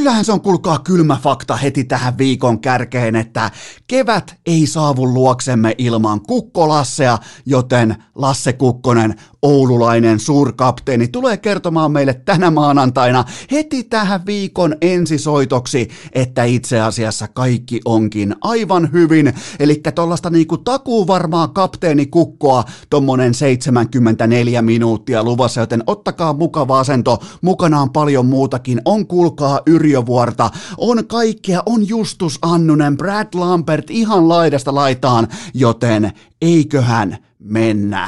kyllähän se on kuulkaa kylmä fakta heti tähän viikon kärkeen, että kevät ei saavu luoksemme ilman Kukko-Lassea, joten Lasse Kukkonen, oululainen suurkapteeni, tulee kertomaan meille tänä maanantaina heti tähän viikon ensisoitoksi, että itse asiassa kaikki onkin aivan hyvin. Elikkä tollaista niinku takuu varmaa kapteeni Kukkoa, tommonen 74 minuuttia luvassa, joten ottakaa mukava asento, mukana on paljon muutakin, on kuulkaa Yrjö Vuorta, on kaikkea, on Justus Annunen, Brad Lambert ihan laidasta laitaan, joten eiköhän mennä.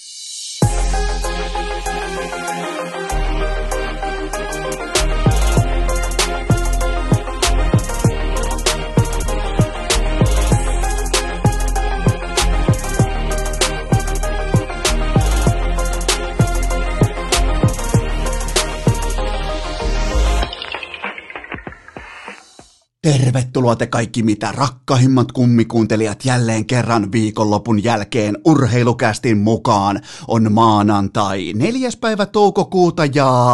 Tervetuloa te kaikki mitä rakkahimmat kummikuuntelijat jälleen kerran viikonlopun jälkeen Urheilukästin mukaan. On maanantai 4. päivä toukokuuta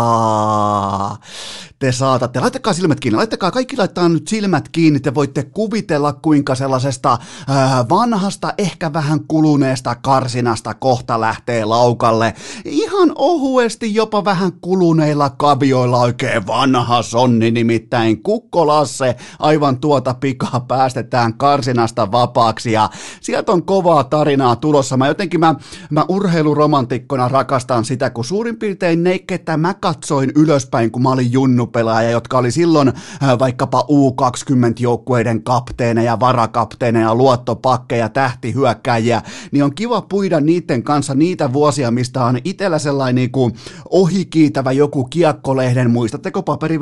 ja te saatatte, laittakaa silmät kiinni, kaikki laittaa nyt silmät kiinni, te voitte kuvitella kuinka sellaisesta vanhasta, ehkä vähän kuluneesta karsinasta kohta lähtee laukalle. Ihan ohuesti jopa vähän kuluneilla kavioilla oikein vanha sonni, nimittäin Kukko-Lasse aivan tuota pikaa päästetään karsinasta vapaaksi ja sieltä on kovaa tarinaa tulossa. Mä urheiluromantikkona rakastan sitä, kun suurin piirtein ne, ketä mä katsoin ylöspäin, kun mä olin junnupelaaja, jotka oli silloin vaikkapa U20-joukkueiden kapteeneja, varakapteeneja, luottopakkeja, tähtihyökkäjiä, niin on kiva puida niiden kanssa niitä vuosia, mistä on itsellä sellainen niinku ohikiitävä joku kiekkolehden, muistatteko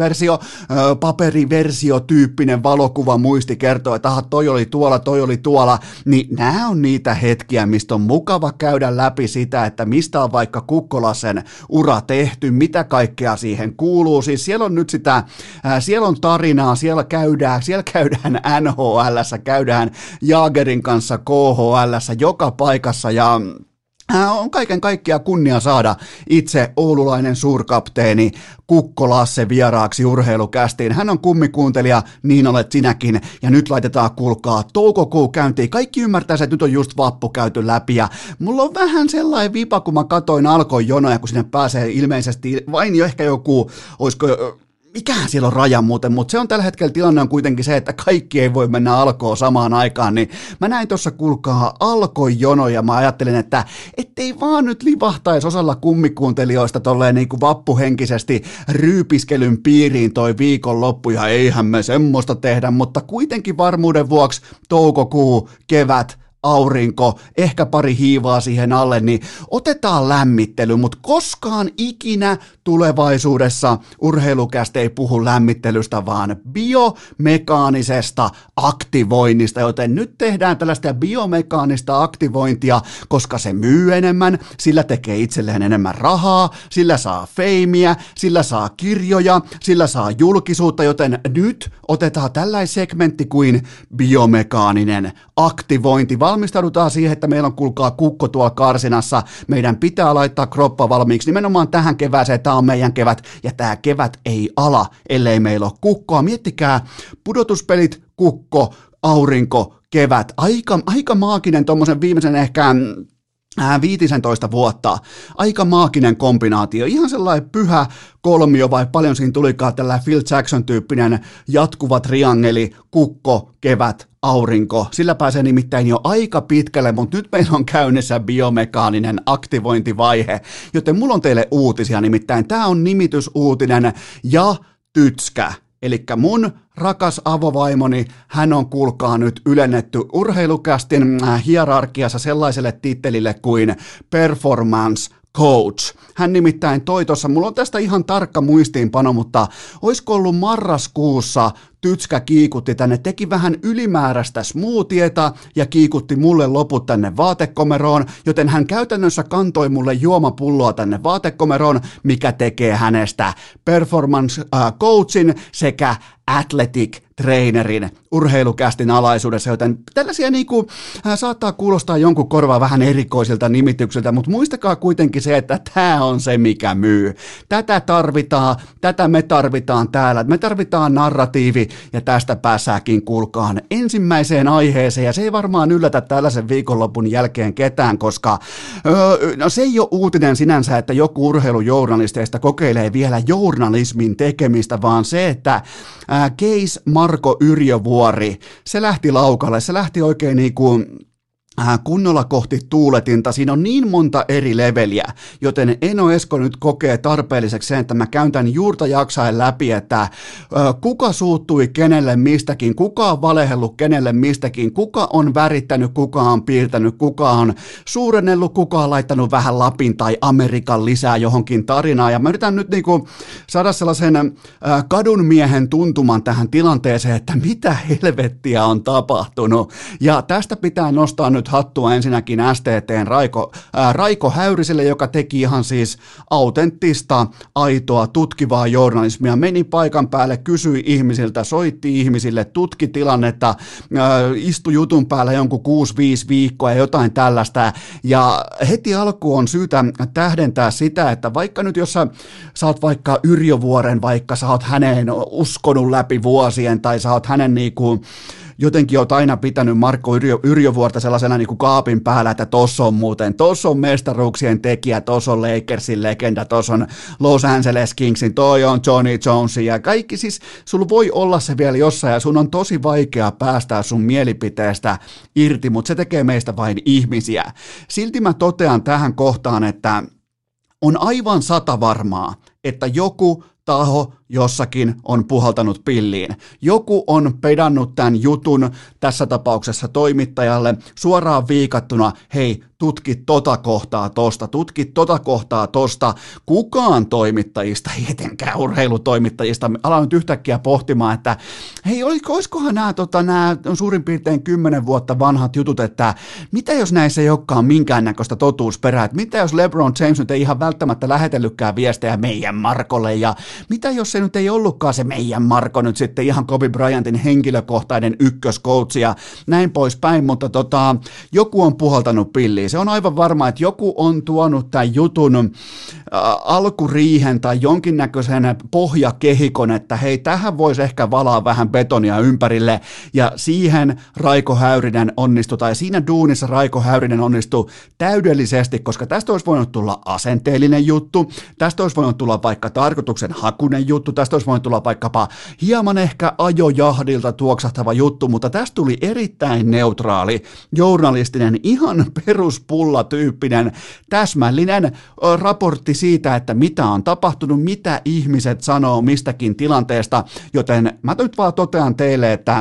paperiversio tyyppinen valokuva muisti kertoo, että aha, toi oli tuolla, niin nämä on niitä hetkiä, mistä on mukava käydä läpi sitä, että mistä on vaikka Kukko-Lassen ura tehty, mitä kaikkea siihen kuuluu, siis siellä on nyt sitä, siellä on tarinaa, siellä käydään NHL:ssä, käydään Jaagerin kanssa KHL:ssä, joka paikassa ja on kaiken kaikkiaan kunnia saada itse oululainen suurkapteeni Kukko-Lasse vieraaksi Urheilukästiin. Hän on kummikuuntelija, niin olet sinäkin, ja nyt laitetaan kuulkaa toukokuu käyntiin. Kaikki ymmärtää, että nyt on just vappu käyty läpi, ja mulla on vähän sellainen vipa, kun mä katoin Alkon jonoja, kun sinne pääsee ilmeisesti vain jo ehkä joku, olisiko mikähän siellä on raja muuten, mutta se on tällä hetkellä tilanne on kuitenkin se, että kaikki ei voi mennä Alkoon samaan aikaan, niin mä näin tuossa kuulkaa Alkon jonoja, mä ajattelin, että ettei vaan nyt livahtaisi osalla kummikuuntelijoista tolleen niin kuin vappuhenkisesti ryypiskelyn piiriin toi viikonloppu, ja eihän me semmoista tehdä, mutta kuitenkin varmuuden vuoksi toukokuu, kevät, aurinko, ehkä pari hiivaa siihen alle, niin otetaan lämmittely, mutta koskaan ikinä tulevaisuudessa Urheilukästä ei puhu lämmittelystä, vaan biomekaanisesta aktivoinnista, joten nyt tehdään tällaista biomekaanista aktivointia, koska se myy enemmän, sillä tekee itselleen enemmän rahaa, sillä saa feimiä, sillä saa kirjoja, sillä saa julkisuutta, joten nyt otetaan tällainen segmentti kuin biomekaaninen aktivointi. Valmistaudutaan siihen, että meillä on kuulkaa Kukko tuolla karsinassa, meidän pitää laittaa kroppa valmiiksi nimenomaan tähän kevääseen, tämä on meidän kevät, ja tämä kevät ei ala, ellei meillä ole Kukkoa. Miettikää, pudotuspelit, Kukko, aurinko, kevät, aika maaginen tuommoisen viimeisen ehkä 15 vuotta, aika maaginen kombinaatio, ihan sellainen pyhä kolmio, vai paljon siinä tulikaan tällä Phil Jackson-tyyppinen jatkuva triangeli, Kukko, kevät, aurinko, sillä pääsee nimittäin jo aika pitkälle, mutta nyt meillä on käynnissä biomekaaninen aktivointivaihe, joten mulla on teille uutisia, nimittäin tämä on nimitysuutinen ja tytskä. Elikkä mun rakas avovaimoni, hän on kuulkaa nyt ylennetty Urheilukästin hierarkiassa sellaiselle tittelille kuin performance coach. Hän nimittäin toi tuossa, mulla on tästä ihan tarkka muistiinpano, mutta olisiko ollut marraskuussa tytskä kiikutti tänne, teki vähän ylimääräistä smoothieta ja kiikutti mulle loput tänne vaatekomeroon, joten hän käytännössä kantoi mulle juomapulloa tänne vaatekomeroon, mikä tekee hänestä performance coachin sekä athletic trainerin urheilukästin alaisuudessa, joten tällaisia niinku, saattaa kuulostaa jonkun korvaa vähän erikoisilta nimityksiltä, mutta muistakaa kuitenkin se, että tämä on se, mikä myy. Tätä tarvitaan, tätä me tarvitaan täällä, me tarvitaan narratiivi ja tästä pääsääkin kuulkaan ensimmäiseen aiheeseen ja se ei varmaan yllätä tällaisen viikonlopun jälkeen ketään, koska no se ei ole uutinen sinänsä, että joku urheilujournalisteista kokeilee vielä journalismin tekemistä, vaan se, että case Marko Yrjövuori, se lähti laukalle, se lähti oikein niin kuin kunnolla kohti tuuletinta, siinä on niin monta eri leveliä, joten Eno Esko nyt kokee tarpeelliseksi sen, että mä käyn tämän juurta jaksain läpi, että kuka suuttui kenelle mistäkin, kuka on valehellut kenelle mistäkin, kuka on värittänyt, kuka on piirtänyt, kuka on suurennellut, kuka on laittanut vähän Lapin tai Amerikan lisää johonkin tarinaan, ja mä yritän nyt niinku saada sellaisen kadunmiehen tuntuman tähän tilanteeseen, että mitä helvettiä on tapahtunut, ja tästä pitää nostaa nyt hattua ensinnäkin STT:n Raiko Häyriselle, joka teki ihan siis autenttista, aitoa, tutkivaa journalismia, meni paikan päälle, kysyi ihmisiltä, soitti ihmisille, tutki tilannetta, istui jutun päällä jonkun 6-5 viikkoa ja jotain tällaista, ja heti alkuun on syytä tähdentää sitä, että vaikka nyt jos sä oot vaikka Yrjövuoren, vaikka sä oot häneen uskonut läpi vuosien, tai sä oot hänen niinku jotenkin olet aina pitänyt Marko Yrjövuorta sellaisena niin kuin kaapin päällä, että tossa on mestaruuksien tekijä, tossa on Lakersin legenda, tossa on Los Angeles Kingsin, toi on Johnny Jones ja kaikki, siis sulla voi olla se vielä jossain ja sun on tosi vaikea päästää sun mielipiteestä irti, mutta se tekee meistä vain ihmisiä. Silti mä totean tähän kohtaan, että on aivan satavarmaa, että joku taho jossakin on puhaltanut pilliin. Joku on pedannut tämän jutun, tässä tapauksessa toimittajalle, suoraan viikattuna, hei, tutki tota kohtaa tosta. Kukaan toimittajista, ei etenkään urheilutoimittajista, alan nyt yhtäkkiä pohtimaan, että hei, olisikohan nämä suurin piirtein 10 vuotta vanhat jutut, että mitä jos näissä ei olekaan minkäännäköistä totuusperää, että mitä jos LeBron James nyt ei ihan välttämättä lähetellytkään viestejä meidän Markolle, ja mitä jos se nyt ei ollutkaan se meidän Marko nyt sitten ihan Kobe Bryantin henkilökohtainen ykköskoutsi ja näin poispäin, mutta joku on puhaltanut pilliin. Se on aivan varma, että joku on tuonut tämän jutun alkuriihen tai jonkinnäköisen pohjakehikon, että hei, tähän voisi ehkä valaa vähän betonia ympärille, ja siihen Raiko Häyrinen onnistui, tai siinä duunissa Raiko Häyrinen onnistui täydellisesti, koska tästä olisi voinut tulla asenteellinen juttu, tästä olisi voinut tulla vaikka tarkoituksen hakunen juttu, tästä olisi voinut tulla vaikkapa hieman ehkä ajojahdilta tuoksahtava juttu, mutta tästä tuli erittäin neutraali, journalistinen, ihan peruspullatyyppinen, täsmällinen raportti siitä, että mitä on tapahtunut, mitä ihmiset sanoo mistäkin tilanteesta, joten mä nyt vaan totean teille, että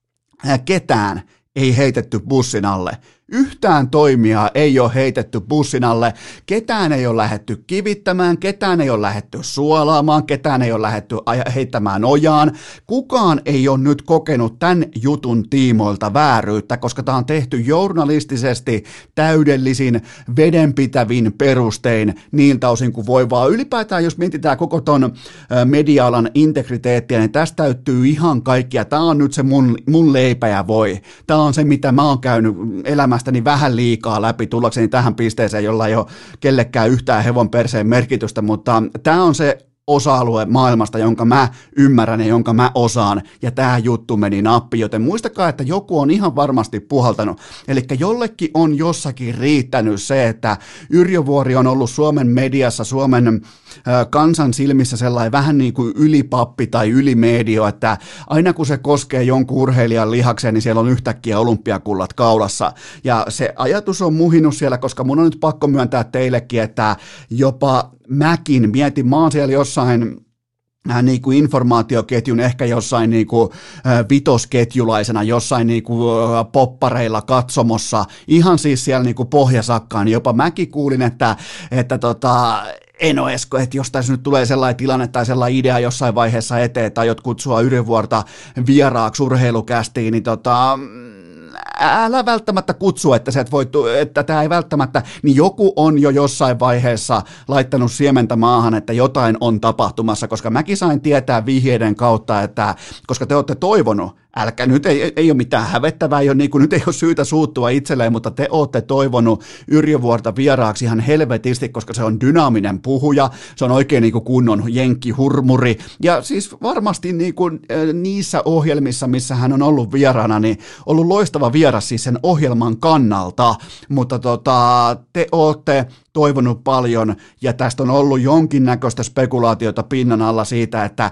ketään ei heitetty bussin alle. Yhtään toimijaa ei ole heitetty bussin alle, ketään ei ole lähdetty kivittämään, ketään ei ole lähdetty suolaamaan, ketään ei ole lähdetty heittämään ojaan. Kukaan ei ole nyt kokenut tämän jutun tiimoilta vääryyttä, koska tämä on tehty journalistisesti täydellisin, vedenpitävin perustein niiltä osin kuin voi vaan. Ylipäätään, jos mietitään koko ton media-alan integriteettiä, niin tästä täyttyy ihan kaikkia. Tämä on nyt se mun leipä ja voi. Tämä on se, mitä mä oon käynyt elämästäni vähän liikaa läpi tullakseni tähän pisteeseen, jolla ei ole kellekään yhtään hevon perseen merkitystä, mutta tämä on se osa-alue maailmasta, jonka mä ymmärrän ja jonka mä osaan, ja tämä juttu meni nappi, joten muistakaa, että joku on ihan varmasti puhaltanut, eli jollekin on jossakin riittänyt se, että Yrjövuori on ollut Suomen mediassa, Suomen kansan silmissä sellainen vähän niin kuin ylipappi tai ylimedio, että aina kun se koskee jonkun urheilijan lihakseen, niin siellä on yhtäkkiä olympiakullat kaulassa, ja se ajatus on muhinut siellä, koska mun on nyt pakko myöntää teillekin, että jopa mäkin mietin, mä oon siellä jossain niin kuin informaatioketjun, ehkä jossain niin kuin vitosketjulaisena, jossain niin kuin poppareilla katsomossa, ihan siis siellä niin kuin pohjasakkaan, niin jopa mäkin kuulin, että Eno Esko, että jos tässä nyt tulee sellainen tilanne tai sellainen idea jossain vaiheessa eteen, tai jot kutsua Yrjönvuorta vieraaksi urheilukästiin, niin älä välttämättä kutsu, että tämä ei välttämättä, niin joku on jo jossain vaiheessa laittanut siementä maahan, että jotain on tapahtumassa, koska mäkin sain tietää vihjeiden kautta, että koska te olette toivonut, älkää nyt ei ole mitään hävettävää, nyt ei ole syytä suuttua itselleen, mutta te olette toivonut Yrjönvuorta vieraaksi ihan helvetisti, koska se on dynaaminen puhuja, se on oikein niin kuin kunnon jenkkihurmuri, ja siis varmasti niin kuin niissä ohjelmissa, missä hän on ollut vieraana, niin ollut loistava vieras siis sen ohjelman kannalta, mutta te olette toivonut paljon, ja tästä on ollut jonkinnäköistä spekulaatiota pinnan alla siitä, että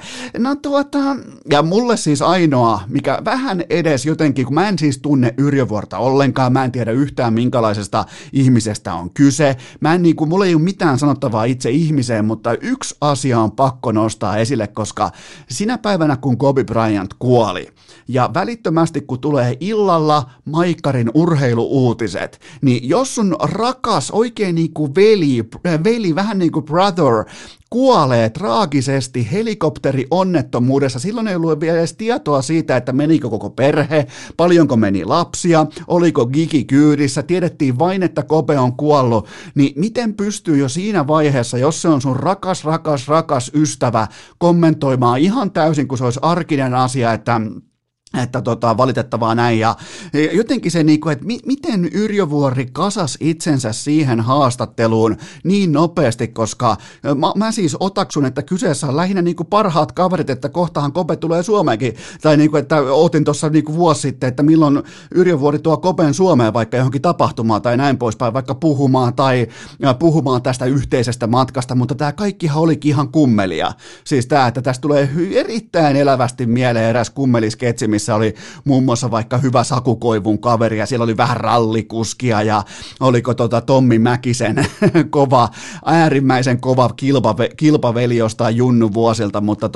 ja mulle siis ainoa, mikä vähän edes jotenkin, kun mä en siis tunne Yrjönvuorta ollenkaan, mä en tiedä yhtään minkälaisesta ihmisestä on kyse, mulla ei ole mitään sanottavaa itse ihmiseen, mutta yksi asia on pakko nostaa esille, koska sinä päivänä, kun Kobe Bryant kuoli, ja välittömästi, kun tulee illalla Maikkarin urheiluuutiset, niin jos sun rakas, oikein niin kuin veli, vähän niin kuin brother, kuolee traagisesti helikopterionnettomuudessa. Silloin ei ollut vielä edes tietoa siitä, että menikö koko perhe, paljonko meni lapsia, oliko Gigi kyydissä, tiedettiin vain, että Kobe on kuollut. Niin miten pystyy jo siinä vaiheessa, jos se on sun rakas ystävä, kommentoimaan ihan täysin, kun se olisi arkinen asia, että valitettavaa näin, ja jotenkin se, että miten Yrjönvuori kasas itsensä siihen haastatteluun niin nopeasti, koska mä siis otaksun, että kyseessä on lähinnä parhaat kaverit, että kohtahan Kobe tulee Suomeenkin, tai että ootin tuossa vuosi sitten, että milloin Yrjönvuori tuo Koben Suomeen vaikka johonkin tapahtumaan tai näin poispäin, vaikka puhumaan tästä yhteisestä matkasta, mutta tämä kaikkihan olikin ihan kummelia. Siis tämä, että tästä tulee erittäin elävästi mieleen eräs kummelisketsi, missä oli muun muassa vaikka hyvä Saku Koivun kaveri, ja siellä oli vähän rallikuskia, ja oliko Tommi Mäkisen äärimmäisen kova kilpaveli jostain Junnu vuosilta, mutta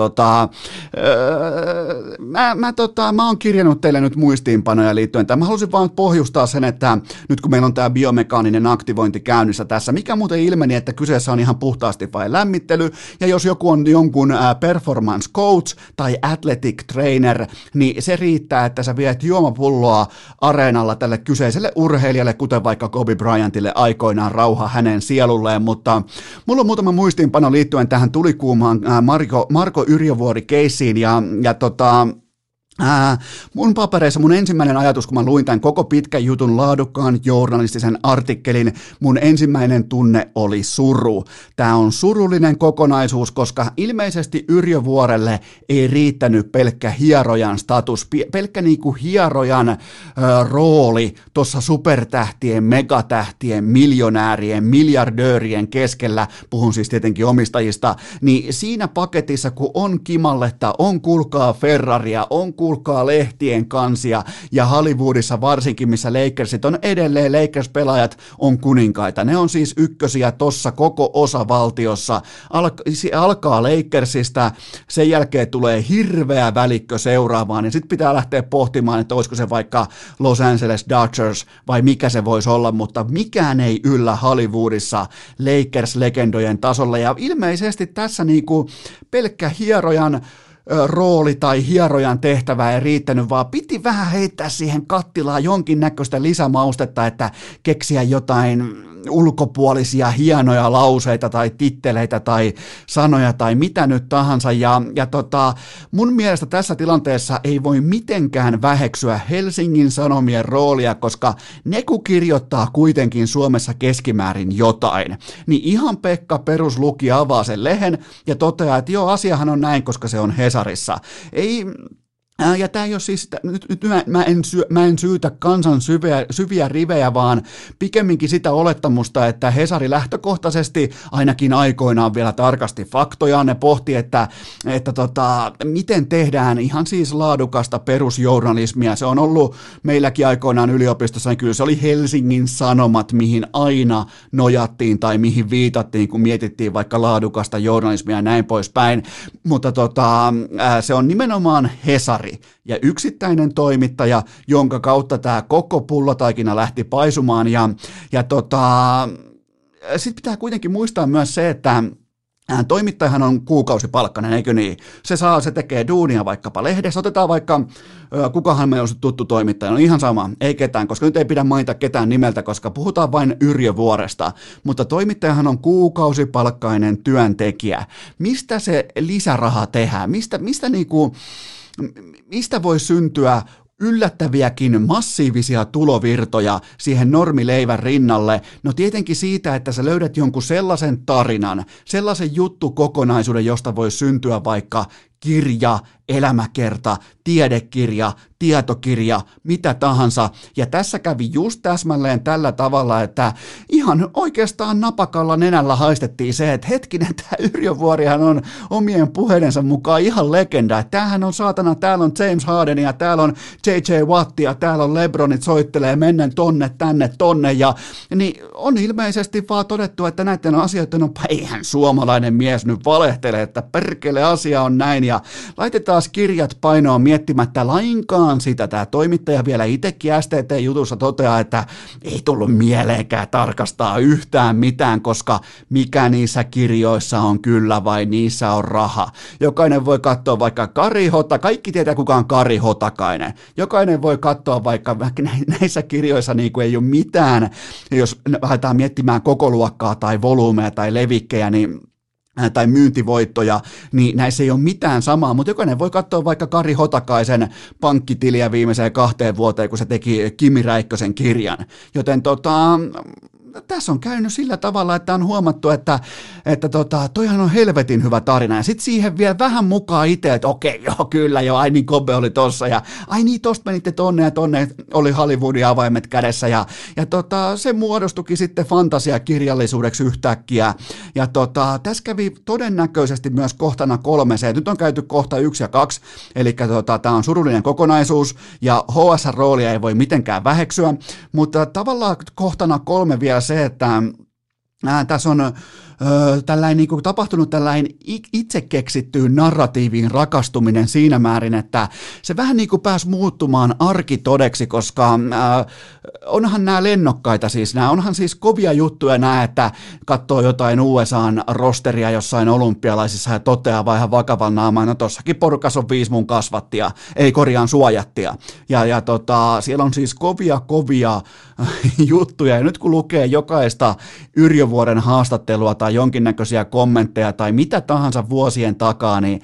mä oon kirjannut teille nyt muistiinpanoja liittyen tähän. Mä halusin vaan pohjustaa sen, että nyt kun meillä on tämä biomekaaninen aktivointi käynnissä tässä, mikä muuten ilmeni, että kyseessä on ihan puhtaasti vain lämmittely, ja jos joku on jonkun performance coach tai athletic trainer, niin se riittää, että sä viet juomapulloa areenalla tälle kyseiselle urheilijalle, kuten vaikka Kobe Bryantille aikoinaan, rauha hänen sielulleen, mutta mulla on muutama muistiinpano liittyen tähän tulikuumaan Marko Yrjönvuori-keissiin, ja mun papereissa mun ensimmäinen ajatus, kun mä luin tämän koko pitkän jutun laadukkaan journalistisen artikkelin, mun ensimmäinen tunne oli suru. Tää on surullinen kokonaisuus, koska ilmeisesti Yrjönvuorelle ei riittänyt pelkkä hierojan status, pelkkä niinku hierojan rooli tuossa supertähtien, megatähtien, miljonäärien, miljardöörien keskellä, puhun siis tietenkin omistajista, niin siinä paketissa, kun on Kimalletta, on kuulkaa Ferraria, on kuulkaa lehtien kansia, ja Hollywoodissa varsinkin, missä Lakersit on edelleen, Lakers-pelaajat on kuninkaita. Ne on siis ykkösiä tossa koko osavaltiossa. Alkaa Lakersista, sen jälkeen tulee hirveä välikkö seuraavaan, ja sitten pitää lähteä pohtimaan, että olisiko se vaikka Los Angeles Dodgers, vai mikä se voisi olla, mutta mikään ei yllä Hollywoodissa Lakers-legendojen tasolla, ja ilmeisesti tässä pelkkä hierojan rooli tai hierojan tehtävä ei riittänyt, vaan piti vähän heittää siihen kattilaan jonkinnäköistä lisämaustetta, että keksiä jotain ulkopuolisia hienoja lauseita tai titteleitä tai sanoja tai mitä nyt tahansa, ja mun mielestä tässä tilanteessa ei voi mitenkään väheksyä Helsingin Sanomien roolia, koska ne kun kirjoittaa kuitenkin Suomessa keskimäärin jotain, niin ihan Pekka perusluki avaa sen lehen ja toteaa, että joo, asiahan on näin, koska se on Hesarissa. Ei. Ja tämä ei ole siis, nyt mä en syytä kansan syviä rivejä, vaan pikemminkin sitä olettamusta, että Hesari lähtökohtaisesti ainakin aikoinaan vielä tarkasti faktoja, ne pohti, että miten tehdään ihan siis laadukasta perusjournalismia. Se on ollut meilläkin aikoinaan yliopistossa, niin kyllä se oli Helsingin Sanomat, mihin aina nojattiin tai mihin viitattiin, kun mietittiin vaikka laadukasta journalismia ja näin poispäin, mutta se on nimenomaan Hesari ja yksittäinen toimittaja, jonka kautta tämä koko pullotaikina lähti paisumaan, ja sitten pitää kuitenkin muistaa myös se, että toimittajahan on kuukausipalkkainen, eikö niin? Se tekee duunia vaikkapa lehdessä. Otetaan vaikka, kukahan meillä olisi tuttu toimittaja, no ihan sama, ei ketään, koska nyt ei pidä mainita ketään nimeltä, koska puhutaan vain Yrjö Vuoresta. Mutta toimittajahan on kuukausipalkkainen työntekijä. Mistä se lisäraha tehdään? Mistä voi syntyä yllättäviäkin massiivisia tulovirtoja siihen normileivän rinnalle? No tietenkin siitä, että sä löydät jonkun sellaisen tarinan, sellaisen juttukokonaisuuden, josta voi syntyä vaikka kirja, elämäkerta, tiedekirja, tietokirja, mitä tahansa. Ja tässä kävi just täsmälleen tällä tavalla, että ihan oikeastaan napakalla nenällä haistettiin se, että hetkinen, tämä Yrjö Vuorihan on omien puheidensa mukaan ihan legenda. Tämähän on saatana, täällä on James Hardenia, täällä on J.J. Wattia, täällä on LeBronit soittelee mennen tonne, tänne, tonne. Ja niin on ilmeisesti vaan todettu, että näiden asioiden on, eihän suomalainen mies nyt valehtele, että perkele asia on näin. Ja laitetaan kirjat painoon miettimättä lainkaan sitä. Tämä toimittaja vielä itsekin STT-jutussa toteaa, että ei tullut mieleenkään tarkastaa yhtään mitään, koska mikä niissä kirjoissa on kyllä vai niissä on raha. Jokainen voi katsoa vaikka Kari Hota, kaikki tietää kuka on Kari Hotakainen. Jokainen voi katsoa vaikka näissä kirjoissa niin kuin ei ole mitään, jos lähdetään miettimään koko luokkaa tai volyymeja tai levikkejä, niin tai myyntivoittoja, niin näissä ei ole mitään samaa, mutta jokainen voi katsoa vaikka Kari Hotakaisen pankkitiliä viimeiseen 2 vuoteen, kun se teki Kimi Räikkösen kirjan. Joten tässä on käynyt sillä tavalla, että on huomattu, että toihan on helvetin hyvä tarina, ja sitten siihen vielä vähän mukaan itse, että okei, joo, kyllä, joo, ai niin Kobe oli tossa, ja ai niin, tosta menitte tonne, ja tonne oli Hollywoodin avaimet kädessä, ja se muodostukin sitten fantasiakirjallisuudeksi yhtäkkiä, ja tässä kävi todennäköisesti myös kohtana 3 se, nyt on käyty kohta 1 ja 2, eli tämä on surullinen kokonaisuus, ja HSR-roolia ei voi mitenkään väheksyä, mutta tavallaan kohtana 3 vielä se, että tässä on tällainen, niin kuin tapahtunut tällainen itse keksittyyn narratiiviin rakastuminen siinä määrin, että se vähän niin kuin pääsi muuttumaan arkitodeksi, koska onhan nämä lennokkaita siis, onhan siis kovia juttuja nämä, että katsoo jotain USAn rosteria jossain olympialaisissa ja toteaa vaan ihan vakavan naamaan, no tossakin porukassa on 5 mun kasvattia, ei korjaan suojattia, ja siellä on siis kovia juttuja, ja nyt kun lukee jokaista Yrjö Vuoren haastattelua tai jonkinnäköisiä kommentteja tai mitä tahansa vuosien takaa, niin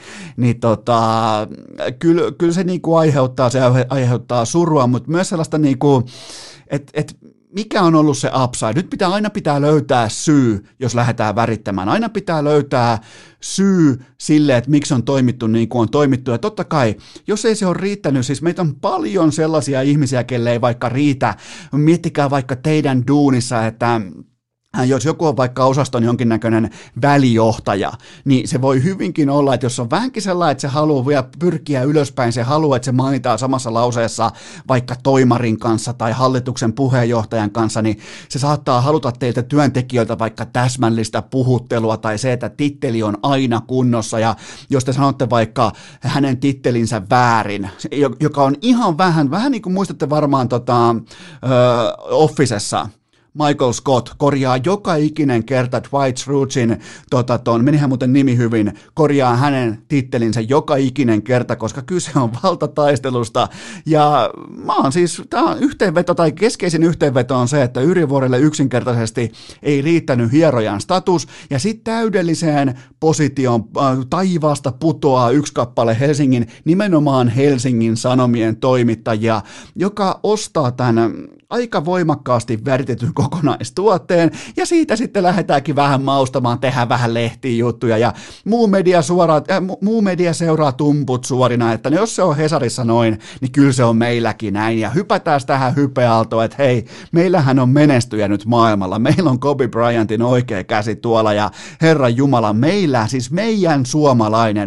kyllä se niinku aiheuttaa surua, mutta myös sellaista niinku, että mikä on ollut se upside? Nyt aina pitää löytää syy, jos lähdetään värittämään. Aina pitää löytää syy sille, että miksi on toimittu niin kuin on toimittu. Ja totta kai, jos ei se ole riittänyt, siis meitä on paljon sellaisia ihmisiä, kelle ei vaikka riitä. Miettikää vaikka teidän duunissa, että jos joku on vaikka osaston jonkinnäköinen välijohtaja, niin se voi hyvinkin olla, että jos on vähänkin sellainen, että se haluaa vielä pyrkiä ylöspäin, se haluaa, että se mainitaan samassa lauseessa vaikka toimarin kanssa tai hallituksen puheenjohtajan kanssa, niin se saattaa haluta teiltä työntekijöiltä vaikka täsmällistä puhuttelua tai se, että titteli on aina kunnossa, ja jos te sanotte vaikka hänen tittelinsä väärin, joka on ihan vähän niin kuin muistatte varmaan Officessa, Michael Scott korjaa joka ikinen kerta Dwight Schrutesin, menihän muuten nimi hyvin, korjaa hänen tittelinsä joka ikinen kerta, koska kyse on valtataistelusta. Ja tämä on yhteenveto, tai keskeisin yhteenveto on se, että Yrjö Vuorelle yksinkertaisesti ei riittänyt hierojan status, ja sitten täydelliseen positioon taivaasta putoaa 1 kappale nimenomaan Helsingin Sanomien toimittajia, joka ostaa tämän aika voimakkaasti väritetyn kokonaistuotteen, ja siitä sitten lähdetäänkin vähän maustamaan, tehdään vähän lehtijuttuja, ja muu media seuraa tumput suorina, että jos se on Hesarissa noin, niin kyllä se on meilläkin näin, ja hypätään tähän hypeaaltoon, että hei, meillähän on menestyjä nyt maailmalla, meillä on Kobe Bryantin oikea käsi tuolla, ja Herran Jumala, meidän suomalainen,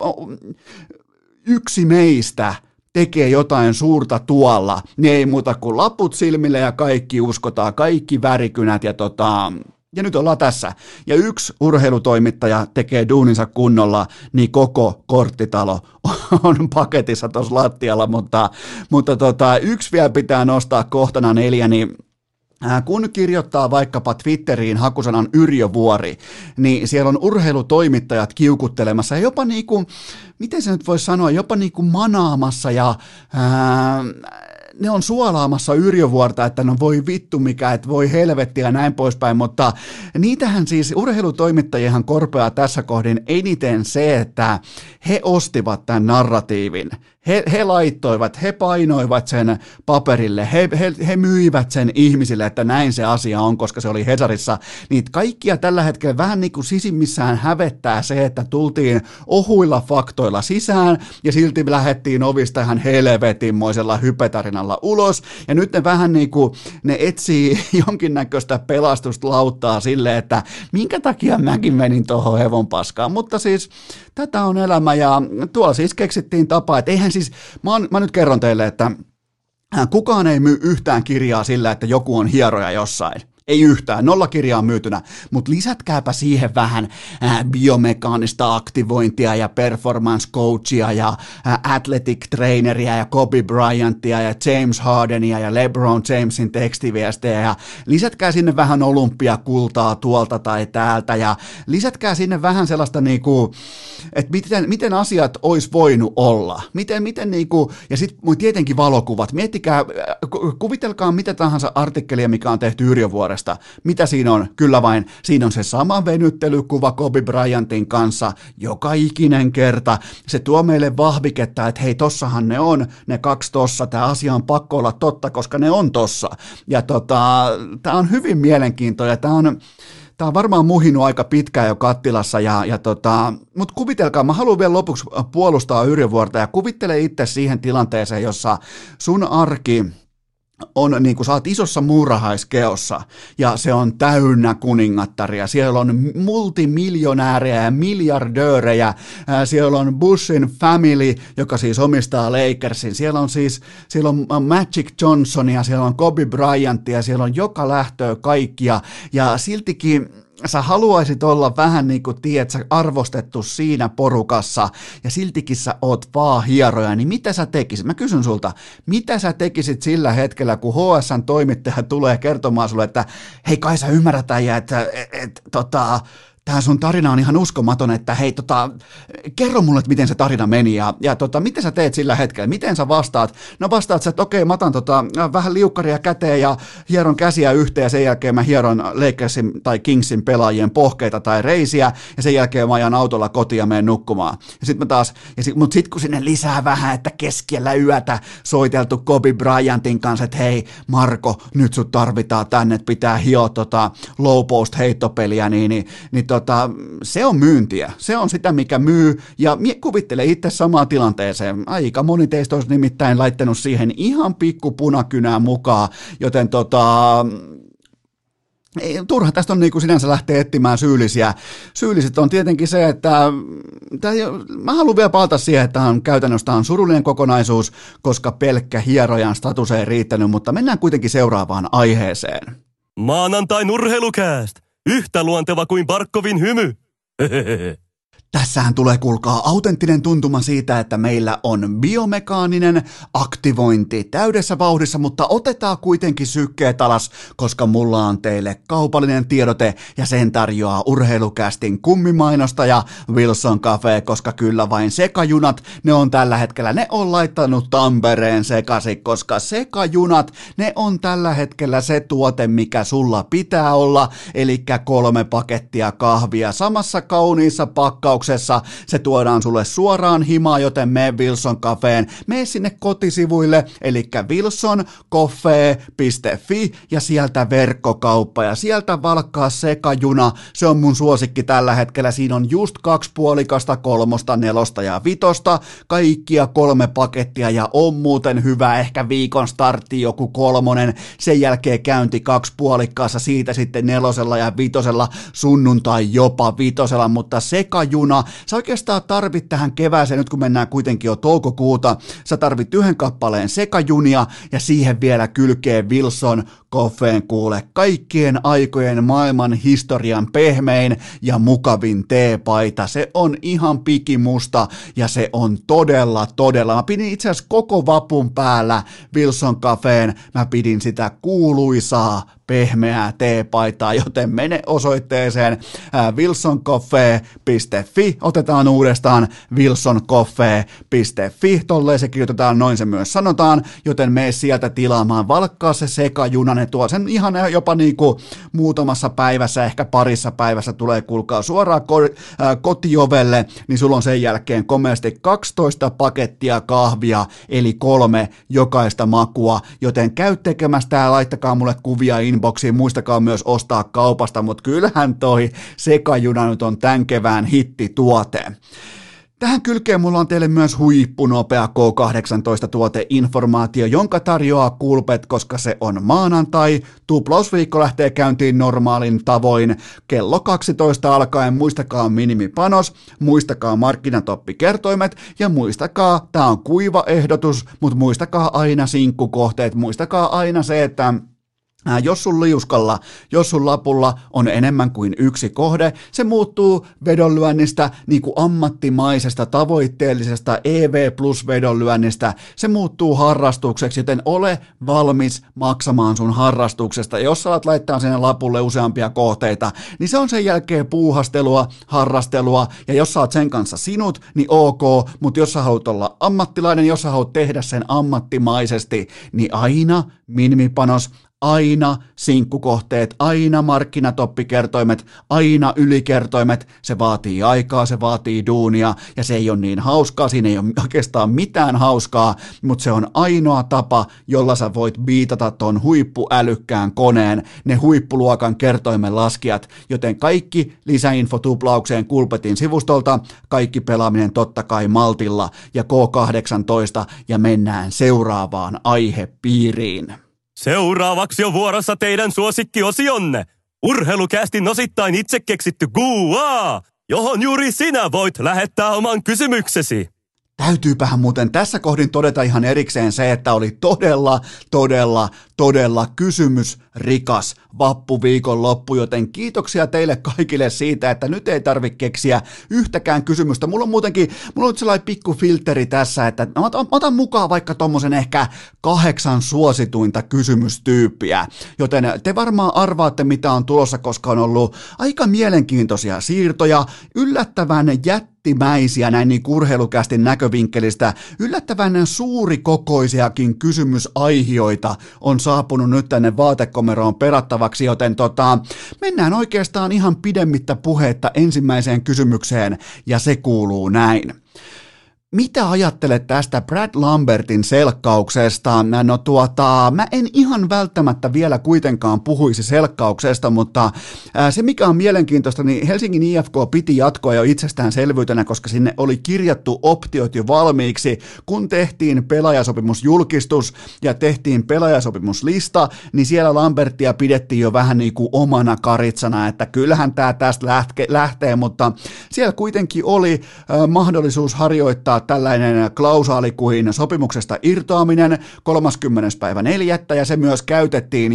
yksi meistä tekee jotain suurta tuolla, niin ei muuta kuin laput silmille ja kaikki uskotaan, kaikki värikynät ja nyt ollaan tässä. Ja yksi urheilutoimittaja tekee duuninsa kunnolla, niin koko korttitalo on paketissa tuossa lattialla, mutta yksi vielä pitää nostaa kohtana 4, niin Kun kirjoittaa vaikkapa Twitteriin hakusanan Yrjö Vuori, niin siellä on urheilutoimittajat kiukuttelemassa ja jopa niinku, miten se nyt voisi sanoa, jopa niinku manaamassa ja ne on suolaamassa Yrjö Vuorta, että no voi vittu mikä, että voi helvetti ja näin poispäin, mutta niitähän siis urheilutoimittajienhan korpeaa tässä kohdin eniten se, että he ostivat tämän narratiivin. He laittoivat, he painoivat sen paperille, he myivät sen ihmisille, että näin se asia on, koska se oli Hesarissa. Niitä kaikkia tällä hetkellä vähän niin kuin sisimmissään hävettää se, että tultiin ohuilla faktoilla sisään ja silti lähdettiin ovista ihan helvetinmoisella hypetarinalla ulos. Ja nyt ne vähän niin kuin, ne etsii jonkinnäköistä pelastuslauttaa sille, että minkä takia mäkin menin tuohon hevon paskaan. Mutta siis tätä on elämä ja tuolla siis keksittiin tapa, että eihän siis, mä nyt kerron teille, että kukaan ei myy yhtään kirjaa sillä, että joku on hieroja jossain. Ei yhtään, 0 kirjaa myytynä, mutta lisätkääpä siihen vähän biomekaanista aktivointia ja performance coachia ja athletic traineria ja Kobe Bryantia ja James Hardenia ja LeBron Jamesin tekstiviestejä ja lisätkää sinne vähän olympiakultaa tuolta tai täältä ja lisätkää sinne vähän sellaista niinku, että miten asiat olisi voinut olla, miten niinku, ja sitten tietenkin valokuvat, miettikää, kuvitelkaa mitä tahansa artikkelia, mikä on tehty Yrjö Vuoresta. Mitä siinä on? Kyllä vain, siinä on se sama venyttelykuva Kobe Bryantin kanssa joka ikinen kerta. Se tuo meille vahviketta, että hei, tossahan ne on, ne 2 tossa, tämä asia on pakko olla totta, koska ne on tossa. Ja tämä on hyvin mielenkiintoinen, tämä on varmaan muhinut aika pitkään jo kattilassa, mutta kuvitelkaa, mä haluan vielä lopuksi puolustaa Yrjö Vuorta ja kuvittele itse siihen tilanteeseen, jossa sun arki on niin kuin sä oot isossa muurahaiskeossa ja se on täynnä kuningattaria, siellä on multimiljonäärejä ja miljardöörejä, siellä on Bushin family, joka siis omistaa Lakersin, siellä on Magic Johnsonia, siellä on Kobe Bryantia, siellä on joka lähtöä kaikkia ja siltikin sä haluaisit olla vähän niin kuin, tiedätkö, arvostettu siinä porukassa ja siltikin sä oot vaan hieroja, niin mitä sä tekisit? Mä kysyn sulta, mitä sä tekisit sillä hetkellä, kun HSN toimittaja tulee kertomaan sulle, että hei kai sä ymmärrät äijä, että tämä sun tarina on ihan uskomaton, että hei kerro mulle, että miten se tarina meni ja miten sä teet sillä hetkellä, miten sä vastaat? No vastaat sä, että okei, mä otan vähän liukkaria käteen ja hieron käsiä yhteen ja sen jälkeen mä hieron Lakersin tai Kingsin pelaajien pohkeita tai reisiä ja sen jälkeen mä ajan autolla kotiin ja menen nukkumaan. Ja sit mä taas, mutta sit kun sinne lisää vähän, että keskellä yötä soiteltu Kobe Bryantin kanssa, että hei Marko, nyt sut tarvitaan tänne, että pitää hioa low post heittopeliä, niin se on myyntiä, se on sitä mikä myy ja kuvittele itse samaan tilanteeseen, aika moni teistä olisi nimittäin laittanut siihen ihan pikku punakynää mukaan, joten turha tästä on niin kuin sinänsä lähteä etsimään syyllisiä. Syylliset on tietenkin se, että mä haluan vielä palata siihen, että käytännössä on surullinen kokonaisuus, koska pelkkä hierojan status ei riittänyt, mutta mennään kuitenkin seuraavaan aiheeseen. Maanantain urheilukääst! Yhtä luonteva kuin Barkovin hymy. Tässähän tulee, kuulkaa, autenttinen tuntuma siitä, että meillä on biomekaaninen aktivointi täydessä vauhdissa, mutta otetaan kuitenkin sykkeet alas, koska mulla on teille kaupallinen tiedote ja sen tarjoaa urheilukästin kummimainostaja Wilson Cafe, koska kyllä vain sekajunat, ne on tällä hetkellä, ne on laittanut Tampereen sekaisin, koska sekajunat, ne on tällä hetkellä se tuote, mikä sulla pitää olla, eli 3 pakettia kahvia samassa kauniissa pakkauksessa. Se tuodaan sulle suoraan himaan, joten mene Wilson Cafeen, mene sinne kotisivuille, eli wilsoncoffee.fi ja sieltä verkkokauppa ja sieltä valkkaa sekajuna, se on mun suosikki tällä hetkellä, siinä on just 2 puolikasta, 3, 4 ja 5, kaikkia 3 pakettia ja on muuten hyvä, ehkä viikon startti joku 3, sen jälkeen käynti 2 puolikkaassa, siitä sitten 4 ja 5 sunnuntai jopa 5, mutta sekajuna, sä oikeastaan tarvit tähän kevääseen, nyt kun mennään kuitenkin jo toukokuuta, sä tarvit 1 kappaleen sekajunia ja siihen vielä kylkee Wilson Coffeen kuule kaikkien aikojen maailman historian pehmein ja mukavin teepaita. Se on ihan pikimusta ja se on todella. Mä pidin itse asiassa koko vapun päällä Wilson Cafeen. Mä pidin sitä kuuluisaa pehmeää teepaitaa, joten mene osoitteeseen wilsoncoffee.fi, otetaan uudestaan wilsoncoffee.fi, tolleen se kirjoitetaan, noin se myös sanotaan, joten mene sieltä tilaamaan, valkkaa se sekajuna, ne tuo sen ihan jopa niinku muutamassa päivässä, ehkä parissa päivässä tulee kuulkaa suoraan kotiovelle, niin sulla on sen jälkeen komeasti 12 pakettia kahvia, eli 3 jokaista makua, joten käy tekemässä tää, laittakaa mulle kuvia inboxiin, muistakaa myös ostaa kaupasta, mutta kyllähän toi sekajuna nyt on tän kevään hittituote. Tähän kylkeen mulla on teille myös huippunopea K18-tuoteinformaatio, jonka tarjoaa Kulpet, koska se on maanantai. Tuplausviikko lähtee käyntiin normaalin tavoin kello 12 alkaen. Muistakaa minimipanos, muistakaa markkinatoppikertoimet ja muistakaa, tää on kuiva ehdotus, mutta muistakaa aina sinkkukohteet, muistakaa aina se, että jos sun liuskalla, jos sun lapulla on enemmän kuin yksi kohde, se muuttuu vedonlyönnistä niin kuin ammattimaisesta, tavoitteellisesta EV plus vedonlyönnistä, se muuttuu harrastukseksi, joten ole valmis maksamaan sun harrastuksesta. Jos sä alat laittaa sinne lapulle useampia kohteita, niin se on sen jälkeen puuhastelua, harrastelua, ja jos sä oot sen kanssa sinut, niin ok, mutta jos sä haluat olla ammattilainen, jos sä haluat tehdä sen ammattimaisesti, niin aina minimipanos, aina sinkkukohteet, aina markkinatoppikertoimet, aina ylikertoimet, se vaatii aikaa, se vaatii duunia ja se ei ole niin hauskaa, siinä ei ole oikeastaan mitään hauskaa, mutta se on ainoa tapa, jolla sä voit biitata ton huippuälykkään koneen, ne huippuluokan kertoimen laskijat, joten kaikki lisäinfo tuplaukseen Kulpetin sivustolta, kaikki pelaaminen totta kai maltilla ja K18 ja mennään seuraavaan aihepiiriin. Seuraavaksi on vuorossa teidän suosikkiosionne. Urheilukästin osittain itse keksitty Q&A, johon juuri sinä voit lähettää oman kysymyksesi. Täytyypähän muuten tässä kohdin todeta ihan erikseen se, että oli todella kysymysrikas vappuviikon loppu, joten kiitoksia teille kaikille siitä, että nyt ei tarvitse keksiä yhtäkään kysymystä. Mulla on sellainen pikku filteri tässä, että otan mukaan vaikka tommosen ehkä 8 suosituinta kysymystyyppiä, joten te varmaan arvaatte mitä on tulossa, koska on ollut aika mielenkiintoisia siirtoja, yllättävän jättimäisiä näin niin urheilukästin näkövinkkelistä, yllättävän suurikokoisiakin kysymysaihioita on saapunut nyt tänne vaatekomeroon perattavaksi, joten mennään oikeastaan ihan pidemmittä puhetta ensimmäiseen kysymykseen, ja se kuuluu näin. Mitä ajattelet tästä Brad Lambertin selkkauksesta? No mä en ihan välttämättä vielä kuitenkaan puhuisi selkkauksesta, mutta se mikä on mielenkiintoista, niin Helsingin IFK piti jatkoa jo itsestäänselvyytenä, koska sinne oli kirjattu optiot jo valmiiksi. Kun tehtiin pelaajasopimusjulkistus ja tehtiin pelaajasopimuslista, niin siellä Lambertia pidettiin jo vähän niin kuin omana karitsana, että kyllähän tämä tästä lähtee, mutta siellä kuitenkin oli mahdollisuus harjoittaa tällainen klausaali kuin sopimuksesta irtoaminen 30.4. ja se myös käytettiin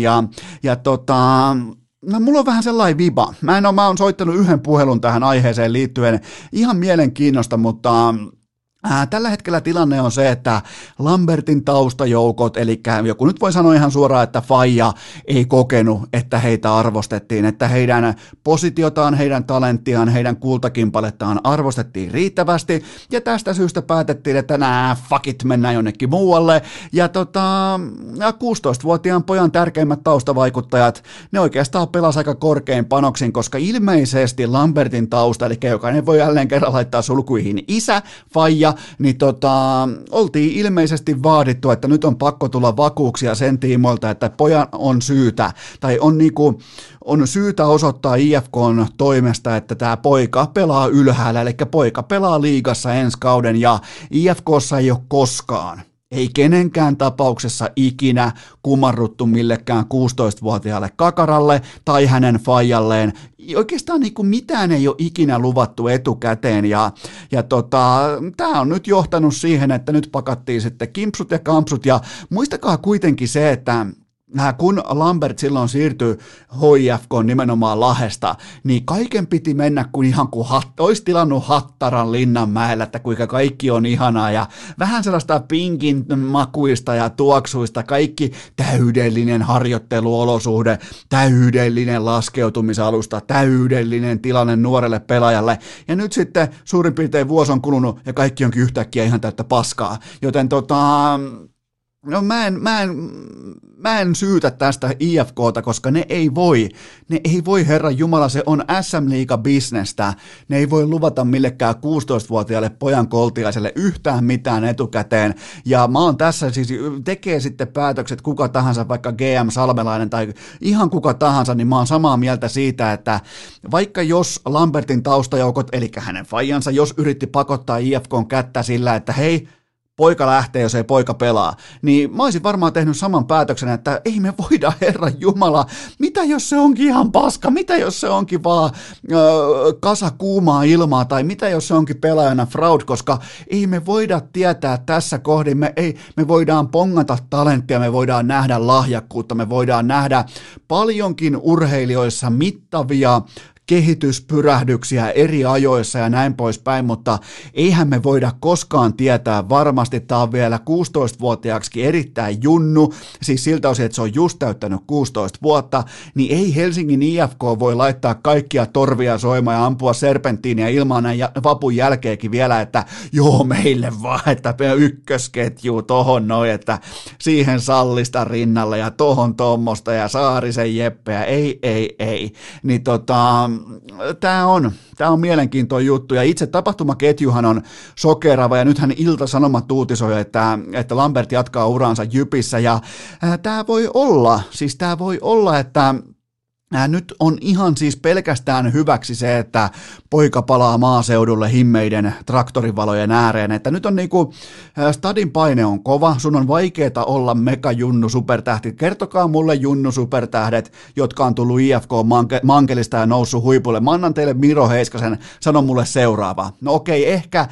no, mulla on vähän sellainen viba. Mä oon soittanut yhden puhelun tähän aiheeseen liittyen ihan mielenkiinnosta, mutta tällä hetkellä tilanne on se, että Lambertin taustajoukot, eli joku nyt voi sanoa ihan suoraan, että faija ei kokenut, että heitä arvostettiin, että heidän positiotaan, heidän talenttiaan, heidän kultakimpalettaan arvostettiin riittävästi, ja tästä syystä päätettiin, että fuck it, mennään jonnekin muualle, ja 16-vuotiaan pojan tärkeimmät taustavaikuttajat, ne oikeastaan pelasi aika korkein panoksin, koska ilmeisesti Lambertin tausta, eli jokainen voi jälleen kerran laittaa sulkuihin isä, faija, niin oltiin ilmeisesti vaadittu, että nyt on pakko tulla vakuuksia sen tiimoilta, että pojan on syytä, tai on syytä osoittaa IFK:n toimesta, että tämä poika pelaa ylhäällä, eli poika pelaa liigassa ensi kauden, ja IFK:ssa ei ole koskaan, ei kenenkään tapauksessa ikinä kumarruttu millekään 16-vuotiaalle kakaralle tai hänen faijalleen. Oikeastaan niin kuin mitään ei ole ikinä luvattu etukäteen, ja tämä on nyt johtanut siihen, että nyt pakattiin sitten kimpsut ja kampsut, ja muistakaa kuitenkin se, että kun Lambert silloin siirtyi HIFK nimenomaan Lahdesta, niin kaiken piti mennä kuin ihan kuin olisi tilannut Hattaran Linnanmäellä, että kuinka kaikki on ihanaa ja vähän sellaista pinkin makuista ja tuoksuista, kaikki täydellinen harjoitteluolosuhde, täydellinen laskeutumisalusta, täydellinen tilanne nuorelle pelaajalle ja nyt sitten suurin piirtein vuosi on kulunut ja kaikki onkin yhtäkkiä ihan täyttä paskaa, joten no mä en syytä tästä IFKta, koska ne ei voi Herran Jumala, se on SM-liiga-bisnestä, ne ei voi luvata millekään 16-vuotiaalle pojan koltiaiselle yhtään mitään etukäteen, ja mä oon tässä siis, tekee sitten päätökset kuka tahansa, vaikka GM Salmelainen tai ihan kuka tahansa, niin mä oon samaa mieltä siitä, että vaikka jos Lambertin taustajoukot, eli hänen faijansa, jos yritti pakottaa IFKn kättä sillä, että hei, poika lähtee, jos ei poika pelaa, niin mä olisin varmaan tehnyt saman päätöksen, että ei me voida, Herran Jumala, mitä jos se onkin ihan paska, mitä jos se onkin vaan kasa kuumaa ilmaa, tai mitä jos se onkin pelaajana fraud, koska ei me voida tietää tässä kohdin, me voidaan pongata talenttia, me voidaan nähdä lahjakkuutta, me voidaan nähdä paljonkin urheilijoissa mittavia kehityspyrähdyksiä eri ajoissa ja näin poispäin, mutta eihän me voida koskaan tietää varmasti, tämä on vielä 16-vuotiaaksikin erittäin junnu, siis siltä osin, että se on just täyttänyt 16 vuotta, niin ei Helsingin IFK voi laittaa kaikkia torvia soimaan ja ampua serpenttiiniä ilman näin vapun jälkeenkin vielä, että joo meille vaan, että ykkösketju tohon noin, että siihen Sallista rinnalle ja tohon tommosta ja Saarisen Jeppeä, ei, niin Tämä on mielenkiintoinen juttu ja itse tapahtumaketjuhan on sokerava ja nythän Ilta-Sanomat uutisoi, että Lambert jatkaa uransa Jypissä ja tämä voi olla, että nyt on ihan siis pelkästään hyväksi se, että poika palaa maaseudulle himmeiden traktorivalojen ääreen, että nyt on niinku, stadin paine on kova, sun on vaikeeta olla mega junnu supertähti, kertokaa mulle junnu supertähdet, jotka on tullut IFK mankelista ja noussut huipulle, mä annan teille Miro Heiskasen, sano mulle seuraava, no okei, ehkä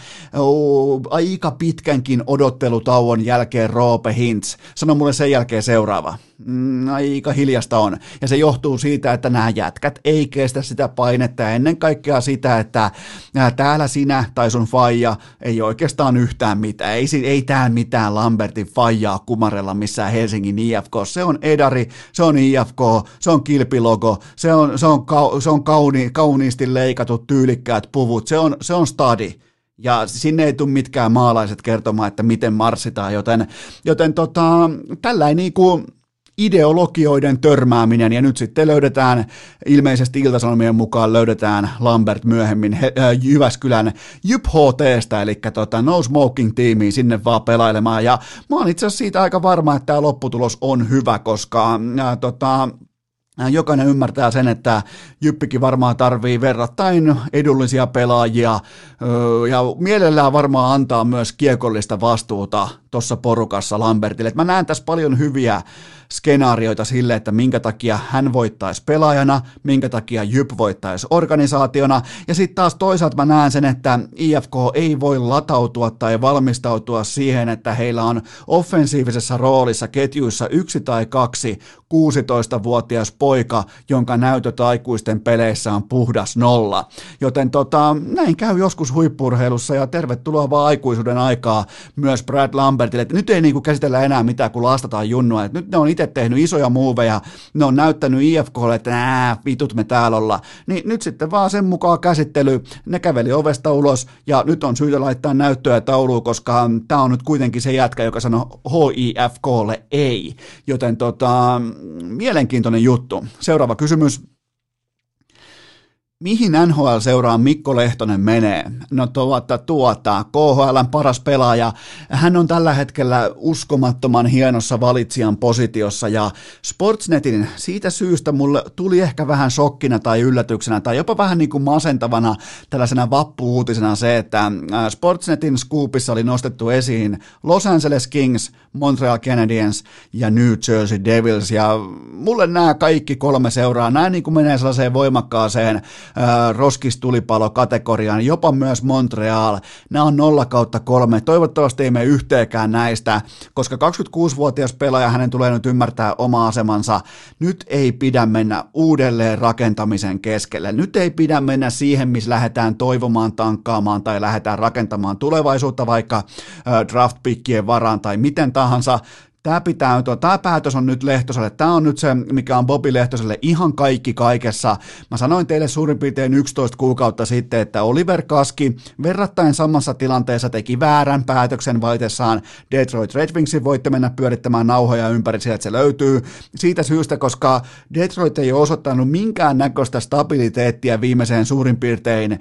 aika pitkänkin odottelutauon jälkeen Roope Hintz, sano mulle sen jälkeen seuraava. Aika hiljasta on. Ja se johtuu siitä, että nämä jätkät ei kestä sitä painetta ja ennen kaikkea sitä, että täällä sinä tai sun faija ei oikeastaan yhtään mitään. Ei tää mitään Lambertin faijaa kumarella missään Helsingin IFK. Se on edari, se on IFK, se on kilpilogo, se on kauniisti leikatut tyylikkäät puvut, se on stadi. Ja sinne ei tule mitkään maalaiset kertomaan, että miten marssitaan, joten tällainen niinku ideologioiden törmääminen, ja nyt sitten löydetään, ilmeisesti Ilta-Sanomien mukaan löydetään Lambert myöhemmin Jyväskylän Jyp HT:stä, eli No Smoking tiimiin sinne vaan pelailemaan, ja mä oon itse asiassa siitä aika varma, että tämä lopputulos on hyvä, koska jokainen ymmärtää sen, että Jyppikin varmaan tarvii verrattain edullisia pelaajia ja mielellään varmaan antaa myös kiekollista vastuuta tuossa porukassa Lambertille. Et mä näen tässä paljon hyviä skenaarioita sille, että minkä takia hän voittaisi pelaajana, minkä takia Jyp voittaisi organisaationa, ja sitten taas toisaalta mä näen sen, että IFK ei voi latautua tai valmistautua siihen, että heillä on offensiivisessa roolissa ketjuissa 1 tai 2 16-vuotias poika, jonka näytöt aikuisten peleissä on puhdas 0. Joten näin käy joskus huippu-urheilussa, ja tervetuloa vaan aikuisuuden aikaa myös Brad Lambertille, että nyt ei niinku käsitellä enää mitään, kun lastataan junnua, että nyt ne on itse tehnyt isoja muuveja, ne on näyttänyt IFKlle, että vitut me täällä olla, niin nyt sitten vaan sen mukaan käsittely, ne käveli ovesta ulos, ja nyt on syytä laittaa näyttöä tauluun, koska tämä on nyt kuitenkin se jätkä, joka sanoi HIFKlle ei, joten mielenkiintoinen juttu. Seuraava kysymys. Mihin NHL-seuraan Mikko Lehtonen menee? No KHL:n paras pelaaja. Hän on tällä hetkellä uskomattoman hienossa valitsijan positiossa, ja Sportsnetin siitä syystä mulle tuli ehkä vähän shokkina tai yllätyksenä tai jopa vähän niin kuin masentavana tällaisena vappu-uutisena se, että Sportsnetin scoopissa oli nostettu esiin Los Angeles Kings, Montreal Canadiens ja New Jersey Devils, ja mulle nämä kaikki 3 seuraa, nämä niin kuin menee sellaiseen voimakkaaseen roskistulipalo-kategoriaan, jopa myös Montreal, nämä on 0/3, toivottavasti ei mene yhteenkään näistä, koska 26-vuotias pelaaja, hänen tulee nyt ymmärtää oma asemansa, nyt ei pidä mennä uudelleen rakentamisen keskelle, nyt ei pidä mennä siihen, missä lähdetään toivomaan, tankkaamaan tai lähdetään rakentamaan tulevaisuutta vaikka draft-pickien varaan tai miten tahansa. Tämä päätös on nyt Lehtoselle, tämä on nyt se, mikä on Bobby Lehtoselle ihan kaikki kaikessa. Mä sanoin teille suurin piirtein 11 kuukautta sitten, että Oliver Kaski verrattain samassa tilanteessa teki väärän päätöksen valitessaan Detroit Red Wingsin, voitte mennä pyörittämään nauhoja ympäri sieltä, se löytyy siitä syystä, koska Detroit ei ole osoittanut minkään näköistä stabiliteettia viimeiseen suurin piirtein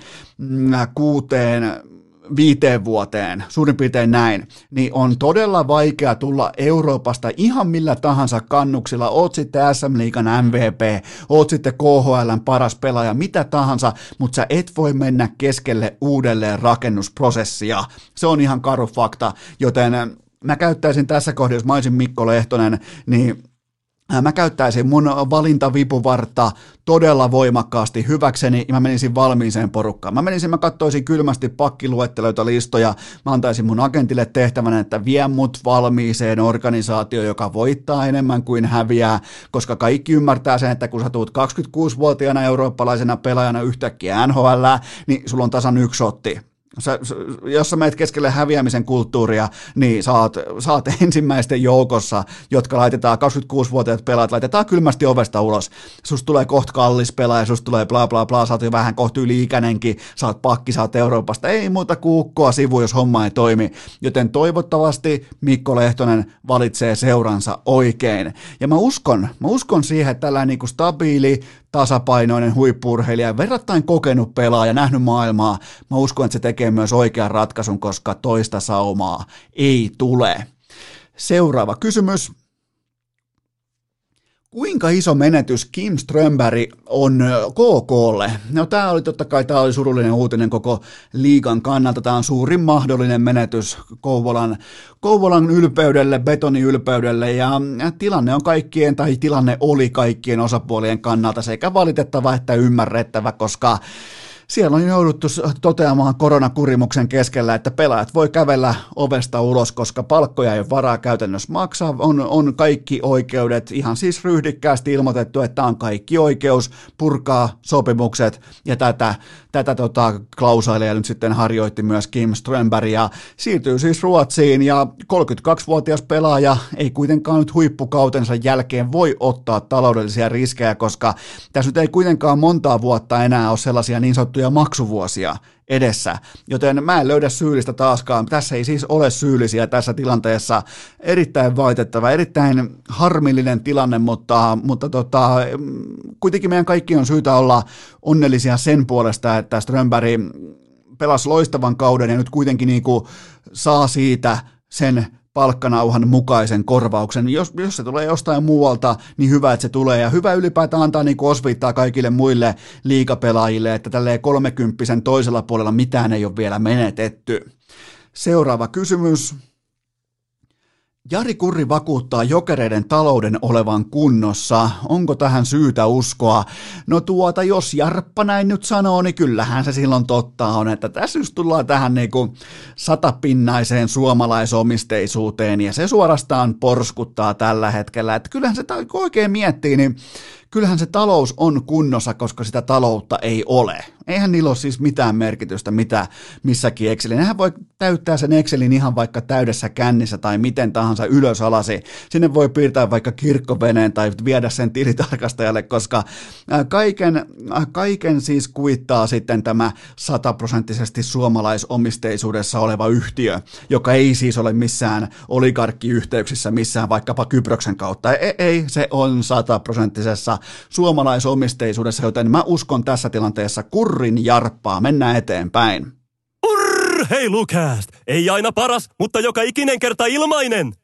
5 vuoteen, suurin piirtein näin, niin on todella vaikea tulla Euroopasta ihan millä tahansa kannuksilla, oot sitten SM-liigan MVP, oot sitten KHL:n paras pelaaja, mitä tahansa, mutta sä et voi mennä keskelle uudelleen rakennusprosessia. Se on ihan karu fakta, joten mä käyttäisin tässä kohdassa, jos mä olisin Mikko Lehtonen, niin mä käyttäisin mun valintavipuvartta todella voimakkaasti hyväkseni ja mä menisin valmiiseen porukkaan. Mä katsoisin kylmästi pakkiluetteloita, listoja, mä antaisin mun agentille tehtävänä, että vie mut valmiiseen organisaatioon, joka voittaa enemmän kuin häviää, koska kaikki ymmärtää sen, että kun sä tuut 26-vuotiaana eurooppalaisena pelaajana yhtäkkiä NHL, niin sulla on tasan 1 shotti. Jos sä meet keskelle häviämisen kulttuuria, niin saat ensimmäisten joukossa, jotka laitetaan 26-vuotiaat pelaajat, laitetaan kylmästi ovesta ulos. Susta tulee kohta kallis pelaaja, susta tulee bla bla bla, sä oot jo vähän kohta yli-ikäinenkin, sä oot pakki, sä oot Euroopasta, ei muuta kuukkoa sivu, jos homma ei toimi. Joten toivottavasti Mikko Lehtonen valitsee seuransa oikein. Ja mä uskon siihen, että tällainen niin kuin stabiili, tasapainoinen huippu-urheilija, verrattain kokenut pelaaja, nähnyt maailmaa, mä uskon, että se tekee myös oikean ratkaisun, koska toista saumaa ei tule. Seuraava kysymys. Kuinka iso menetys Kim Strömberg on KK:lle? No tämä oli surullinen uutinen koko liigan kannalta. Tämä on suurin mahdollinen menetys Kouvolan ylpeydelle, betoniylpeydelle, ja tilanne oli kaikkien osapuolien kannalta sekä valitettava että ymmärrettävä, koska siellä on jouduttu toteamaan koronakurimuksen keskellä, että pelaajat voi kävellä ovesta ulos, koska palkkoja ei ole varaa käytännössä maksaa, on kaikki oikeudet, ihan siis ryhdikkäästi ilmoitettu, että on kaikki oikeus purkaa sopimukset, ja tätä klausaileja nyt sitten harjoitti myös Kim Strömberg, ja siirtyy siis Ruotsiin, ja 32-vuotias pelaaja ei kuitenkaan nyt huippukautensa jälkeen voi ottaa taloudellisia riskejä, koska tässä nyt ei kuitenkaan montaa vuotta enää ole sellaisia niin sanottuja maksuvuosia edessä, joten mä en löydä syyllistä taaskaan. Tässä ei siis ole syyllisiä tässä tilanteessa. Erittäin valitettava, erittäin harmillinen tilanne, mutta kuitenkin meidän kaikki on syytä olla onnellisia sen puolesta, että Strömberg pelasi loistavan kauden ja nyt kuitenkin niin kuin saa siitä sen palkkanauhan mukaisen korvauksen. Jos se tulee jostain muualta, niin hyvä, että se tulee. Ja hyvä ylipäätään antaa niin kuin osviittaa kaikille muille liigapelaajille, että tälleen 30 toisella puolella mitään ei ole vielä menetetty. Seuraava kysymys. Jari Kurri vakuuttaa Jokereiden talouden olevan kunnossa. Onko tähän syytä uskoa? No jos Jarppa näin nyt sanoo, niin kyllähän se silloin totta on, että tässä just tullaan tähän niinku 100-pinnaiseen suomalaisomisteisuuteen, ja se suorastaan porskuttaa tällä hetkellä, että kyllähän se kun oikein miettii, niin kyllähän se talous on kunnossa, koska sitä taloutta ei ole. Eihän niillä ole siis mitään merkitystä, mitä missäkin Excelin. Nehän voi täyttää sen Excelin ihan vaikka täydessä kännissä tai miten tahansa ylös alasi. Sinne voi piirtää vaikka kirkkoveneen tai viedä sen tilitarkastajalle, koska kaiken siis kuittaa sitten tämä 100% suomalaisomisteisuudessa oleva yhtiö, joka ei siis ole missään oligarkkiyhteyksissä missään vaikkapa Kyproksen kautta. Ei, se on 100% suomalaisomisteisuudessa, joten mä uskon tässä tilanteessa Kurrin Jarppaa. Mennään eteenpäin. Urheilukääst! Ei aina paras, mutta joka ikinen kerta ilmainen!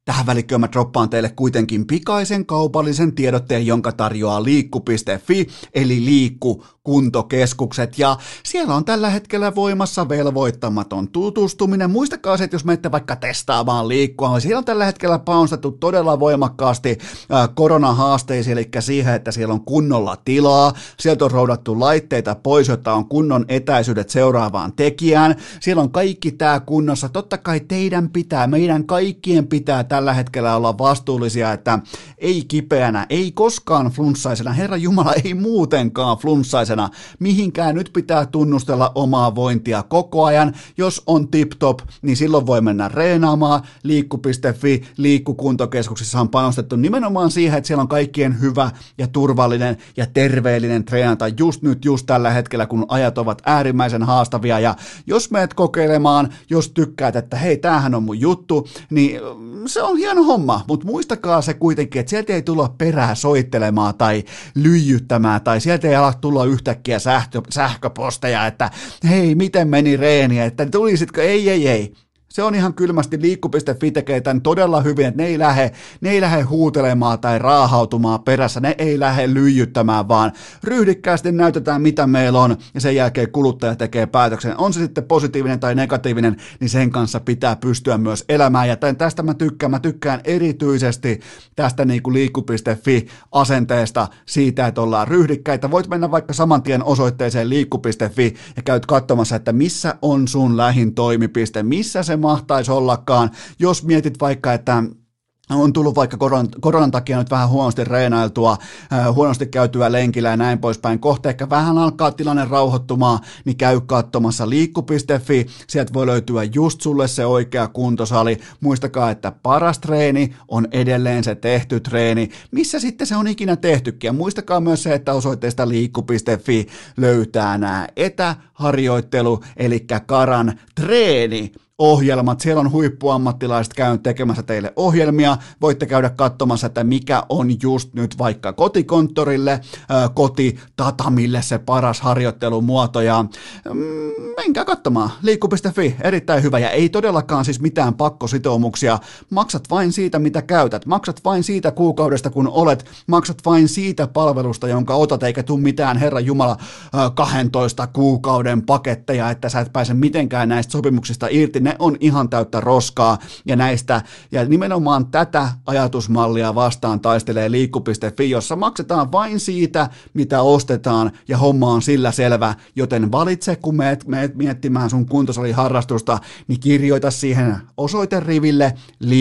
Tähän välikköön mä droppaan teille kuitenkin pikaisen kaupallisen tiedotteen, jonka tarjoaa liikku.fi, eli liikkukuntokeskukset, ja siellä on tällä hetkellä voimassa velvoittamaton tutustuminen. Muistakaa se, että jos menette vaikka testaamaan liikkua, siellä on tällä hetkellä paunsattu todella voimakkaasti koronahaasteisiin, eli siihen, että siellä on kunnolla tilaa, sieltä on roudattu laitteita pois, jotta on kunnon etäisyydet seuraavaan tekijään, siellä on kaikki tämä kunnossa, totta kai meidän kaikkien pitää tällä hetkellä olla vastuullisia, että ei kipeänä, ei koskaan flunssaisena, Herra Jumala, ei muutenkaan flunssaisena, mihinkään nyt pitää tunnustella omaa vointia koko ajan, jos on tip-top, niin silloin voi mennä reenaamaan, liikku.fi, liikkukuntokeskuksissa on panostettu nimenomaan siihen, että siellä on kaikkien hyvä ja turvallinen ja terveellinen treenata just nyt, just tällä hetkellä, kun ajat ovat äärimmäisen haastavia, ja jos menet kokeilemaan, jos tykkäät, että hei, tämähän on mun juttu, niin se on hieno homma, mutta muistakaa se kuitenkin, että sieltä ei tulla perää soittelemaan tai lyijyttämään, tai sieltä ei ala tulla yhtäkkiä sähköposteja, että hei, miten meni reeni, että tulisitko, ei. Se on ihan kylmästi, liikku.fi tekee tämän todella hyvin, että ne ei lähde huutelemaan tai raahautumaan perässä, ne ei lähde lyijyttämään, vaan ryhdikkäästi näytetään, mitä meillä on, ja sen jälkeen kuluttaja tekee päätöksen. On se sitten positiivinen tai negatiivinen, niin sen kanssa pitää pystyä myös elämään, ja tästä mä tykkään erityisesti tästä niin kuin liikku.fi-asenteesta, siitä, että ollaan ryhdikkäitä. Voit mennä vaikka saman tien osoitteeseen liikku.fi, ja käyt katsomassa, että missä on sun lähin toimipiste, missä se mahtaisi ollakaan, jos mietit vaikka, että on tullut vaikka koronan takia nyt vähän huonosti reenailtua, huonosti käytyä lenkillä ja näin poispäin. Kohta ehkä vähän alkaa tilanne rauhoittumaan, niin käy katsomassa liikku.fi. Sieltä voi löytyä just sulle se oikea kuntosali. Muistakaa, että paras treeni on edelleen se tehty treeni, missä sitten se on ikinä tehtykin. Ja muistakaa myös se, että osoitteesta liikku.fi löytää nämä etäharjoittelu, eli Karan treeni ohjelmat, siellä on huippuammattilaiset käynyt tekemässä teille ohjelmia, voitte käydä katsomassa, että mikä on just nyt vaikka kotikonttorille, kotitatamille se paras harjoittelumuoto, ja menkää katsomaan, liikku.fi, erittäin hyvä, ja ei todellakaan siis mitään pakkositoumuksia, maksat vain siitä, mitä käytät, maksat vain siitä kuukaudesta, kun olet, maksat vain siitä palvelusta, jonka otat, eikä tule mitään, Herra Jumala, 12 kuukauden paketteja, että sä et pääse mitenkään näistä sopimuksista irti, ne on ihan täyttä roskaa, ja nimenomaan tätä ajatusmallia vastaan taistelee liikku.fi, jossa maksetaan vain siitä, mitä ostetaan, ja homma on sillä selvä, joten valitse, kun meet miettimään sun kuntosaliharrastusta, niin kirjoita siihen osoiteriville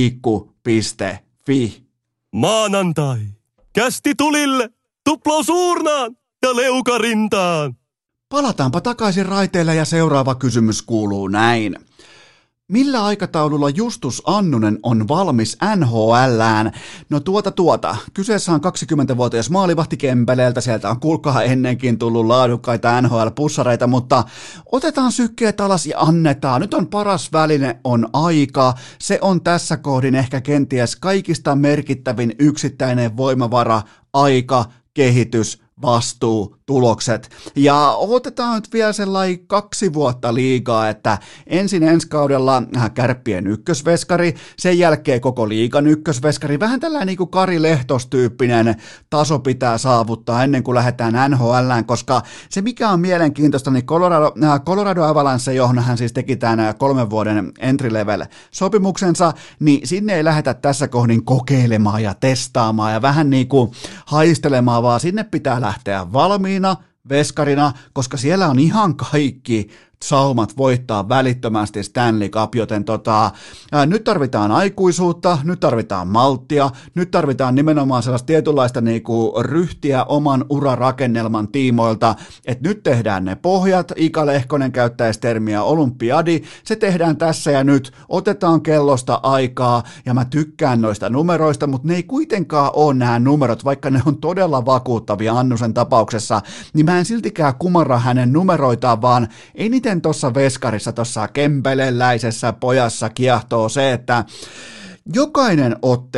liikku.fi. Maanantai. Kästi tulille, tuplaus uurnaan ja leukarintaan. Palataanpa takaisin raiteille, ja seuraava kysymys kuuluu näin. Millä aikataululla Justus Annunen on valmis NHL:ään? No kyseessä on 20-vuotias maalivahti Kempeleeltä, sieltä on kuulkaa ennenkin tullut laadukkaita NHL-pussareita, mutta otetaan sykkeet alas ja annetaan. Nyt on paras väline, on aika. Se on tässä kohdin ehkä kenties kaikista merkittävin yksittäinen voimavara, aika, kehitys, vastuu, tulokset. Ja otetaan nyt vielä sellainen 2 vuotta liigaa, että ensi kaudella Kärppien ykkösveskari, sen jälkeen koko liigan ykkösveskari, vähän tällainen niin kuin Kari Lehtos-tyyppinen taso pitää saavuttaa ennen kuin lähdetään NHL:ään, koska se mikä on mielenkiintoista, niin Colorado Avalanche, johon hän siis teki tämän 3 vuoden entry-level sopimuksensa, niin sinne ei lähdetä tässä kohdin kokeilemaan ja testaamaan ja vähän niin kuin haistelemaan, vaan sinne pitää lähteä valmiina veskarina, koska siellä on ihan kaikki saumat voittaa välittömästi Stanley Cup, joten nyt tarvitaan aikuisuutta, nyt tarvitaan malttia, nyt tarvitaan nimenomaan sellaista tietynlaista niinku ryhtiä oman urarakennelman tiimoilta, että nyt tehdään ne pohjat, Ika Lehkonen käyttäisi termiä olympiadi, se tehdään tässä ja nyt, otetaan kellosta aikaa, ja mä tykkään noista numeroista, mutta ne ei kuitenkaan ole nämä numerot, vaikka ne on todella vakuuttavia Annusen tapauksessa, niin mä en siltikään kumarra hänen numeroitaan, vaan eniten tuossa veskarissa, tuossa kempeleläisessä pojassa kiehtoo se, että jokainen ottelu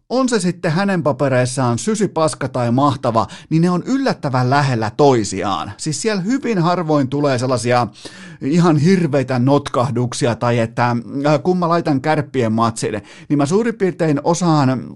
on se sitten hänen papereissaan sysipaska tai mahtava, niin ne on yllättävän lähellä toisiaan. Siis siellä hyvin harvoin tulee sellaisia ihan hirveitä notkahduksia tai että kun mä laitan Kärppien matsin, niin mä suurin piirtein osaan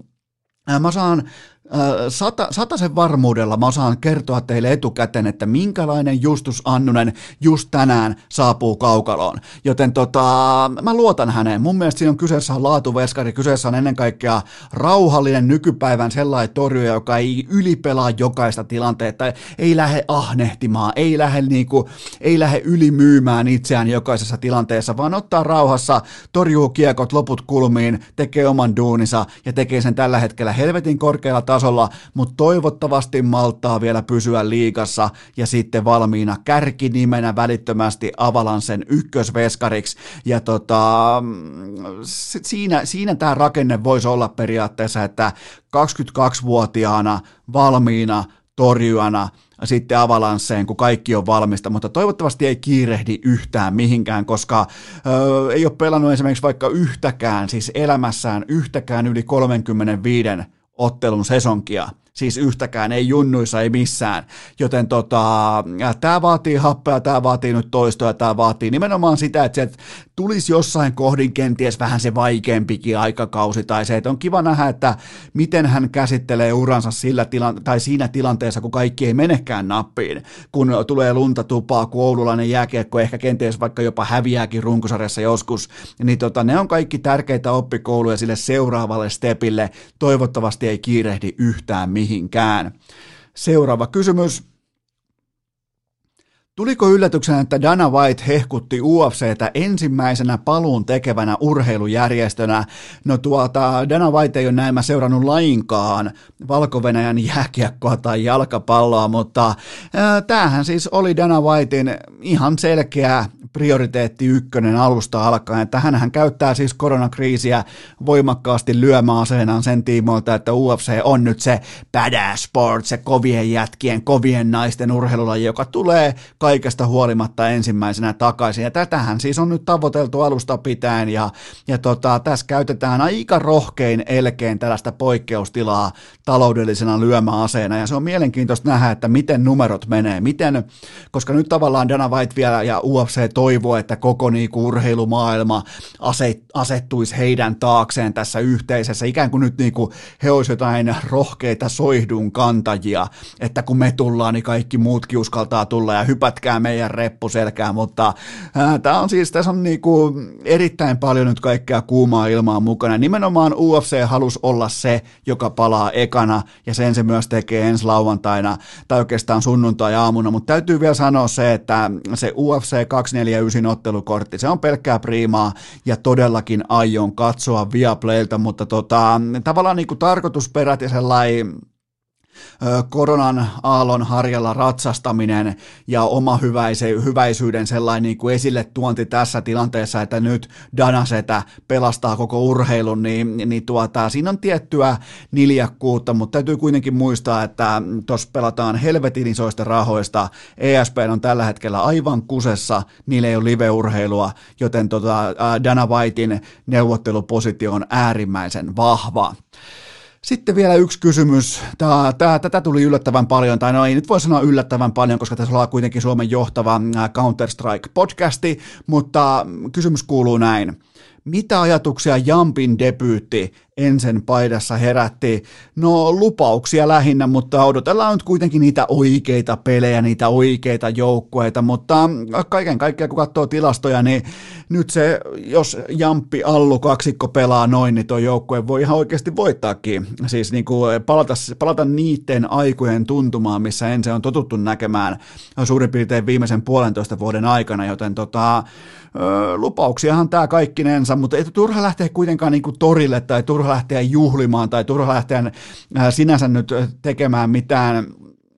satasen varmuudella mä osaan kertoa teille etukäteen, että minkälainen Justus Annunen just tänään saapuu kaukaloon. Joten mä luotan häneen. Mun mielestä siinä on kyseessä on laatuveskari, kyseessä on ennen kaikkea rauhallinen nykypäivän sellainen torjuja, joka ei ylipelaa jokaista tilanteetta, ei lähde ahnehtimaan, ei lähde ylimyymään itseään jokaisessa tilanteessa, vaan ottaa rauhassa, torjuu kiekot loput kulmiin, tekee oman duuninsa ja tekee sen tällä hetkellä helvetin korkealla tasolla, mutta toivottavasti malttaa vielä pysyä liigassa ja sitten valmiina kärkinimenä välittömästi Avalancen ykkösveskariksi. Ja siinä tämä rakenne voisi olla periaatteessa, että 22-vuotiaana valmiina torjujana sitten Avalanceen, kun kaikki on valmista, mutta toivottavasti ei kiirehdi yhtään mihinkään, koska ei ole pelannut esimerkiksi vaikka siis elämässään yhtäkään yli 35 ottelun sesonkia, siis yhtäkään, ei junnuissa, ei missään, joten tämä vaatii happea, tämä vaatii nyt toistoa, tämä vaatii nimenomaan sitä, että sieltä tulisi jossain kohdin kenties vähän se vaikeampikin aikakausi, tai se, että on kiva nähdä, että miten hän käsittelee uransa siinä tilanteessa, kun kaikki ei menekään nappiin, kun tulee lunta tupaa, kun oululainen jääkiekko ehkä kenties vaikka jopa häviääkin runkosarjassa joskus, niin ne on kaikki tärkeitä oppikouluja sille seuraavalle stepille, toivottavasti ei kiirehdi yhtään mihinkään. Seuraava kysymys. Tuliko yllätyksenä, että Dana White hehkutti UFCtä ensimmäisenä paluun tekevänä urheilujärjestönä? No Dana White ei ole näin seurannut lainkaan Valko-Venäjän jääkiekkoa tai jalkapalloa, mutta tämähän siis oli Dana Whiten ihan selkeä prioriteetti ykkönen alusta alkaen, että hänhän käyttää siis koronakriisiä voimakkaasti lyömäaseenaan sen tiimoilta, että UFC on nyt se badass sport, se kovien jätkien, kovien naisten urheilulaji, joka tulee kaikesta huolimatta ensimmäisenä takaisin, ja tätähän siis on nyt tavoiteltu alusta pitäen, ja tässä käytetään aika rohkein elkein tällaista poikkeustilaa taloudellisena lyömäaseena, ja se on mielenkiintoista nähdä, että miten numerot menee, koska nyt tavallaan Dana White vielä ja UFC toivoo, että koko urheilumaailma asettuisi heidän taakseen tässä yhteisessä, ikään kuin nyt he olisivat jotain rohkeita soihdun kantajia, että kun me tullaan, niin kaikki muutkin uskaltaa tulla ja hypätkää meidän reppuselkään, mutta tässä on erittäin paljon nyt kaikkea kuumaa ilmaa mukana. Nimenomaan UFC halusi olla se, joka palaa ekana, ja sen se myös tekee ensi lauantaina, tai oikeastaan sunnuntai-aamuna, mutta täytyy vielä sanoa se, että se UFC 249 ottelukortti, se on pelkkää priimaa, ja todellakin aion katsoa Viaplaylta, mutta tavallaan tarkoitusperät ja sellainen koronan aallon harjalla ratsastaminen ja oma hyväisyyden sellainen esille tuonti tässä tilanteessa, että nyt Danasetä pelastaa koko urheilun, niin siinä on tiettyä niljakkuutta, mutta täytyy kuitenkin muistaa, että tuossa pelataan helvetin isoista rahoista, ESPN on tällä hetkellä aivan kusessa, niillä ei ole live-urheilua, joten Dana Whiten neuvottelupositio on äärimmäisen vahva. Sitten vielä yksi kysymys. Tätä tuli yllättävän paljon, tai no ei nyt voi sanoa yllättävän paljon, koska tässä ollaan kuitenkin Suomen johtava Counter-Strike-podcasti, mutta kysymys kuuluu näin. Mitä ajatuksia Jampin debyytti Ensen paidassa herätti? No lupauksia lähinnä, mutta odotellaan nyt kuitenkin niitä oikeita pelejä, niitä oikeita joukkueita, mutta kaiken kaikkiaan kun katsoo tilastoja, niin nyt se, jos Allu kaksikko pelaa noin, niin tuo joukkue voi ihan oikeasti voittaakin. Siis palata niiden aikojen tuntumaan, missä Ense on totuttu näkemään suurin piirtein viimeisen 1,5 vuoden aikana, joten lupauksiahan tämä kaikkinensa, mutta ei turha lähteä kuitenkaan torille tai turha lähteä juhlimaan tai turha lähteä sinänsä nyt tekemään mitään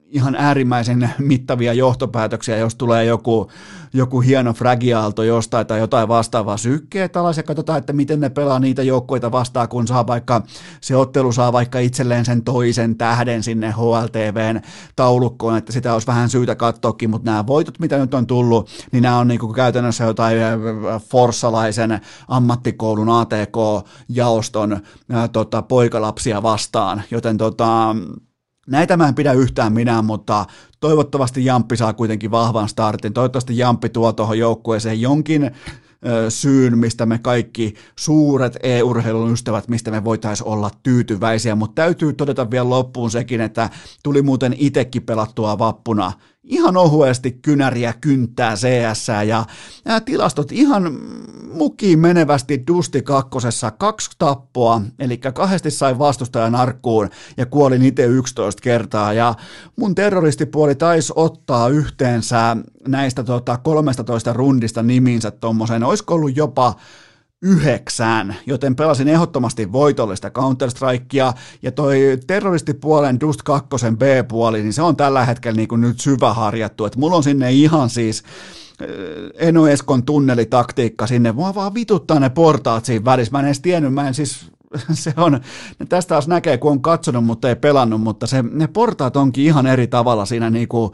ihan äärimmäisen mittavia johtopäätöksiä, jos tulee joku hieno fragiaalto jostain tai jotain vastaavaa. Sykkeet alas ja katsotaan, että miten ne pelaa niitä joukkoita vastaan, kun saa vaikka se ottelu saa vaikka itselleen sen toisen tähden sinne HLTVn taulukkoon, että sitä olisi vähän syytä katsoakin, mutta nämä voitot, mitä nyt on tullut, niin nämä on niin kuin käytännössä jotain forssalaisen ammattikoulun ATK-jaoston poikalapsia vastaan, joten näitä mä en pidä yhtään minä, mutta toivottavasti Jamppi saa kuitenkin vahvan startin. Toivottavasti Jamppi tuo tuohon joukkueeseen jonkin syyn, mistä me kaikki suuret e-urheilun ystävät, mistä me voitaisiin olla tyytyväisiä, mutta täytyy todeta vielä loppuun sekin, että tuli muuten itsekin pelattua vappuna ihan ohuesti kynäriä kynttää CS ja nämä tilastot ihan mukiin menevästi Dusti kakkosessa 2 tappoa, eli 2 sai vastustajan arkkuun ja kuolin itse 11 kertaa ja mun terroristipuoli taisi ottaa yhteensä näistä 13 rundista niminsä tommosen, olisiko ollut jopa 9, joten pelasin ehdottomasti voitollista Counter-Strikea, ja toi terroristipuolen Dust 2 B-puoli, niin se on tällä hetkellä niin kuin nyt syvä harjattu, että mulla on sinne ihan siis Eno Eskon tunnelitaktiikka sinne, mua vaan vituttaa ne portaat siinä välissä, mä en edes tiennyt, se on, tästä taas näkee, kun on katsonut, mutta ei pelannut, mutta ne portaat onkin ihan eri tavalla siinä niinku,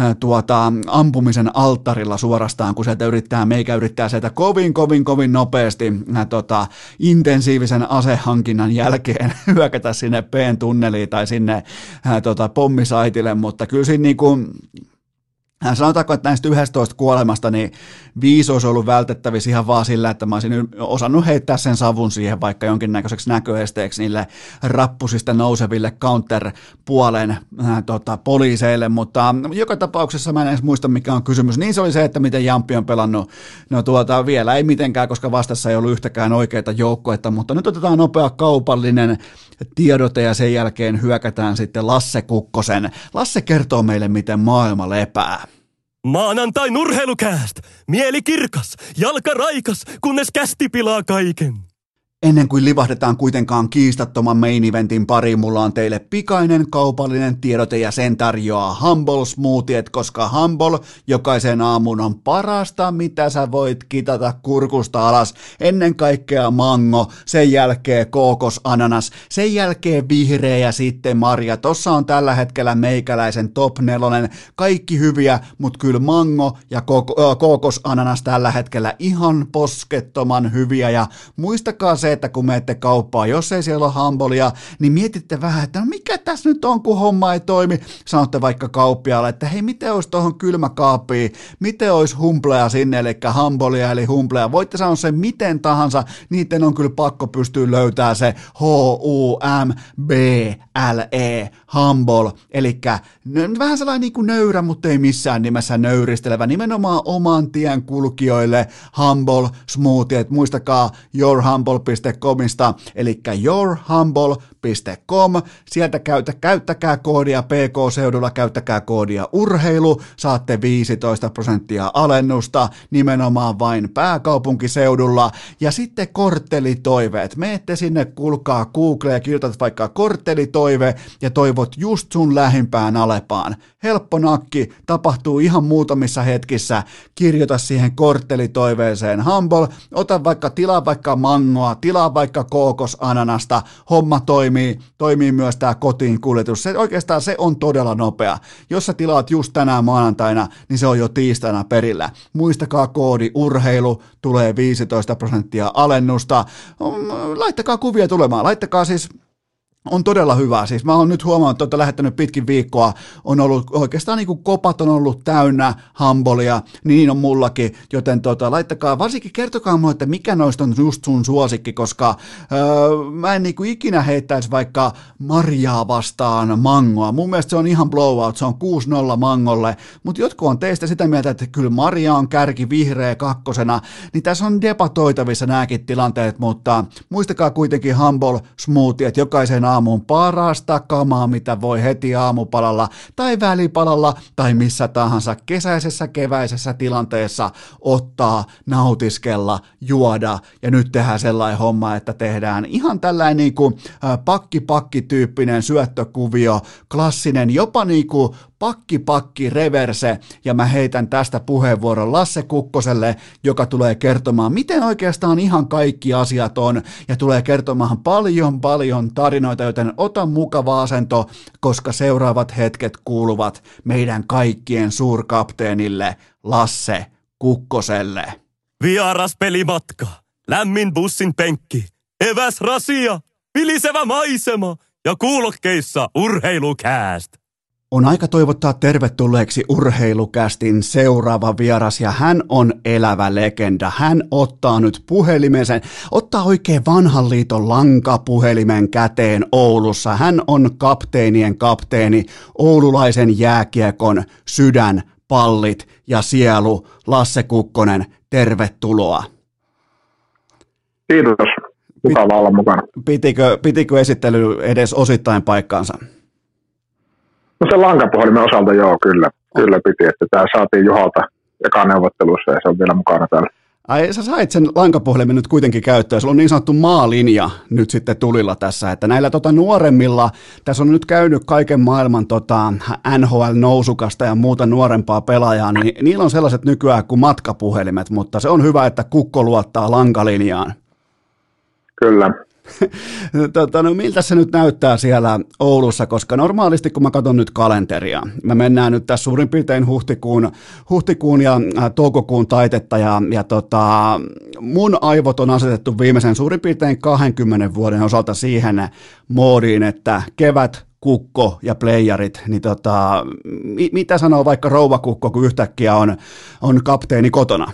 ampumisen alttarilla suorastaan, kun meikä yrittää sieltä kovin nopeasti intensiivisen asehankinnan jälkeen hyökätä sinne P-tunneliin tai sinne pommisaitille, mutta kyllä siinä niinku, sanotaanko, että näistä 11 kuolemasta, niin 5 olisi ollut vältettävissä ihan vaan sillä, että mä olisin osannut heittää sen savun siihen vaikka jonkinnäköiseksi näköesteeksi niille rappusista nouseville counter-puolen poliiseille, mutta joka tapauksessa mä en edes muista, mikä on kysymys. Niin se oli se, että miten Jamppi on pelannut. No vielä ei mitenkään, koska vastassa ei ollut yhtäkään oikeita joukkoetta, mutta nyt otetaan nopea kaupallinen tiedote ja sen jälkeen hyökätään sitten Lasse Kukkosen. Lasse kertoo meille, miten maailma lepää. Maanantain urheilukääst! Mieli kirkas, jalka raikas, kunnes kästi pilaa kaiken. Ennen kuin livahdetaan kuitenkaan kiistattoman main eventin pariin, mulla on teille pikainen kaupallinen tiedote ja sen tarjoaa Humble Smoothiet, koska Humble jokaisen aamun on parasta, mitä sä voit kitata kurkusta alas. Ennen kaikkea mango, sen jälkeen kookosananas, sen jälkeen vihreä ja sitten marja. Tossa on tällä hetkellä meikäläisen top 4, kaikki hyviä, mutta kyllä mango ja kookosananas tällä hetkellä ihan poskettoman hyviä ja muistakaa se, että kun menette kauppaan, jos ei siellä ole Humblea, niin mietitte vähän, että no mikä tässä nyt on, kun homma ei toimi. Sanotte vaikka kauppiaalle, että hei, miten olisi tuohon kylmäkaappiin, miten olisi Humblea sinne, eli Humblea eli Humblea. Voitte sanoa sen miten tahansa, niiden on kyllä pakko pystyä löytämään se Humble, Humble, eli vähän sellainen niin kuin nöyrä, mutta ei missään nimessä nöyristelevä, nimenomaan oman tien kulkijoille Humble Smoothiet, muistakaa yourhumble.comista, eli yourhumble.com, sieltä käyttäkää koodia PK-seudulla, käyttäkää koodia urheilu, saatte 15% alennusta, nimenomaan vain pääkaupunkiseudulla, ja sitten korttelitoiveet, meette sinne, kuulkaa Googleen ja kirjoitat vaikka korttelitoive, ja toivot just sun lähimpään Alepaan. Helppo nakki, tapahtuu ihan muutamissa hetkissä, kirjoita siihen korttelitoiveeseen Humble, tilaa vaikka mangoa, tilaa vaikka kookosananasta, homma toimii myös tämä kotiin kuljetus. Oikeastaan se on todella nopea. Jos sä tilaat just tänään maanantaina, niin se on jo tiistaina perillä. Muistakaa koodi urheilu, tulee 15% alennusta. Laittakaa kuvia tulemaan, laittakaa siis. On todella hyvä. Siis mä oon nyt huomannut, että lähettänyt pitkin viikkoa, on ollut oikeastaan niin kuin kopat on ollut täynnä Humblea, niin on mullakin, joten laittakaa, varsinkin kertokaa mulle, että mikä noista on just sun suosikki, koska mä en niin kuin ikinä heittäisi vaikka marjaa vastaan mangoa. Mun mielestä se on ihan blowout, se on 6-0 mangolle, mutta jotkut on teistä sitä mieltä, että kyllä marja on kärki vihreä kakkosena, niin tässä on debatoitavissa nämäkin tilanteet, mutta muistakaa kuitenkin Humble Smoothie, että jokaisen aamun parasta kamaa, mitä voi heti aamupalalla tai välipalalla tai missä tahansa kesäisessä, keväisessä tilanteessa ottaa, nautiskella, juoda ja nyt tehdään sellainen homma, että tehdään ihan tällainen niin kuin pakki-tyyppinen syöttökuvio, klassinen, jopa niin kuin pakki reverse, ja mä heitän tästä puheenvuoron Lasse Kukkoselle, joka tulee kertomaan, miten oikeastaan ihan kaikki asiat on, ja tulee kertomaan paljon tarinoita, joten ota mukava asento, koska seuraavat hetket kuuluvat meidän kaikkien suurkapteenille Lasse Kukkoselle. Vieras pelimatka, lämmin bussin penkki, eväs rasia, vilisevä maisema ja kuulokkeissa urheilukääst. On aika toivottaa tervetulleeksi Urheilukästin seuraava vieras, ja hän on elävä legenda. Hän ottaa nyt ottaa oikein vanhan liiton lankapuhelimen käteen Oulussa. Hän on kapteenien kapteeni, oululaisen jääkiekon sydän, pallit ja sielu. Lasse Kukkonen, tervetuloa. Kiitos. Mukava olla mukana. Pitikö esittely edes osittain paikkaansa? No sen lankapuhelimen osalta joo, kyllä piti, että tämä saatiin Juhalta eka neuvottelussa ja se on vielä mukana täällä. Ai sä sait sen lankapuhelimen nyt kuitenkin käyttöön, sulla on niin sanottu maalinja nyt sitten tulilla tässä, että näillä nuoremmilla, tässä on nyt käynyt kaiken maailman NHL-nousukasta ja muuta nuorempaa pelaajaa, niin niillä on sellaiset nykyään kuin matkapuhelimet, mutta se on hyvä, että Kukko luottaa lankalinjaan. Kyllä. No miltä se nyt näyttää siellä Oulussa, koska normaalisti kun mä katson nyt kalenteria, me mennään nyt tässä suurin piirtein huhtikuun ja toukokuun taitetta ja mun aivot on asetettu viimeisen suurin piirtein 20 vuoden osalta siihen moodiin, että kevät, Kukko ja playerit, niin mitä sanoo vaikka rouva Kukko, kun yhtäkkiä on kapteeni kotona?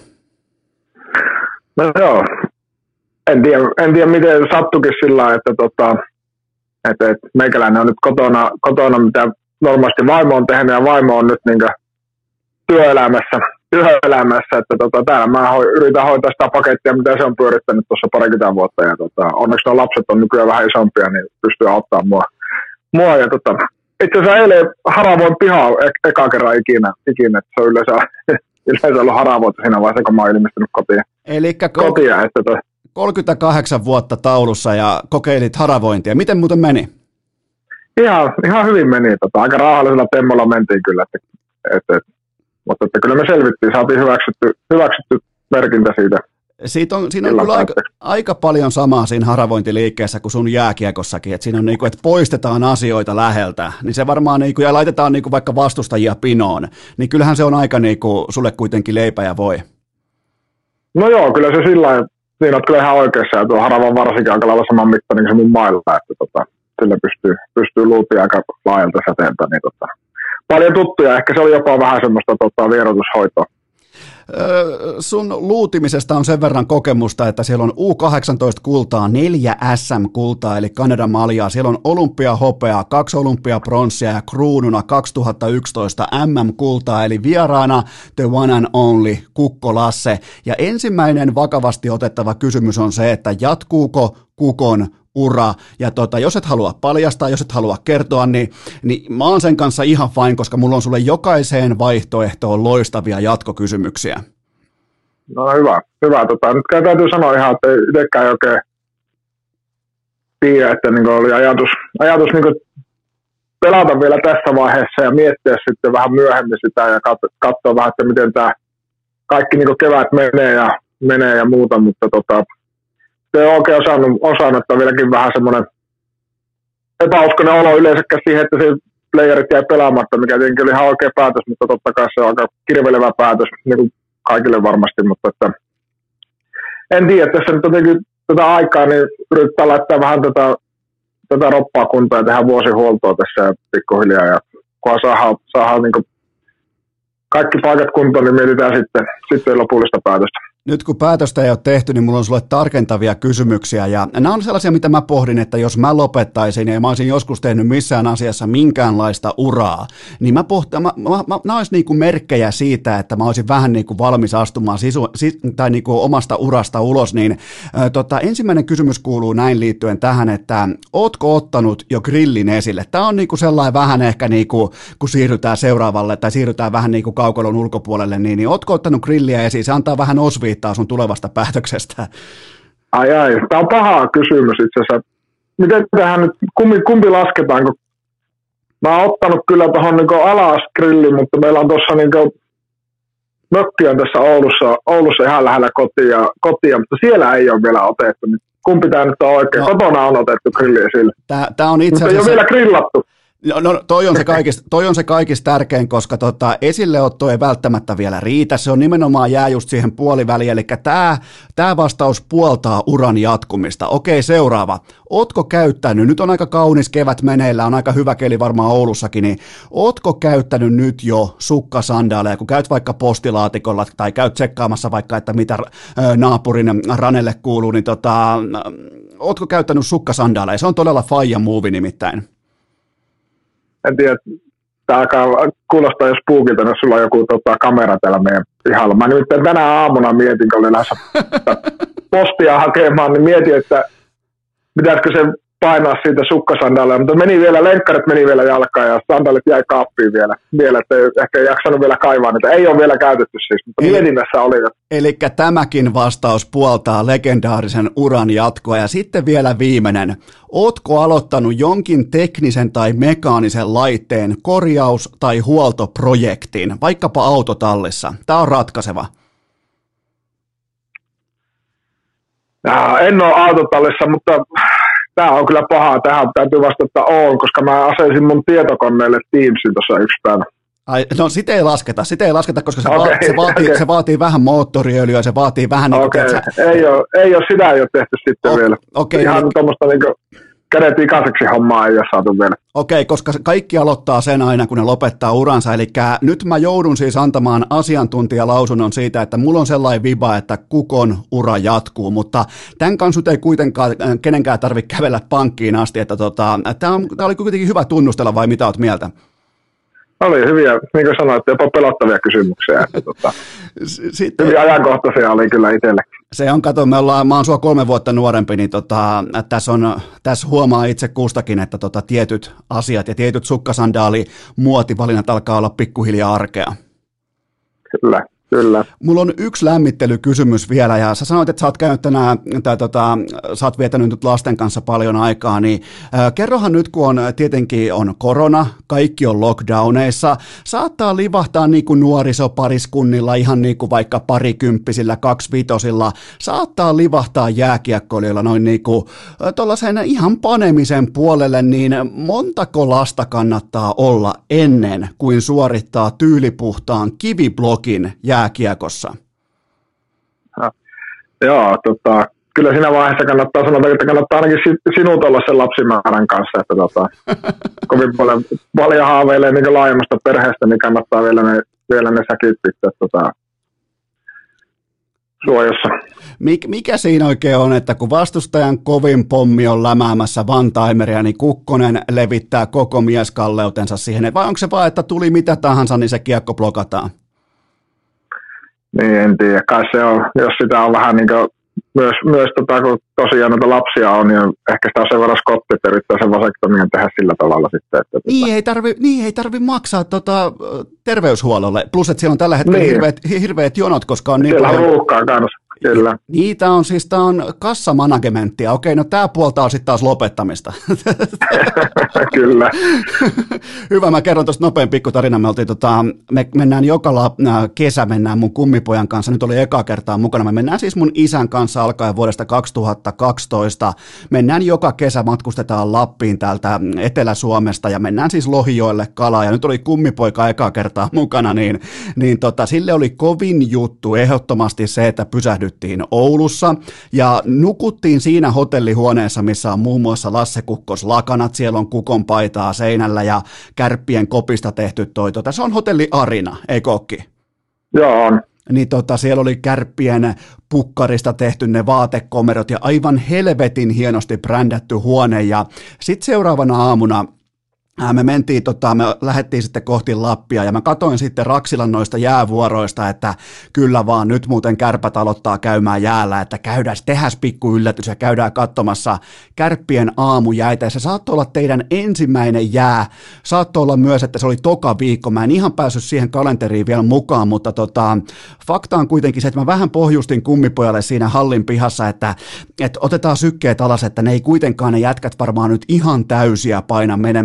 No joo. En tiedä, miten sattukin sillä lailla, että meikäläinen on nyt kotona, mitä normaalisti vaimo on tehnyt, ja vaimo on nyt niin työelämässä, että täällä mä yritän hoitaa sitä pakettia, mitä se on pyörittänyt tuossa parikymmentä vuotta, ja onneksi nuo lapset on nykyään vähän isompia, niin pystyy auttamaan mua ja itse asiassa eilen haravoin pihaa eka kerran ikinä, että se on yleensä ollut haravoitu siinä vaiheessa, kun mä oon ilmestynyt kotiin. Elikkä kotia, että 38 vuotta taulussa ja kokeilit haravointia. Miten muuten meni? Ihan hyvin meni. Aika rauhallisella temmolla mentiin kyllä. Mutta kyllä me selvittiin. Saatiin hyväksytty merkintä siitä. Siinä on kyllä aika paljon samaa siinä haravointiliikkeessä kuin sun jääkiekossakin. Että siinä on niin kuin, että poistetaan asioita läheltä. Niin se varmaan niin kuin, ja laitetaan niin kuin vaikka vastustajia pinoon. Niin kyllähän se on aika niin kuin sulle kuitenkin leipä ja voi. No joo, kyllä se sillä lailla. Siinä olet kyllä ihan oikeassa, ja tuo harava on varsinkin aika lailla saman mittainen kuin se mun mailla, että sillä pystyy luutia aika laajalta säteeltä, niin paljon tuttuja, ehkä se oli jopa vähän semmoista vierotushoitoa. Sun luutimisesta on sen verran kokemusta, että siellä on U18-kultaa, 4 SM-kultaa, eli Kanadan maljaa, siellä on olympiahopeaa, 2 olympiapronssia ja kruununa 2011 MM-kultaa, eli vieraana the one and only Kukko Lasse. Ja ensimmäinen vakavasti otettava kysymys on se, että jatkuuko Kukon ura, ja jos et halua paljastaa, jos et halua kertoa, niin mä oon sen kanssa ihan fine, koska mulla on sulle jokaiseen vaihtoehtoon loistavia jatkokysymyksiä. No hyvä. Nyt täytyy sanoa ihan, että itsekään ei oikein tiedä, että niin oli ajatus niin pelata vielä tässä vaiheessa ja miettiä sitten vähän myöhemmin sitä ja katsoa vähän, että miten tämä kaikki niin kevät menee ja muuta, mutta ei ole oikein osannut, että on vieläkin vähän semmoinen epäuskoinen olo yleensäkään siihen, että se playerit jäi pelaamatta, mikä tietenkin oli ihan oikea päätös, mutta totta kai se on aika kirvelevä päätös niin kuin kaikille varmasti, mutta että en tiedä, että tässä nyt jotenkin tätä aikaa, niin yritetään laittaa vähän tätä roppaa kuntoon ja tehdä vuosihuoltoa tässä pikkuhiljaa, ja kun saadaan niin kuin kaikki paikat kuntoon, niin mietitään sitten lopullista päätöstä. Nyt kun päätöstä ei ole tehty, niin mulla on sulle tarkentavia kysymyksiä, ja nämä on sellaisia, mitä mä pohdin, että jos mä lopettaisin ja mä olisin joskus tehnyt missään asiassa minkäänlaista uraa, niin nämä olisi niin kuin merkkejä siitä, että mä olisin vähän niin kuin valmis astumaan tai niin kuin omasta urasta ulos, niin ensimmäinen kysymys kuuluu näin liittyen tähän, että ootko ottanut jo grillin esille? Tämä on niin kuin sellainen vähän ehkä niin kuin, kun siirrytään seuraavalle tai siirrytään vähän niin kuin kaukolon ulkopuolelle, niin ootko ottanut grilliä esiin? Se antaa vähän osviittaa sun tulevasta päätöksestä. Ai, tämä on paha kysymys itse asiassa. Miten tähän nyt, kumpi lasketaan, kun mä oon ottanut kyllä tuohon niin alas grillin, mutta meillä on tuossa niin mökki on tässä Oulussa ihan lähellä kotia, mutta siellä ei ole vielä otettu. Kumpi tämä nyt on oikein? No, kotona on otettu grilli esille. Tämä on itse asiassa... Mutta ei ole vielä grillattu. No toi on se kaikista tärkein, koska esilleotto ei välttämättä vielä riitä, se on nimenomaan jää just siihen puoliväliin, eli tämä vastaus puoltaa uran jatkumista. Okei, seuraava. Ootko käyttänyt, nyt on aika kaunis kevät meneillä, on aika hyvä keli varmaan Oulussakin, niin ootko käyttänyt nyt jo sukkasandaaleja, kun käyt vaikka postilaatikolla tai käyt tsekkaamassa vaikka, että mitä naapurin Ranelle kuuluu, niin ootko käyttänyt sukkasandaaleja? Se on todella faija move nimittäin. En tiedä, tämä alkaa kuulostaa jos puukilta, jos sulla on joku kamera täällä meidän pihalla. Mä nimittäin tänä aamuna mietin, kun olin lähdössä postia hakemaan, niin mietin, että pitäisikö se painaa siitä sukkasandaaleja, mutta lenkkarit meni vielä jalkaan ja sandaalit jäi kaappiin vielä, että ehkä ei jaksanut vielä kaivaa niitä. Ei ole vielä käytetty siis, mutta mietinnässä oli jo. Eli tämäkin vastaus puoltaa legendaarisen uran jatkoa. Ja sitten vielä viimeinen. Ootko aloittanut jonkin teknisen tai mekaanisen laitteen korjaus- tai huoltoprojektin, vaikkapa autotallissa? Tämä on ratkaiseva. En ole autotallissa, mutta tämä on kyllä pahaa. Tähän täytyy vastata, että on, koska mä asensin mun tietokoneelle Teamsin tuossa yksi päivä. No sitä ei lasketa, koska se vaatii vähän moottoriöljyä, se vaatii vähän... Ei ole, sitä ei ole tehty sitten vielä. Ihan tuommoista kädet ikaiseksi hommaa ei ole saatu vielä. Okei, koska kaikki aloittaa sen aina, kun ne lopettaa uransa, eli nyt mä joudun siis antamaan asiantuntijalausunnon siitä, että mulla on sellainen viba, että Kukon ura jatkuu, mutta tämän kanssa ei kuitenkaan kenenkään tarvitse kävellä pankkiin asti, että tämä oli kuitenkin hyvä tunnustella, vai mitä oot mieltä? Oli hyviä, niin kuin sanoit, jopa pelottavia kysymyksiä. Hyvin ajankohtaisia oli kyllä itsellekin. Se on, kato, mä oon sua 3 vuotta nuorempi, niin tässä huomaa itse kustakin, että tietyt asiat ja tietyt sukkasandaali muotivalinnat alkaa olla pikkuhiljaa arkea. Kyllä. Mulla on yksi lämmittelykysymys vielä, ja sä sanoit, että sä oot käynyt sä oot vietänyt nyt lasten kanssa paljon aikaa, niin kerrohan nyt, kun tietenkin on korona, kaikki on lockdowneissa, saattaa livahtaa niin kuin nuorisopariskunnilla, ihan niin kuin vaikka parikymppisillä, 25, saattaa livahtaa jääkiekkoilijoilla noin niin kuin tuollaisen ihan panemisen puolelle, niin montako lasta kannattaa olla ennen kuin suorittaa tyylipuhtaan kiviblogin jääkiekossa? Joo, kyllä siinä vaiheessa kannattaa sanoa, että kannattaa ainakin sinut olla sen lapsimäärän kanssa, että kovin paljon haaveilee niin laajemmasta perheestä, niin kannattaa vielä ne säkit pitää suojassa. Mikä siinä oikein on, että kun vastustajan kovin pommi on lämäämässä one-timeria, niin Kukkonen levittää koko mieskalleutensa siihen, vai onko se vaan, että tuli mitä tahansa, niin se kiekko blokataan? Niin, en tiedä. Kai se on, jos sitä on vähän niin kuin, myös kun tosiaan noita lapsia on, niin ehkä sitä on sen verran skotti, että yrittää sen vasektomian tehdä sillä tavalla sitten. Että Niin, ei tarvi maksaa terveyshuollolle. Plus, että siellä on tällä hetkellä hirveät jonot, koska on niin siellä paljon... Siellä on ruuhkaa kanssa. Kyllä. Niin, tämä on kassamanagementtia. Okei, no tämä puolta on sitten taas lopettamista. Kyllä. Hyvä, mä kerron tuosta nopean pikkutarinan. Me mennään joka kesä mennään mun kummipojan kanssa. Nyt oli eka kertaa mukana. Me mennään siis mun isän kanssa alkaen vuodesta 2012. Mennään joka kesä, matkustetaan Lappiin täältä Etelä-Suomesta ja mennään siis Lohijoelle kalaa. Ja nyt oli kummipoika eka kertaa mukana, niin sille oli kovin juttu ehdottomasti se, että pysähdyttiin Oulussa ja nukuttiin siinä hotellihuoneessa, missä on muun muassa Lasse Kukkos lakanat, siellä on Kukon paitaa seinällä ja Kärppien kopista tehty se on hotelli Arina, ei kokki? Joo on. Niin siellä oli Kärppien pukkarista tehty ne vaatekomerot ja aivan helvetin hienosti brändätty huone ja sitten seuraavana aamuna me mentiin, me lähdettiin sitten kohti Lappia ja mä katoin sitten Raksilan noista jäävuoroista, että kyllä vaan nyt muuten Kärpät aloittaa käymään jäällä, että tehdään pikku yllätys ja käydään katsomassa Kärppien aamujäitä ja se saattoi olla teidän ensimmäinen jää, saattoi olla myös, että se oli toka viikko, mä en ihan päässyt siihen kalenteriin vielä mukaan, mutta fakta on kuitenkin se, että mä vähän pohjustin kummipojalle siinä hallin pihassa, että otetaan sykkeet alas, että ne ei kuitenkaan ne jätkät varmaan nyt ihan täysiä paina menemään, ne ei varmaan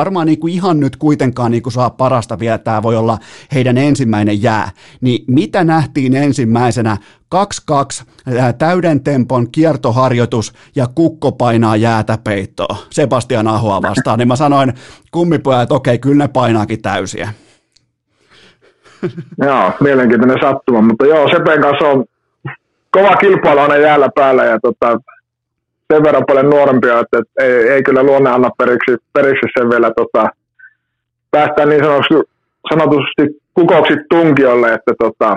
varmaan niin kuin ihan nyt kuitenkaan niin kuin saa parasta vielä, tämä voi olla heidän ensimmäinen jää, niin mitä nähtiin ensimmäisenä? 2-2, täyden tempon kiertoharjoitus ja Kukko painaa jäätä peittoon Sebastian Ahoa vastaan, niin mä sanoin kummipojat, että okei, kyllä ne painaakin täysiä. Joo, mielenkiintoinen sattuma, mutta joo, Sepen kanssa on kova kilpailu aina jäällä päällä ja sen verran paljon nuorempia, että ei kyllä luonne anna periksi sen vielä päästään niin sanotusti kukoksi tunkiolle, että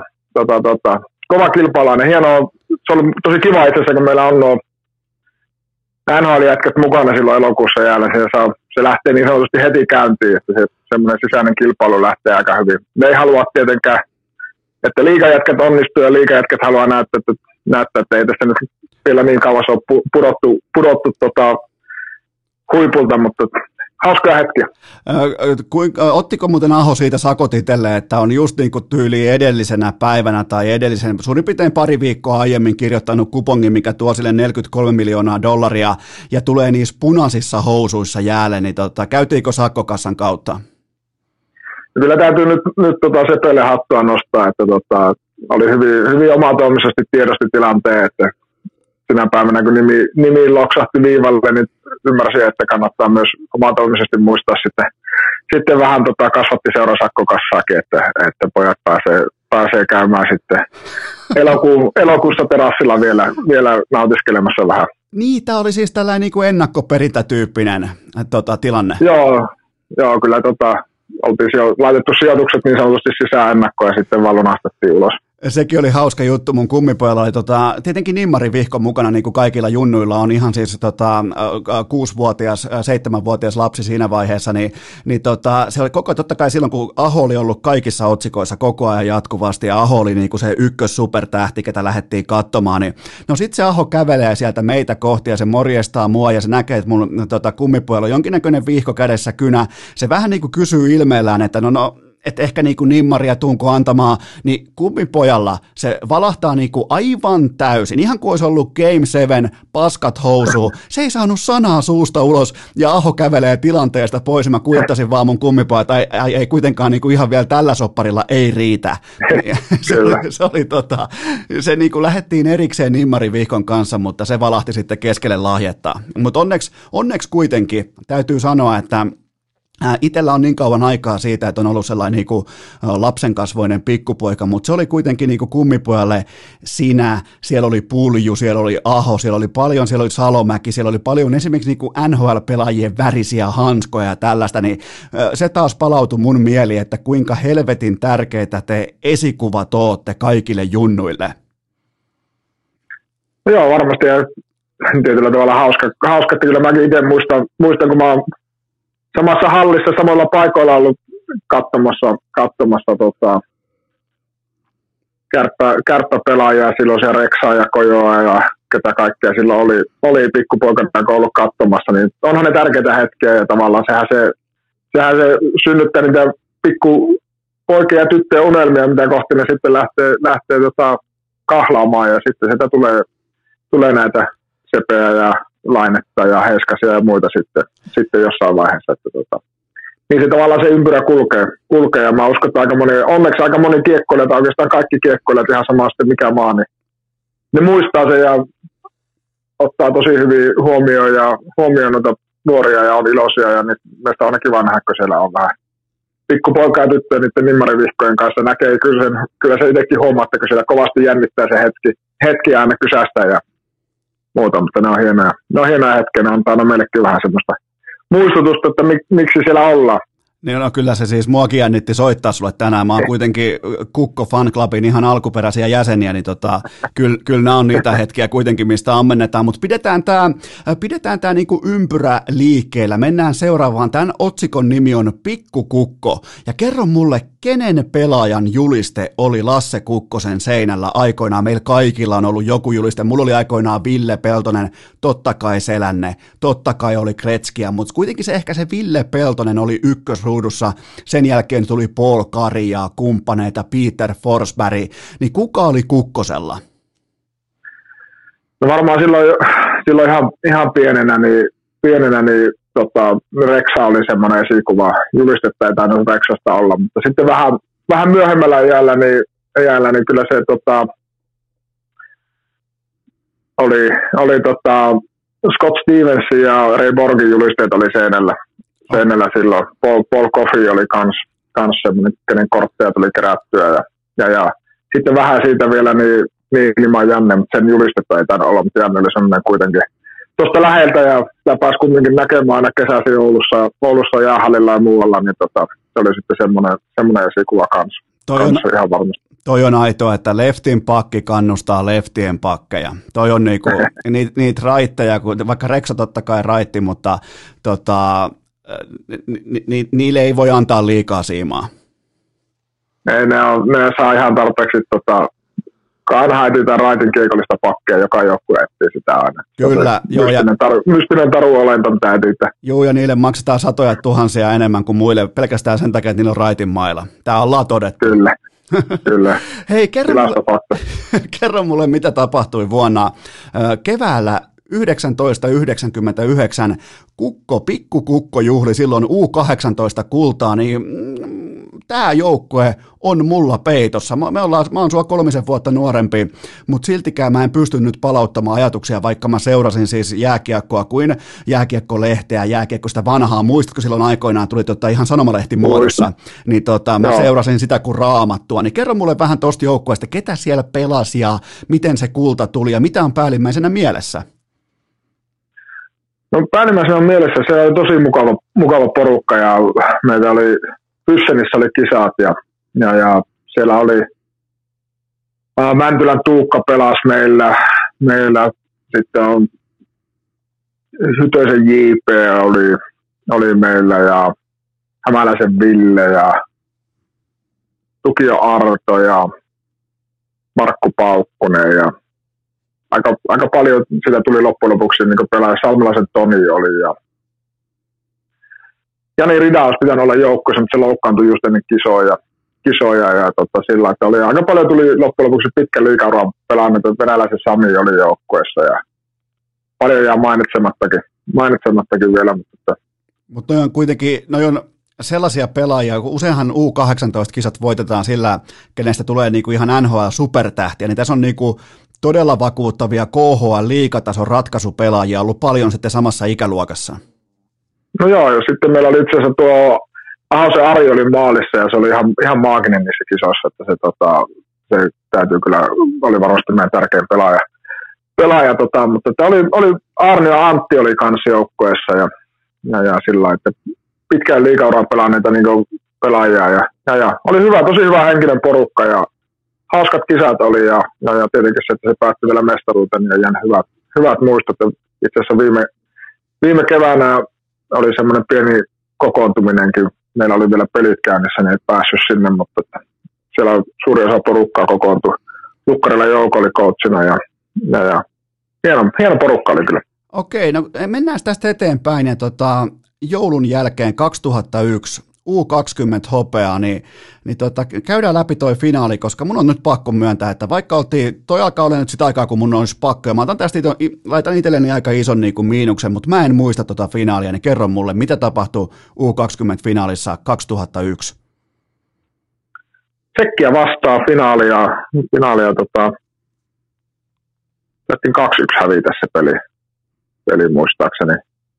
kova kilpailu aina. Hienoa, se oli tosi kiva itse asiassa, kun meillä on nuo NHL-jätkät mukana silloin elokuussa jäällä, se lähtee niin sanotusti heti käyntiin, että se semmoinen sisäinen kilpailu lähtee aika hyvin. Me ei halua tietenkään, että liigajätkät onnistuu ja liigajätkät haluaa näyttää, että ei tästä nyt vielä niin kauas ole pudottu huipulta, mutta hauskaa hetkiä. Ottiko muuten Aho siitä sakot itselleen, että on just niin kuin tyyli edellisenä päivänä tai suurin piirtein pari viikkoa aiemmin kirjoittanut kupongin, mikä tuo sille $43 miljoonaa ja tulee niissä punaisissa housuissa jäälle, niin käytiinkö sakkokassan kautta? Kyllä täytyy nyt Sepelle hattua nostaa, että oli hyvin omatoimisesti tiedosti tilanteen, että sinä päivänä kun nimi loksahti viivalle, niin ymmärsin, että kannattaa myös omatoimisesti muistaa sitten vähän kasvatti seuran sakkokassaakin, että pojat pääsee käymään sitten elokuussa terassilla vielä nautiskelemassa vähän. Niin, tämä oli siis tällainen niin kuin ennakkoperintätyyppinen tilanne. Joo, kyllä oltiin laitettu sijoitukset niin sanotusti sisään ennakkoon ja sitten vaan lunastettiin ulos. Sekin oli hauska juttu. Mun kummipojalla oli tietenkin Nimmari vihko mukana, niin kuin kaikilla junnuilla on ihan siis 6-vuotias, 7-vuotias lapsi siinä vaiheessa, niin se oli totta kai silloin, kun Aho oli ollut kaikissa otsikoissa koko ajan jatkuvasti, ja Aho oli niin kuin se ykkössupertähti, ketä lähdettiin katsomaan, niin no sit se Aho kävelee sieltä meitä kohti, ja se morjestaa mua, ja se näkee, että mun kummipojalla on jonkinnäköinen vihko kädessä kynä, se vähän niin kuin kysyy ilmeellään, että että ehkä niin kuin Nimmaria tuunko antamaan, niin kummipojalla se valahtaa niin kuin aivan täysin, ihan kuin olisi ollut Game 7 paskat housuun, se ei saanut sanaa suusta ulos, ja Aho kävelee tilanteesta pois, ja mä kuittasin vaan mun kummipojat, ei kuitenkaan niin kuin ihan vielä tällä sopparilla, ei riitä. Se niin kuin lähdettiin erikseen Nimmarin vihkon kanssa, mutta se valahti sitten keskelle lahjettaa. Mutta onneksi kuitenkin täytyy sanoa, että itsellä on niin kauan aikaa siitä, että on ollut sellainen niin kuin lapsenkasvoinen pikkupoika, mutta se oli kuitenkin niin kuin kummipojalle siellä oli Pulju, siellä oli Aho, siellä oli Salomäki, siellä oli paljon esimerkiksi niin kuin NHL-pelaajien värisiä hanskoja ja tällaista, niin se taas palautui mun mieliin, että kuinka helvetin tärkeitä te esikuvat ootte kaikille junnuille. Joo, varmasti ja tietyllä tavalla hauska että kyllä mäkin itse muistan kun mä oon samassa hallissa, samoilla paikoilla ollut katsomassa kärppäpelaajia, silloin se Reksaa ja Kojoa ja ketä kaikkea silloin oli pikkupoikana, kun ollut katsomassa, niin onhan ne tärkeitä hetkiä ja tavallaan sehän se synnyttää niitä pikkupoikia ja tyttöjen unelmia, mitä kohti ne sitten lähtee kahlaamaan ja sitten sieltä tulee näitä Sepeä ja Lainetta ja Heiskasia ja muita sitten jossain vaiheessa. Että niin se tavallaan se ympyrä kulkee ja mä uskon, että onneksi aika moni kiekkoilija tai oikeastaan kaikki kiekkoilijat ihan sama sitten mikä maa, niin ne muistaa sen ja ottaa tosi hyvin huomioon noita nuoria ja on iloisia ja meistä on aina kiva nähdä, kun siellä on vähän pikkupoika ja tyttöjä niiden nimmarivihkojen kanssa näkee kyllä se itsekin huomaa, että kun siellä kovasti jännittää se hetki aina kysästä ja muuta, mutta ne on hienoja hetkiä, ne antaa meillekin vähän semmoista muistutusta, että miksi siellä ollaan. Niin no kyllä se siis muakin jännitti soittaa sulle tänään. Mä oon kuitenkin Kukko Fan Clubin ihan alkuperäisiä jäseniä, niin kyllä nämä on niitä hetkiä kuitenkin, mistä ammennetaan. Mutta pidetään tää niinku ympyrä liikkeellä. Mennään seuraavaan. Tämän otsikon nimi on Pikku Kukko. Ja kerro mulle, kenen pelaajan juliste oli Lasse Kukkosen seinällä aikoinaan? Meillä kaikilla on ollut joku juliste. Mulla oli aikoinaan Ville Peltonen, totta kai Selänne, totta kai oli Kretskia, mutta kuitenkin ehkä se Ville Peltonen oli ykkösruudussa. Sen jälkeen tuli Paul Kari ja kumppaneita, Peter Forsberg. Niin kuka oli Kukkosella? No varmaan silloin ihan pienenä, niin Reksa oli semmoinen esikuva, julistetta ei tainnut Reksasta olla, mutta sitten vähän myöhemmällä iällä, niin kyllä se oli Scott Stevens ja Ray Borgin julisteet oli seinällä silloin. Paul Coffey oli kans semmoinen, kenen kortteja tuli kerättyä ja sitten vähän siitä vielä niin Niima Janne, mutta sen julistetta ei tainnut olla, mutta Janne oli semmoinen kuitenkin tuosta läheltä ja sitä pääsi kuitenkin näkemään aina kesäisin Oulussa jäähallilla ja muualla, niin se oli sitten semmoinen esikuva kanssa ihan varmasti. Toi on aitoa, että leftin pakki kannustaa leftien pakkeja. Toi on niinku, niitä raitteja, vaikka Reksa totta kai raitti, mutta niille ei voi antaa liikaa siimaa. Ei, ne saa ihan tarpeeksi, aina etsitään raitin kiekollista pakkeja, joka joukkue etsii sitä aina. Kyllä, joo. Mystinen taruolento täytyytä. Joo, ja niille maksetaan satoja tuhansia enemmän kuin muille, pelkästään sen takia, että niillä on raitin mailla. Tää ollaan todettu. Kyllä. Hei, kerro mulle, mitä tapahtui vuonna keväällä 1999, pikkukukko juhli silloin U18 kultaa, niin tämä joukkue on mulla peitossa. Mä oon sua 3 vuotta nuorempi, mutta siltikään mä en pysty nyt palauttamaan ajatuksia, vaikka mä seurasin siis jääkiekkoa kuin jääkiekkolehteä, jääkiekko sitä vanhaa. Muistatko silloin aikoinaan tuli ihan sanomalehti muodossa, niin mä seurasin sitä kuin raamattua. Niin kerro mulle vähän tosta joukkueesta, ketä siellä pelasi ja miten se kulta tuli ja mitä on päällimmäisenä mielessä? No päällimmäisenä mielessä se oli tosi mukava porukka ja meitä oli Pyssenissä oli kisat ja siellä oli Mäntylän Tuukka pelasi meillä sitten on Hytösen JP oli meillä ja Hämäläisen Ville ja Tukio Arto ja Markku Paukkonen ja aika paljon sitä tuli loppujen lopuksi niin pelaaja. Salmelaisen Toni oli ja Jani Rida olisi pitänyt olla joukkueessa, mutta se loukkaantui just ennen kisoja ja sillä, että oli aika paljon tuli loppujen lopuksi pitkän liikauran pelaamista, että venäläisen Sami oli joukkueessa ja paljon jää mainitsemattakin vielä. Mutta noi on kuitenkin, on sellaisia pelaajia, kun useinhan U18-kisat voitetaan sillä, kenestä tulee niinku ihan NHL-supertähtiä, niin tässä on niinku todella vakuuttavia KHL-liigatason ratkaisupelaajia ollut paljon sitten samassa ikäluokassa. No joo, ja sitten meillä oli itse asiassa tuo Ahosen Ari oli maalissa ja se oli ihan maaginen niissä kisoissa, että se täytyy kyllä, oli varmasti meidän tärkein pelaaja mutta että oli Arni ja Antti oli kanssa joukkueessa ja sillä lailla, että pitkään liigauraa pelaaneita niin pelaajia ja oli tosi hyvä henkinen porukka ja hauskat kisat oli ja tietenkin se, että se päätti vielä mestaruuteen ja jäi hyvät muistot. Itse asiassa viime keväänä oli semmoinen pieni kokoontuminenkin. Meillä oli vielä pelit käynnissä, niin ei päässyt sinne, mutta siellä suuri osa porukkaa kokoontui. Lukkarilla Jouko oli coachina ja hieno porukka oli kyllä. Okei, no mennään tästä eteenpäin ja joulun jälkeen 2001 U20 hopeaa, niin käydään läpi toi finaali, koska mun on nyt pakko myöntää, että vaikka toi alkaa olla nyt sitä aikaa, kun mun olisi pakko, ja mä laitan itselleni aika ison niin kuin miinuksen, mutta mä en muista tota finaalia, niin kerro mulle, mitä tapahtui U20-finaalissa 2001? Tsekkiä vastaan finaalia 2-1 hävitä se peli muistaakseni.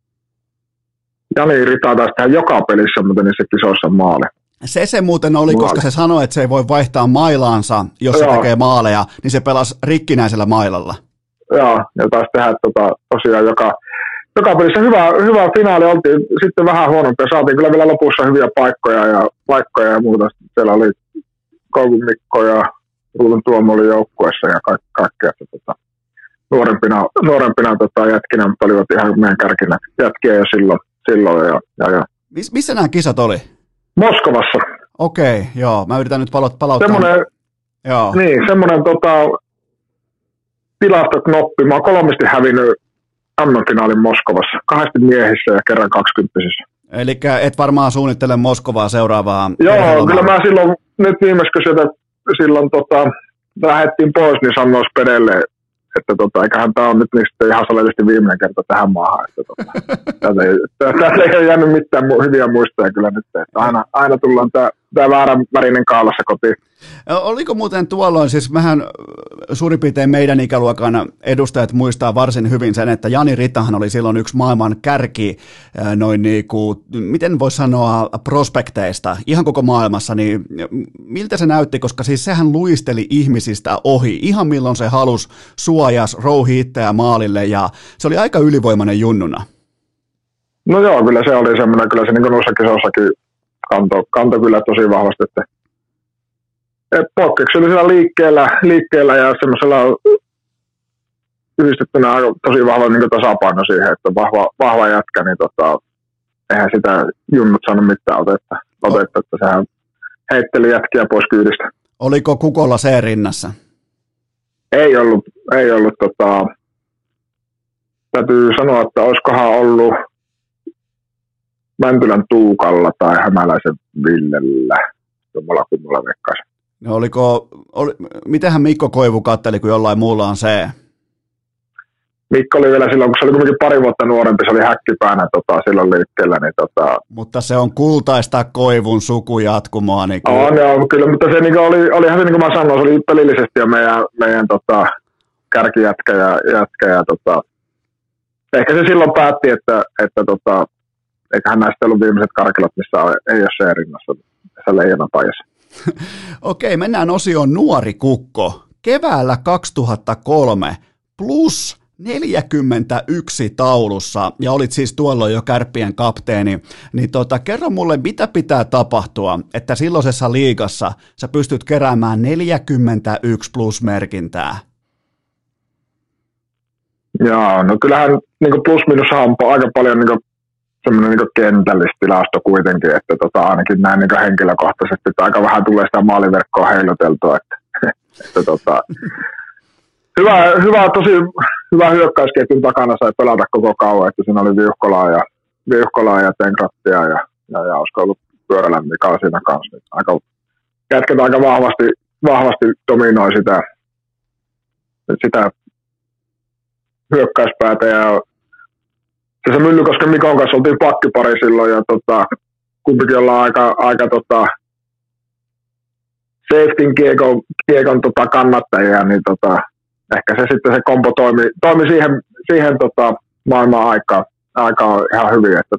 Jani Rita taisi tehdä joka pelissä, mutta niissä kisoissa maali. Se muuten oli, koska se sanoi, että se ei voi vaihtaa mailaansa, jos se tekee maaleja, niin se pelasi rikkinäisellä mailalla. Joo, ja taisi tehdä tosiaan joka pelissä hyvä finaali. Oltiin sitten vähän huonompia. Saatiin kyllä vielä lopussa hyviä paikkoja ja muuta. Siellä oli Kouvun Mikko ja Ruudun Tuomo oli joukkueessa ja kaikkea. Nuorempina jätkinä, mutta olivat ihan meidän kärkinä jätkiä jo silloin. Missä nämä kisat oli? Moskovassa. Okei, joo. Mä yritän nyt palauttaa. Semmoinen tilastoknoppi. Mä oon 3 hävinnyt MM-finaalin Moskovassa. 2 miehissä ja kerran 20-sissä. Eli et varmaan suunnittele Moskovaa seuraavaa. Joo, kyllä mä silloin, nyt viimeis kun silloin lähdettiin pois, niin sanoin Spedelle eiköhän tämä on nyt niin ihan salellisesti viimeinen kerta tähän maahan, että täältä ei ole jäänyt mitään hyviä muistoja kyllä nyt, että aina tullaan tämä väärän värinen kaalassa kotiin. Oliko muuten tuolloin, siis mehän suurin piirtein meidän ikäluokan edustajat muistaa varsin hyvin sen, että Jani Ritahan oli silloin yksi maailman kärki, noin niinku, miten voisi sanoa, prospekteista, ihan koko maailmassa, niin miltä se näytti, koska siis sehän luisteli ihmisistä ohi, ihan milloin se halusi, suojas, rouhi itseä maalille, ja se oli aika ylivoimainen junnuna. No joo, kyllä se oli semmoinen, kyllä se niin kuin noissa kisossakin kantoi kyllä tosi vahvasti, että poikkeuksellisella liikkeellä ja semmoisella yhdistettynä tosi vahva niin tasapaino siihen, että vahva jätkä, niin eihän sitä junnut saanut mitään otetta, että sehän heitteli jätkiä pois kyydistä. Oliko Kukolla se rinnassa? Ei ollut täytyy sanoa, että olisikohan ollut Mäntylän Tuukalla tai Hämäläisen Villellä, kummalla veikkaisin. No mitenhän Mikko Koivu katteli, kun jollain muulla on se? Mikko oli vielä silloin, kun se oli kuitenkin pari vuotta nuorempi, se oli häkkipäänä silloin liikkeellä. Niin, Mutta se on kultaista Koivun sukujatkumoa. Niin joo, kyllä, mutta se niin olihan se niin kuin mä sanoin, se oli pelillisesti jo meidän kärkijätkä ja ehkä se silloin päätti, että eiköhän näistä ollut viimeiset karkilat, missä ei ole se rinnassa, se leijona paijassa. Okei, mennään osioon Nuori Kukko. Keväällä 2003 plus 41 taulussa, ja olit siis tuolloin jo Kärppien kapteeni, niin kerro mulle, mitä pitää tapahtua, että silloisessa liigassa sä pystyt keräämään 41 plus merkintää? Joo, no kyllähän niin plus-minushan on aika paljon niin semmoinen niin kentällistilasto kuitenkin, että ainakin näin niin henkilökohtaisesti, että aika vähän tulee sitä maaliverkkoa heiloteltua, tosi hyvä hyökkäysketjun takana sai pelata koko kauan, että siinä oli Viuhkolaa ja Tenkrattia ja olisiko ollut Pyörälän Mika siinä kanssa. Jätket aika vahvasti dominoi sitä hyökkäyspäätä ja se Myllykosken Mikon kanssa oltiin pakkipari silloin ja kumpikin ollaan aika safetyn kiekon kannattajia, niin ehkä se sitten se kombo toimi siihen maailman aikaan ihan hyvin, että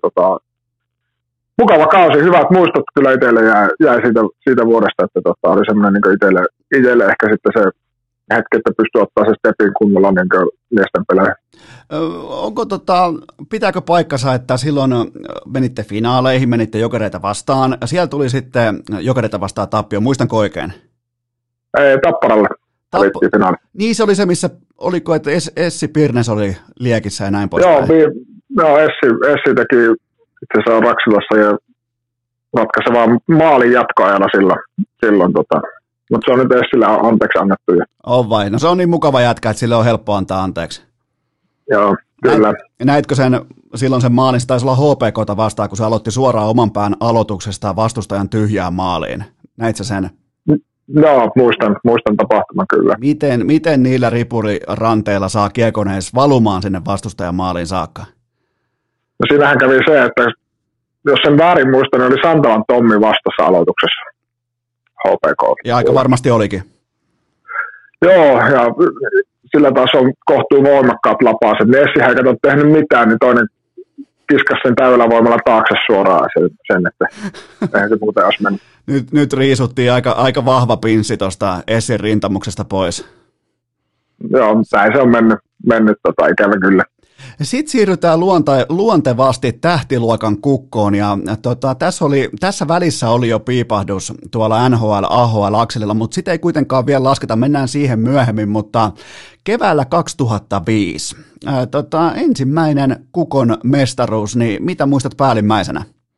mukava kausi, hyvät muistot kyllä itselle jäi siitä vuodesta, että oli semmoinen niin itselle ehkä sitten se hetki, että pystyy ottaa se stepin kunnolla niin miesten pelejä. Onko pitääkö paikkansa, että silloin menitte finaaleihin, menitte Jokereita vastaan, ja siellä tuli sitten Jokereita vastaan tappio, muistanko oikein? Ei, Tapparalle valittiin finaali. Niin se oli se, missä, oliko, että Essi Pirnes oli liekissä ja näin pois. Joo, Essi teki itse asiassa Raksilassa ja ratkaisevaa maalin jatkoajalla silloin mutta se on nyt Essillä anteeksi annettu. On vai? No se on niin mukava jätkä, että sille on helppo antaa anteeksi. Joo, kyllä. Näitkö silloin sen maalin, se taisi olla HPK:ta vastaan, kun se aloitti suoraan oman pään aloituksesta vastustajan tyhjään maaliin. Näitkö sen? Joo, muistan tapahtuman kyllä. Miten niillä ripuriranteilla saa kiekon edes valumaan sinne vastustajan maaliin saakka? No siinähän kävi se, että jos sen väärin muistan, niin oli Santalan Tommi vastassa aloituksessa. HPK. Ja aika varmasti olikin. Joo, ja sillä taas on kohtuu voimakkaat lapaaset. Essihän ei kato tehnyt mitään, niin toinen kiskasi sen täydellä voimalla taakse suoraan sen että eihän se muuten olisi mennyt. Nyt riisuttiin aika vahva pinssi tuosta Essin rintamuksesta pois. Joo, näin se on mennyt ikävä kyllä. Sitten siirrytään luontevasti tähtiluokan kukkoon, ja tässä välissä oli jo piipahdus tuolla NHL, AHL-akselilla, mutta sitä ei kuitenkaan vielä lasketa, mennään siihen myöhemmin, mutta keväällä 2005, ensimmäinen Kukon mestaruus, niin mitä muistat päällimmäisenä?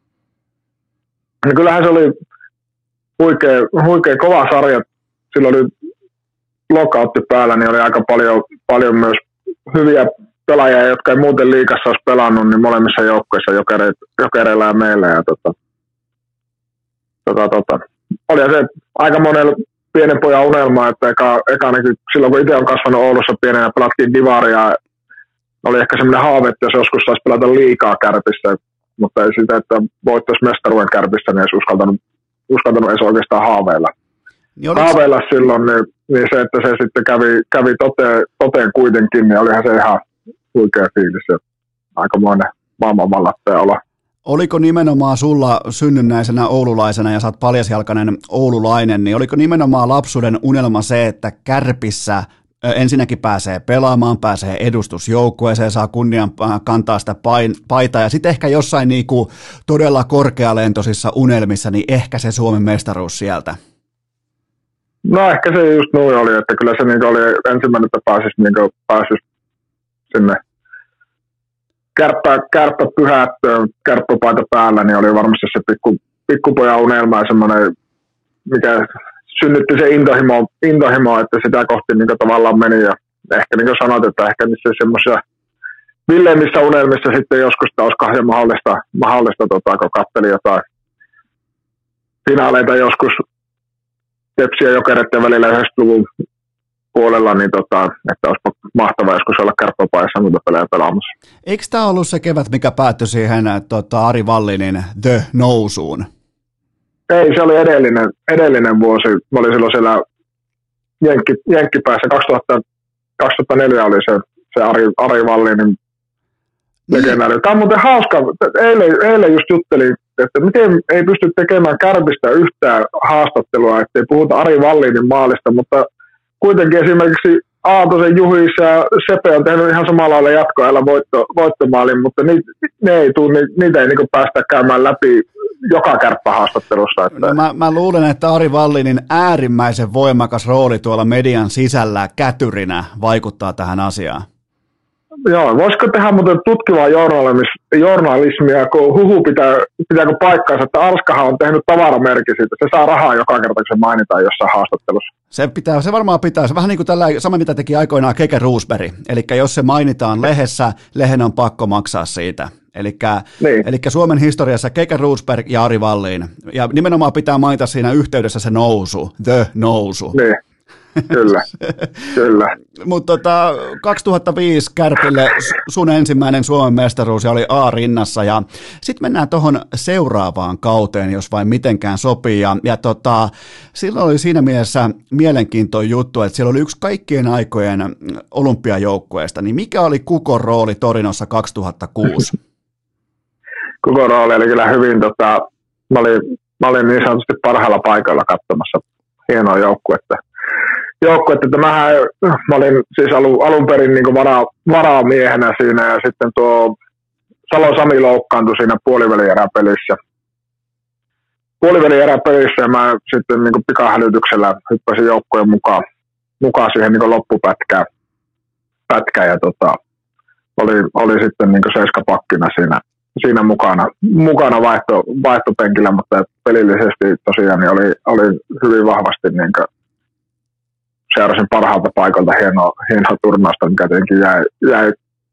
No kyllähän se oli huikea kova sarja, silloin oli lockoutti päällä, niin oli aika paljon myös hyviä pelaajia, jotka ei muuten liigassa olisi pelannut, niin molemmissa joukkoissa Jokereilla ja meillä. Ja olihan se aika monella pienen pojan unelma, että eka silloin kun itse on kasvanut Oulussa pienenä, pelattiin divaria, oli ehkä semmoinen haave, että jos joskus saisi pelata liikaa Kärpissä, mutta ei sitä, että voittaisi mestaruuden Kärpissä, niin ei uskaltanut edes oikeastaan haaveilla. Haaveilla silloin, niin se, että se sitten kävi toteen kuitenkin, niin olihan se ihan huikea fiilis ja aikamoinen maailmanvallattaja olla. Oliko nimenomaan sulla synnynnäisenä oululaisena, ja sä oot paljasjalkainen oululainen, niin oliko nimenomaan lapsuuden unelma se, että Kärpissä ensinnäkin pääsee pelaamaan, pääsee edustusjoukkueeseen, saa kunnian kantaa sitä paitaa, ja sitten ehkä jossain niinku todella korkealentoisissa unelmissa, niin ehkä se Suomen mestaruus sieltä? No ehkä se just noin oli, että kyllä se niinku oli ensimmäinen, että pääsisi sinne kärppä pyhättöön, kärppäpaita päällä, niin oli varmasti se pikkupojan unelma ja semmoinen, mikä synnytti se intohimo, että sitä kohti niin tavallaan meni. Ja ehkä niin kuin sanoit, että ehkä niissä semmoisia villeimmissä unelmissa sitten joskus taas mahdollista kun katseli jotain finaaleita joskus Tepsi ja Jokereiden välillä 90-luvun puolella, niin että olisi mahtavaa joskus olla kärppäpaidassa muuta pelejä pelaamassa. Eikö tämä ollut se kevät, mikä päättyi siihen Ari Vallinin The-nousuun? Ei, se oli edellinen vuosi. Mä olin silloin siellä Jenkkipäässä. 2004 oli se Ari Vallinin legendaari. Tämä on muuten hauska. Eilen just juttelin, että miten ei pysty tekemään Kärpistä yhtään haastattelua, ettei puhuta Ari Vallinin maalista, mutta kuitenkin esimerkiksi Aaltosen Juhis ja Sepe on tehnyt ihan samalla lailla jatkoajalla voittomaalin, mutta niitä ei niinku päästä käymään läpi joka kärppähaastattelussa. Että no mä luulen, että Ari Vallinin äärimmäisen voimakas rooli tuolla median sisällä kätyrinä vaikuttaa tähän asiaan. Joo, voisiko tehdä muuten tutkivaa journalismia, kun pitääkö paikkaansa, että Arskahan on tehnyt tavaramerkki siitä, se saa rahaa joka kerta, kun se mainitaan jossain haastattelussa. Se varmaan pitää, se vähän niin kuin tällä sama mitä teki aikoinaan Keke Roosberg, eli jos se mainitaan lehdessä, lehen on pakko maksaa siitä. Eli Suomen historiassa Keke Roosberg ja Ari Vallin, ja nimenomaan pitää mainita siinä yhteydessä se nousu, the nousu. Niin. Kyllä. Mutta 2005 Kärpille sun ensimmäinen Suomen mestaruus ja oli A-rinnassa, ja sitten mennään tuohon seuraavaan kauteen, jos vain mitenkään sopii, ja silloin oli siinä mielessä mielenkiintoinen juttu, että siellä oli yksi kaikkien aikojen olympiajoukkueesta, niin mikä oli Kukon rooli Torinossa 2006? Kukon rooli oli kyllä hyvin, mä olin niin sanotusti parhailla paikoilla katsomassa hienoa joukkuetta, että mä olin siis alun perin niin varamiehenä siinä, ja sitten tuo Salon Sami loukkaantui siinä puolivälieräpelissä, ja mä sitten niin pikahälytyksellä hyppäsin joukkojen mukaan siihen niin loppupätkään, ja oli sitten niin seiskapakkina siinä mukana vaihtopenkillä, mutta pelillisesti tosiaan niin oli hyvin vahvasti niin seurasin parhaalta paikalta hienoa turnausta, mikä tietenkin jäi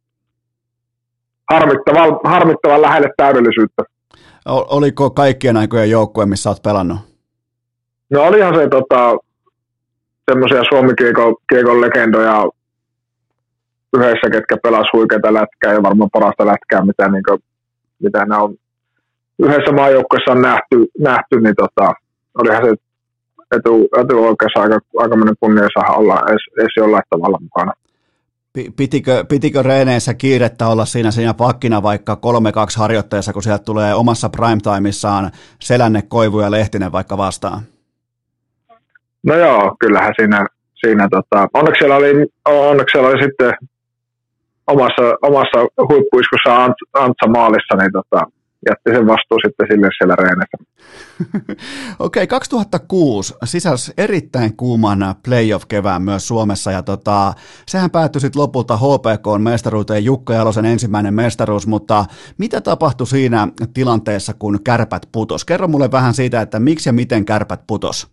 harmittavan lähelle täydellisyyttä. Oliko kaikkien aikojen joukkue, missä olet pelannut? No olihan se semmoisia Suomi-kiekon legendoja yhdessä, ketkä pelasi huikeita lätkää ja varmaan parasta lätkää, mitä ne on yhdessä maajoukkueessa on nähty, niin olihan se etuoikeassa aikamoinen kunnia saada olla edes jollain tavalla mukana. Pitikö reeneissä kiirettä olla siinä pakkina vaikka 3-2 harjoitteessa, kun sieltä tulee omassa primetimeissaan Selänne, Koivu ja Lehtinen vaikka vastaan? No joo, kyllähän siinä onneksi siellä oli sitten omassa huippuiskussa Antsa maalissa, niin jätti sen vastuun sitten sille siellä reenessä. Okei, 2006 sisälsi erittäin kuuman playoff-kevään myös Suomessa, ja sehän päättyi sitten lopulta HPK-mestaruuteen, Jukka Jalosen ensimmäinen mestaruus, mutta mitä tapahtui siinä tilanteessa, kun Kärpät putos? Kerro mulle vähän siitä, että miksi ja miten Kärpät putos?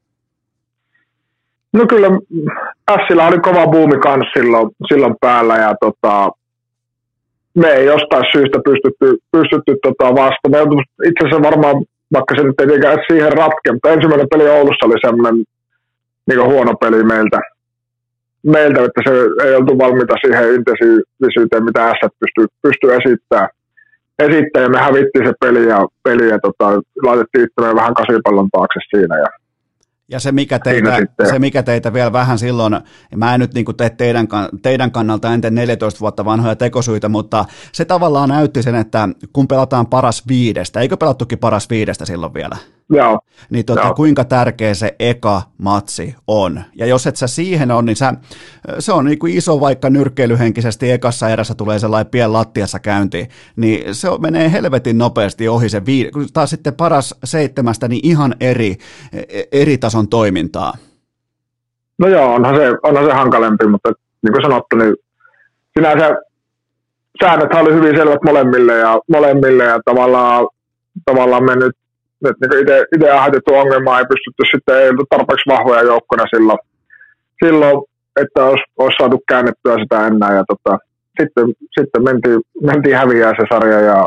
No kyllä Ässillä oli kova buumi kans silloin päällä, ja me ei jostain syystä pystytty vastaamaan. Itse asiassa varmaan, vaikka se nyt ei tietenkään siihen ratke, mutta ensimmäinen peli Oulussa oli semmoinen niin huono peli meiltä, että se ei oltu valmiita siihen intensiivisyyteen, mitä S pystyy esittämään. Ja me hävittiin se peli ja laitettiin itsemme vähän kasipallon taakse siinä. Ja se mikä teitä vielä vähän silloin, mä en nyt niin kuin tee teidän kannalta enten 14 vuotta vanhoja tekosyitä, mutta se tavallaan näytti sen, että kun pelataan paras 5, eikö pelattukin paras 5 silloin vielä? Joo. Niin kuinka tärkeä se eka matsi on. Ja jos et sä siihen on, niin se on niin kuin iso, vaikka nyrkkeilyhenkisesti ekassa erässä tulee sellainen pien lattiassa käynti, niin se menee helvetin nopeasti ohi se taas sitten paras 7, niin ihan eri tason toimintaa. No joo, onhan se hankalempi, mutta niin kuin sanottu, niin sinänsä säännöt oli hyvin selvät molemmille ja tavallaan me nyt niin itse aiheutettu ongelmaa ei pystytty sitten, ei ollut tarpeeksi vahvoja joukkona silloin että olisi saatu käännettyä sitä enää ja sitten mentiin häviää se sarja ja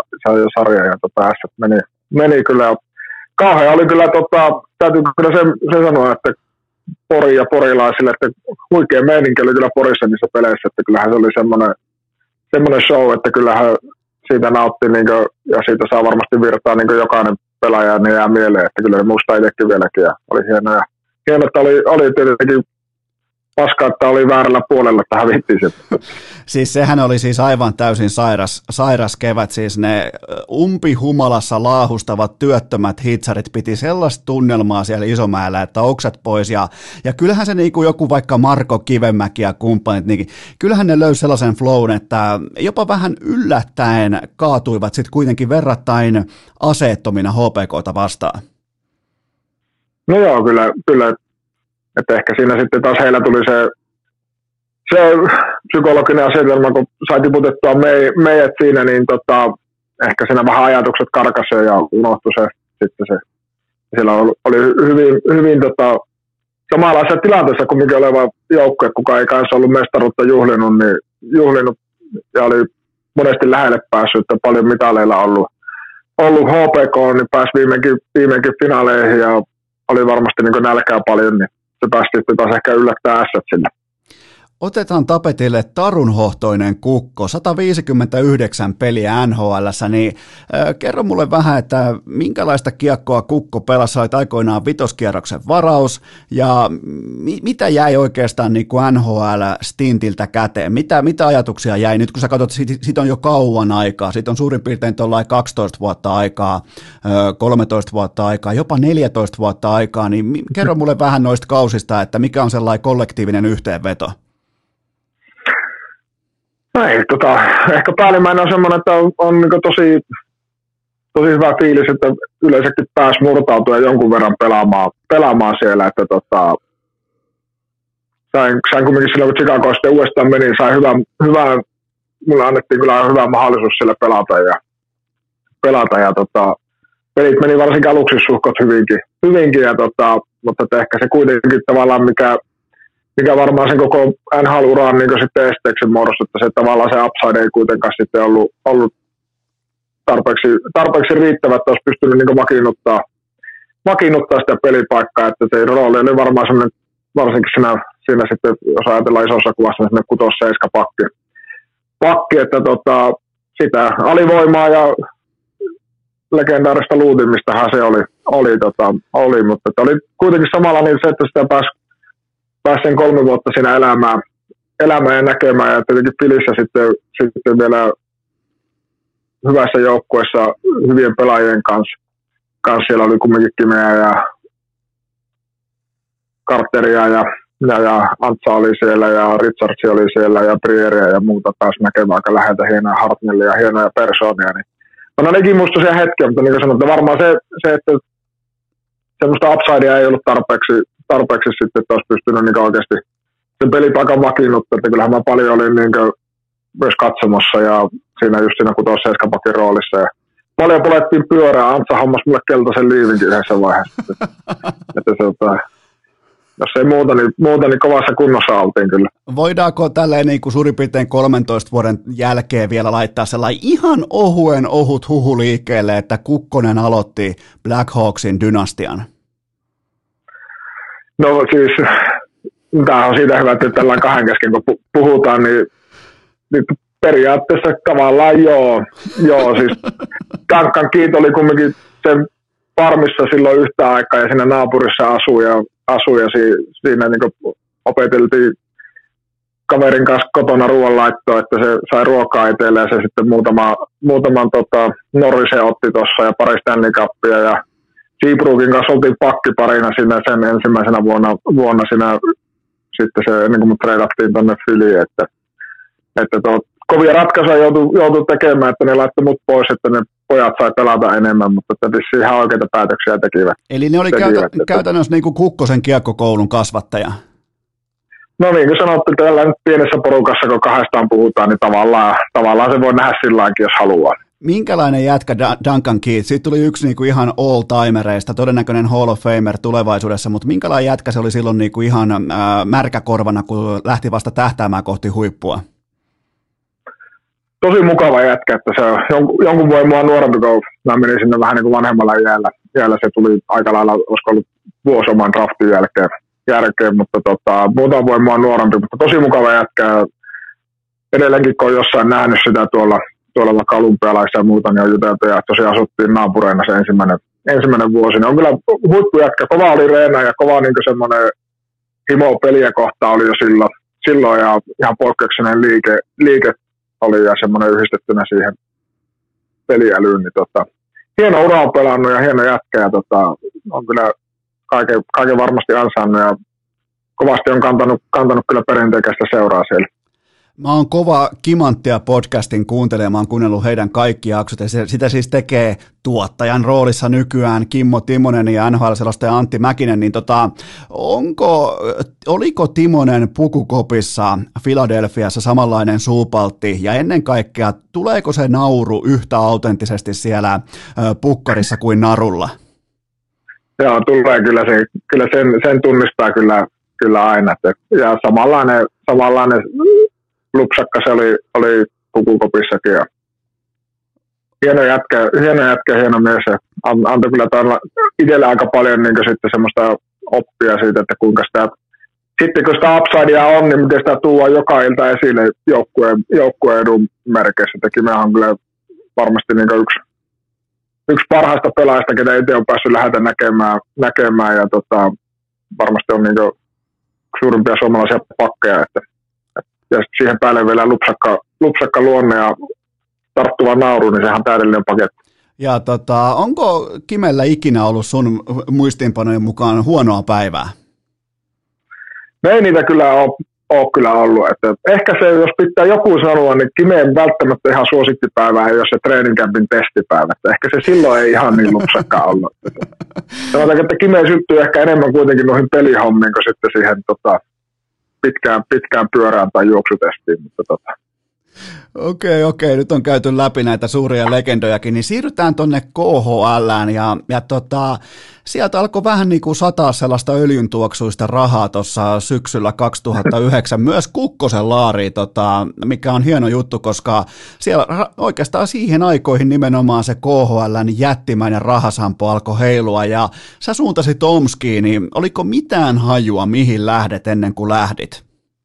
S meni kyllä. Kauhea oli kyllä, täytyy kyllä se sanoa, että Pori ja porilaisille, että huikea meininki oli kyllä Porissa niissä peleissä, että kyllähän se oli semmoinen show, että kyllähän siitä nautti niin kuin, ja siitä saa varmasti virtaa niin kuin jokainen pelaaja, niin jää mieleen, että kyllä musta itsekin vieläkin ja oli hienoa, että oli tietenkin paskaa, että oli väärällä puolella, että hävittiin se. Siis sehän oli siis aivan täysin sairas kevät, siis ne umpihumalassa laahustavat työttömät hitsarit piti sellaista tunnelmaa siellä Isomäellä, että oksat pois ja kyllähän se niin kuin joku vaikka Marko Kivemäki ja kumppanit, niin kyllähän ne löysi sellaisen flown, että jopa vähän yllättäen kaatuivat sitten kuitenkin verrattain aseettomina HPK:ta vastaan. No joo, kyllä. Että ehkä siinä sitten taas heillä tuli se psykologinen asetelma, kun sai tiputettua meidät siinä, niin ehkä siinä vähän ajatukset karkasee ja unohtui se. Siellä oli hyvin samanlaisessa tilanteessa kuin mikä oleva joukkue, kuka ei kanssa ollut mestaruutta juhlinut ja oli monesti lähelle päässyt, että paljon mitaleilla ollut HPK, niin pääsi viimeinkin finaaleihin ja oli varmasti niin nälkää paljon, niin se päästi taas ehkä yllättää ässät sinne. Otetaan tapetille tarunhohtoinen Kukko, 159 peliä NHL:ssä, niin kerro mulle vähän, että minkälaista kiekkoa Kukko pelasi, sait aikoinaan vitoskierroksen varaus, ja mitä jäi oikeastaan niin kuin NHL-stintiltä käteen? Mitä ajatuksia jäi nyt, kun sä katsot, siitä on jo kauan aikaa, siitä on suurin piirtein 12 vuotta aikaa, 13 vuotta aikaa, jopa 14 vuotta aikaa, niin kerro mulle vähän noista kausista, että mikä on sellainen kollektiivinen yhteenveto? Ei, ehkä päällimmäinen on semmoinen, että on niin tosi hyvä fiilis, että yleensäkin pääsi murtautua ja jonkun verran pelaamaan siellä, että sain kumminkin silloin, kun Chicago sitten uudestaan meni, sain hyvää, mulle annettiin kyllä hyvä mahdollisuus siellä pelata ja pelit meni varsinkin aluksi suhkot hyvinkin ja mutta ehkä se kuitenkin tavallaan mikä varmaan sen koko NHL-uraan niin sitten esteeksi muodossa, että se tavallaan se upside ei kuitenkaan sitten ollut tarpeeksi riittävä, että olisi pystynyt niin vakiinnuttaa sitä pelipaikkaa, että se rooli oli varmaan sellainen, varsinkin siinä sitten, jos ajatellaan isossa kuvassa, sellainen 6-7 pakki, että sitä alivoimaa ja legendaarista luutimistahan se oli, mutta oli kuitenkin samalla niin se, että sitä pääsi sen 3 vuotta siinä elämään ja näkemään ja tietenkin Filissä sitten vielä hyvässä joukkueessa hyvien pelaajien kanssa. Siellä oli kumminkin Kimeä ja Carteria ja Antsa oli siellä ja Richardsi oli siellä ja Brieria ja muuta pääsi näkemään aika läheltä hienoja Hartnellia ja hienoja persoonia. Niin on ainakin muistuisia hetkiä, mutta niin kuin sanoin, että varmaan se, että semmoista upsidea ei ollut tarpeeksi sitten, että olisi pystynyt niin oikeasti sen pelipaikan vakiinnuttaa, että kyllähän mä paljon olin niin myös katsomassa ja siinä just siinä 6-7 pakin roolissa ja paljon polettiin pyörää, Antsa hommas mulle keltaisen liivinkin yhdessä vaiheessa, että jos ei muuta, niin kovassa kunnossa oltiin kyllä. Voidaanko tälleen niin kuin suurin piirtein 13 vuoden jälkeen vielä laittaa sellainen ihan ohut huhu liikkeelle, että Kukkonen aloitti Black Hawksin dynastian? No siis tämä on siitä hyvä, että tällä kahden kesken kun puhutaan, niin periaatteessa tavallaan joo siis Duncan Keith oli kumminkin sen farmissa silloin yhtä aikaa ja siinä naapurissa asui ja siinä niin opeteltiin kaverin kanssa kotona ruoanlaittoa, että se sai ruokaa itselle ja se sitten muutaman Norrisen otti tuossa ja pari Stanley Cupia ja Seabrookin kanssa oltiin pakkiparina siinä sen ensimmäisenä vuonna siinä sitten se ennen kuin mut treidattiin tonne Phillyyn, että kovia ratkaisuja joutui tekemään, että ne laittoi mut pois, että ne pojat sai pelata enemmän, mutta tietysti ihan oikeita päätöksiä tekivät. Eli ne oli käytännössä niin kuin Kukkosen kiekkokoulun kasvattaja. No niin kuin sanottu, tällä nyt pienessä porukassa, kun kahdestaan puhutaan, niin tavallaan se voi nähdä silläkin, jos haluaa. Minkälainen jätkä Duncan Keith? Siitä tuli yksi niinku ihan all-timereista, todennäköinen Hall of Famer tulevaisuudessa, mutta minkälainen jätkä se oli silloin niinku ihan märkäkorvana, kun lähti vasta tähtäämään kohti huippua? Tosi mukava jätkä, että se on jonkun vuoden mua nuorempi, kun mä menin sinne vähän niin kuin vanhemmalla jäällä. Se tuli aika lailla, olisiko ollut vuosi oman draftin jälkeen mutta muutama vuoden mua nuorempi, mutta tosi mukava jätkä. Edelleenkin, kun on jossain nähnyt sitä tuolla Olympialaissa ja muuta, niin on juteltu ja tosiaan asuttiin naapureina se ensimmäinen vuosi. Niin on kyllä huippujätkä, kova oli reena ja kova niin semmoinen himo peliä kohtaa oli jo silloin ja ihan poikkeuksellinen liike oli ja semmoinen yhdistettynä siihen peliälyyn. Niin hieno ura on pelannut ja hieno jätkä ja on kyllä kaiken varmasti ansainnut ja kovasti on kantanut kyllä perinteikästä seuraa siellä. Mä oon kova Kimanttia podcastin kuuntelemaan, mä oon kuunnellut heidän kaikki jaksot, ja sitä siis tekee tuottajan roolissa nykyään Kimmo Timonen ja NHL-selostaja Antti Mäkinen, niin oliko Timonen pukukopissa Philadelphiassa samanlainen suupaltti, ja ennen kaikkea, tuleeko se nauru yhtä autenttisesti siellä pukkarissa kuin narulla? Joo, tulee kyllä sen tunnistaa kyllä aina, ja samanlainen lupsakka se oli pukukopissakin ja hieno jätkä, hieno mies ja antoi kyllä itselle aika paljon niin sitten semmoista oppia siitä, että kuinka sitä, sitten kun sitä upsidea on, niin miten sitä tuodaan joka ilta esille joukkueen edun merkeissä. Mehän on kyllä varmasti niin yksi parhaista pelaajista, ketä itse on päässyt lähetä näkemään ja varmasti on niin suurimpia suomalaisia pakkeja, ja siihen päälle vielä lupsakka luonne ja tarttuva nauru, niin sehän on täydellinen paketti. Ja onko Kimellä ikinä ollut sun muistiinpanojen mukaan huonoa päivää? No ei niitä kyllä ole kyllä ollut. Että ehkä se, jos pitää joku sanoa, niin Kimeen välttämättä ihan suosikkipäivää ei ole se treeninkämpin testipäivä. Että ehkä se silloin ei ihan niin lupsakka ollut. Sanotaan, että Kimeen syttyy ehkä enemmän kuitenkin noihin pelihommiin kuin sitten siihen pitkään pyörään tai juoksutestiin, mutta Okei, nyt on käyty läpi näitä suuria legendojakin, niin siirrytään tonne KHL:ään ja sieltä alkoi vähän niin kuin sataa sellaista öljyntuoksuista rahaa tuossa syksyllä 2009, myös Kukkosen laariin, mikä on hieno juttu, koska siellä oikeastaan siihen aikoihin nimenomaan se KHL:n jättimäinen rahasampo alkoi heilua ja sä suuntasit Omskiin, niin oliko mitään hajua, mihin lähdet ennen kuin lähdit?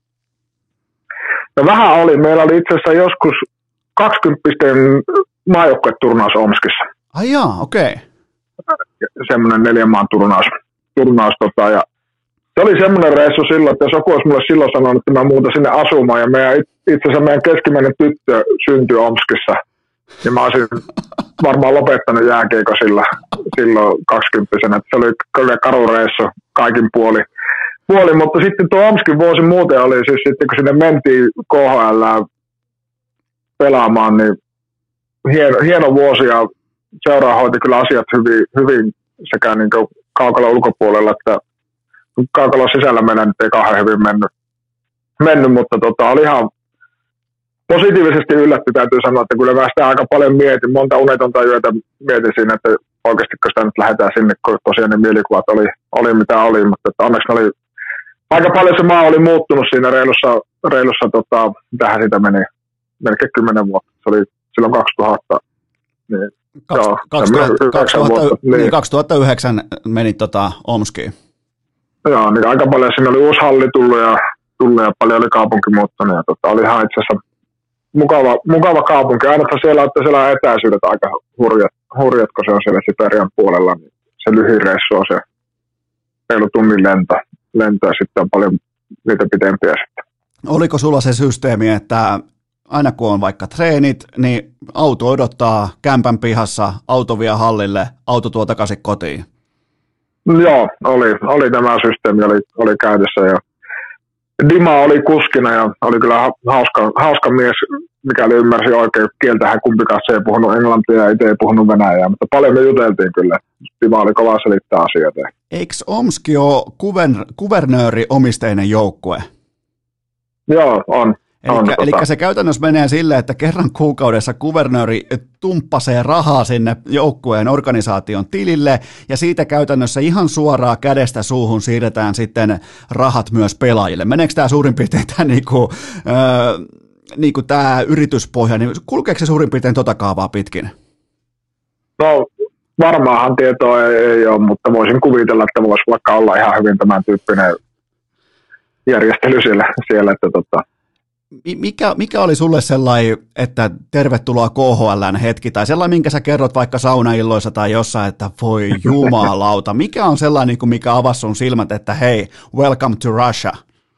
No vähän oli. Meillä oli itse asiassa joskus 20 maajoukkueturnaus Omskissa. Ai jaa, okei. Semmoinen 4 maan turnaus ja se oli semmoinen reissu silloin, että jos joku olisi mulle silloin sanonut, että mä muutan sinne asumaan ja itse asiassa meidän keskimmäinen tyttö syntyi Omskissa, niin mä olisin varmaan lopettanut jääkiekko silloin 20-vuotiaana. Se oli kyllä karu reissu kaikin puoli, mutta sitten tuo Omskin vuosi muuten oli siis sitten, kun sinne mentiin KHL pelaamaan, niin hieno vuosi ja seuraa hoiti kyllä asiat hyvin sekä niin kaukalon ulkopuolella että kaukalon sisällä meidän nyt ei kauhean hyvin mennyt mutta oli ihan positiivisesti yllätty, täytyy sanoa, että kyllä mä sitä aika paljon mietin, monta unetonta yötä mietin siinä, että oikeasti kun sitä nyt lähdetään sinne, kun tosiaan ne mielikuvat oli mitä oli, mutta että onneksi oli aika paljon se maa oli muuttunut siinä reilussa mitähän siitä meni, melkein 10 vuotta. Se oli silloin 2000. Niin, 2009 menit Omskiin. joo, niin aika paljon siinä oli uusi halli tullut ja paljon oli kaupunki muuttunut. Ja oli ihan itse asiassa mukava kaupunki. Ainoastaan siellä on etäisyydet aika hurjat, kun se on siellä Siperian puolella. Niin se lyhyin reissu on se reilu tunnin lento ja sitten on paljon niitä pitempiä sitten. Oliko sulla se systeemi, että aina kun on vaikka treenit, niin auto odottaa kämpän pihassa, auto vie hallille, auto tuo takaisin kotiin? Joo, oli tämä systeemi, oli käytössä ja Dima oli kuskina ja oli kyllä hauska mies, mikäli ymmärsi oikein. Kieltähän kumpikaan se ei puhunut englantia ja itse ei puhunut venäjää, mutta paljon me juteltiin kyllä. Dima oli kova selittää asioita. Eikö Omski ole kuvernööri-omisteinen joukkue? Joo, on. Eli se käytännössä menee silleen, että kerran kuukaudessa kuvernööri tumppasee rahaa sinne joukkueen organisaation tilille, ja siitä käytännössä ihan suoraan kädestä suuhun siirretään sitten rahat myös pelaajille. Meneekö tämä suurin piirtein tämä niinku tämä yrityspohja, niin kulkeeko se suurin piirtein tota kaavaa pitkin? No varmaanhan tietoa ei ole, mutta voisin kuvitella, että voisi vaikka olla ihan hyvin tämän tyyppinen järjestely siellä että Mikä oli sulle sellainen, että tervetuloa KHL:n hetki, tai sellainen, minkä sä kerrot vaikka saunailloissa tai jossain, että voi jumalauta, mikä on sellainen, mikä avasi sun silmät, että hei, welcome to Russia?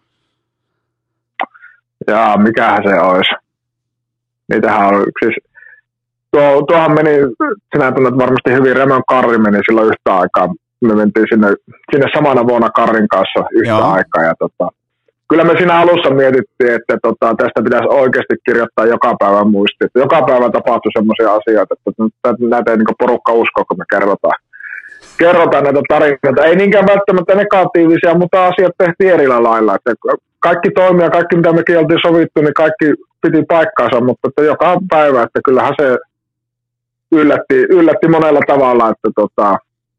Jaa, mikähän se olisi? Niitähän on siis, tuohan meni, sinä tunnet varmasti hyvin, Remon Karri meni silloin yhtä aikaa, me mentiin sinne samana vuonna Karrin kanssa yhtä aikaa, ja kyllä me siinä alussa mietittiin, että tästä pitäisi oikeasti kirjoittaa joka päivä muistiin. Että joka päivä tapahtui sellaisia asioita, että näitä ei niin porukka usko, kun me kerrotaan näitä tarinoita. Ei niinkään välttämättä negatiivisia, mutta asiat tehtiin eri lailla. Että kaikki toimia, kaikki mitä mekin oltiin sovittu, niin kaikki piti paikkaansa, mutta että joka päivä, että kyllähän se yllätti monella tavalla. Että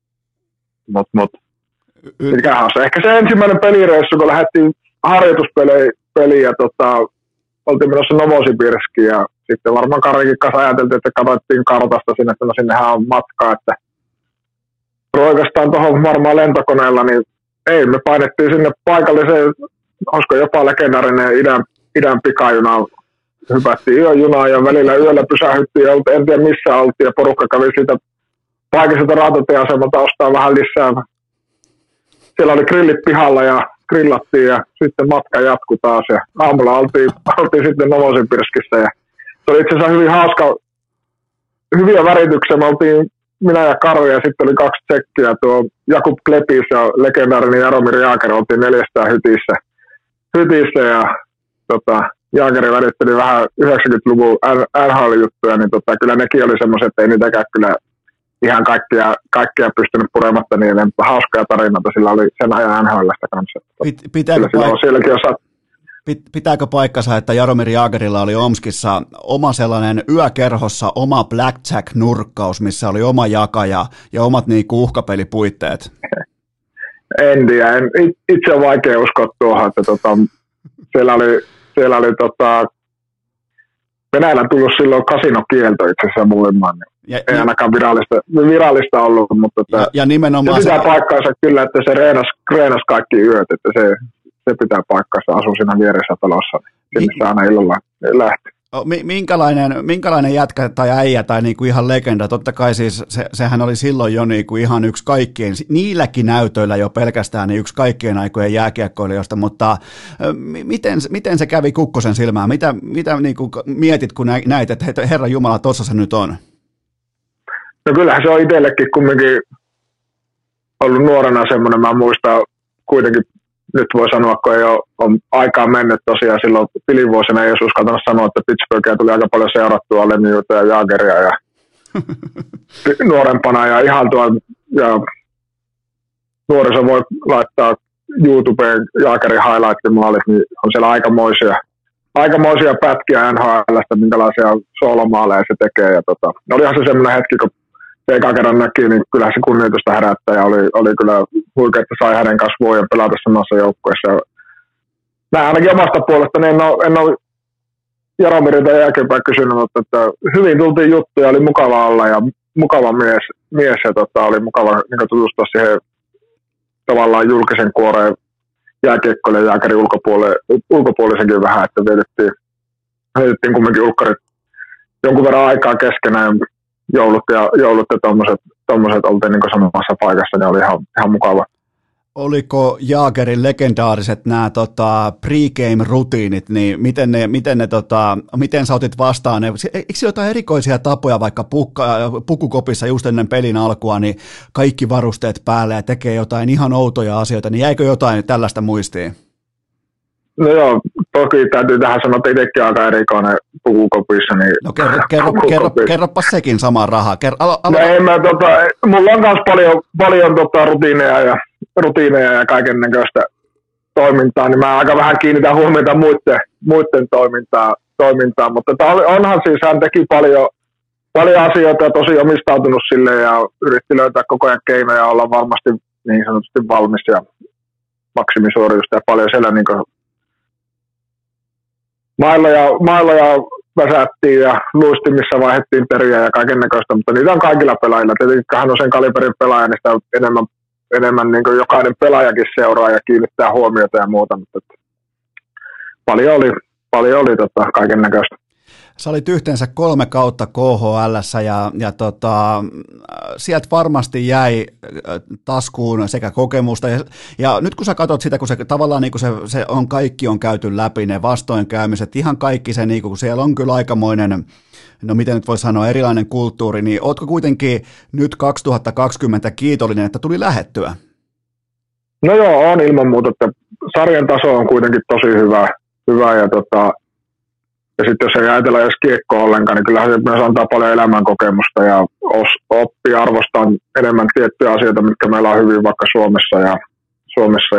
mikähän se? Ehkä se ensimmäinen pelireissu, kun lähdettiin harjoituspeliin ja oltiin menossa Novosibirskiin ja sitten varmaan Karikin kanssa ajateltiin, että katsottiin kartasta sinne, että no sinnehän on matkaa, että roikastaan tuohon varmaan lentokoneella, niin ei, me painettiin sinne paikalliseen, olisiko jopa legendaarinen idän pikajuna, hypättiin yöjunaan ja välillä yöllä pysähyttiin ja en tiedä missä oltiin ja porukka kävi siitä paikalliselta rautatieasemalta ostaa vähän lisää. Siellä oli grillit pihalla ja grillattiin ja sitten matka jatkui taas ja aamulla oltiin sitten Novosibirskissä ja se oli itse asiassa hyvin hauska, hyviä värityksiä. Me oltiin minä ja Karvi ja sitten oli 2 tsekkiä, tuo Jakub Klepis ja legendaarinen Jaromir Jaager, oltiin 400 hytissä ja Jaageri väritteli vähän 90-luvun NHL-juttuja, niin kyllä nekin oli semmoiset, että ei niitäkään kyllä ihan kaikkia pystynyt purematta niille, mutta hauskoja tarinoita sillä oli sen ajan NHL:stä kanssa. Pitääkö paikkansa, että Jaromir Jaagerilla oli Omskissa oma sellainen yökerhossa oma blackjack-nurkkaus, missä oli oma jakaja ja omat niinku uhkapelipuitteet? En tiedä, itse on vaikea uskoa tuohon, että siellä oli Venäjällä tullut silloin kasinokielto itse asiassa voimaan. Ei ainakaan virallista ollut, mutta ja nimenomaan se pitää paikkaansa kyllä, että se reenasi kaikki yöt, että se pitää paikkaansa, asuu siinä vieressä talossa, niin sinne se aina illalla lähti. Minkälainen jätkä tai äijä tai niinku ihan legenda, totta kai siis sehän oli silloin jo niinku ihan yksi kaikkien, niilläkin näytöillä jo pelkästään niin yksi kaikkien aikojen jääkiekkoilijoista, mutta miten se kävi Kukkosen silmään, mitä niinku mietit kun näit, että Herran Jumala, tossa se nyt on? No kyllähän se on itsellekin kumminkin ollut nuorena semmoinen, mä muistan kuitenkin, nyt voi sanoa, kun ei ole aikaa mennyt tosiaan silloin tilivuosina, ei olisi uskaltanut sanoa, että Pittsburghia tuli aika paljon seurattua Lemiuta ja Jaageria ja nuorempana ja ihaltua ja nuoriso voi laittaa YouTubeen Jaagerin highlight-maalit, niin on siellä aikamoisia pätkiä NHL:stä, minkälaisia soolomaaleja se tekee ja olihan se semmoinen hetki, kun se eka kerran näki, niin kyllä se kunnioitusta herättää ja oli kyllä huikea, että sai hänen kanssa vuoden pelata samassa joukkueessa. Näin ainakin omasta puolesta, niin en ole Jaromirilta jälkeenpäin kysynyt, mutta että hyvin tultiin juttuja, oli mukava olla ja mukava mies ja oli mukava niin tutustua siihen tavallaan julkisen kuoreen jääkiekkoille ja jääkärin ulkopuolisenkin vähän, että vietettiin kumminkin ulkkarit jonkun verran aikaa keskenään, joulut ja tommoset oltiin niin samassa paikassa, niin oli ihan mukava. Oliko Jaagerin legendaariset nämä pregame-rutiinit, niin miten sä otit vastaan ne? Eikö jotain erikoisia tapoja vaikka pukukopissa just ennen pelin alkua, niin kaikki varusteet päälle ja tekee jotain ihan outoja asioita, niin jäikö jotain tällaista muistiin? No joo, toki täytyy tähän sanoa, että itsekin aika erikoinen pukukopissa. Niin no kerropas sekin sama raha. Mulla on myös paljon rutiineja ja kaiken näköistä toimintaa, niin mä aika vähän kiinnitän huomiota muiden toimintaan, mutta onhan siis hän teki paljon asioita ja tosi omistautunut sille ja yritti löytää koko ajan keinoja olla varmasti niin sanotusti valmis ja maksimisuoriusta ja paljon siellä niin mailoja väsättiin ja luistimissa vaihdettiin teriä ja kaiken näköistä, mutta niitä on kaikilla pelaajilla. Tietenkin hän on sen kaliberin pelaaja, niin sitä enemmän niin kuin jokainen pelaajakin seuraa ja kiinnittää huomiota ja muuta, mutta paljon oli kaiken näköistä. Sä olit yhteensä 3 kautta KHL:ssä ja sieltä varmasti jäi taskuun sekä kokemusta ja nyt kun sä katsot sitä, kun se tavallaan niin kuin se on kaikki on käyty läpi, ne vastoinkäymiset, ihan kaikki se, niin kun siellä on kyllä aikamoinen, no miten nyt voi sanoa, erilainen kulttuuri, niin ootko kuitenkin nyt 2020 kiitollinen, että tuli lähettyä? No joo, on ilman muuta, että sarjan taso on kuitenkin tosi hyvä ja sitten jos ei ajatella edes kiekkoa ollenkaan, niin kyllähän se myös antaa paljon elämänkokemusta ja oppii arvostamaan enemmän tiettyjä asioita, mitkä meillä on hyvin vaikka Suomessa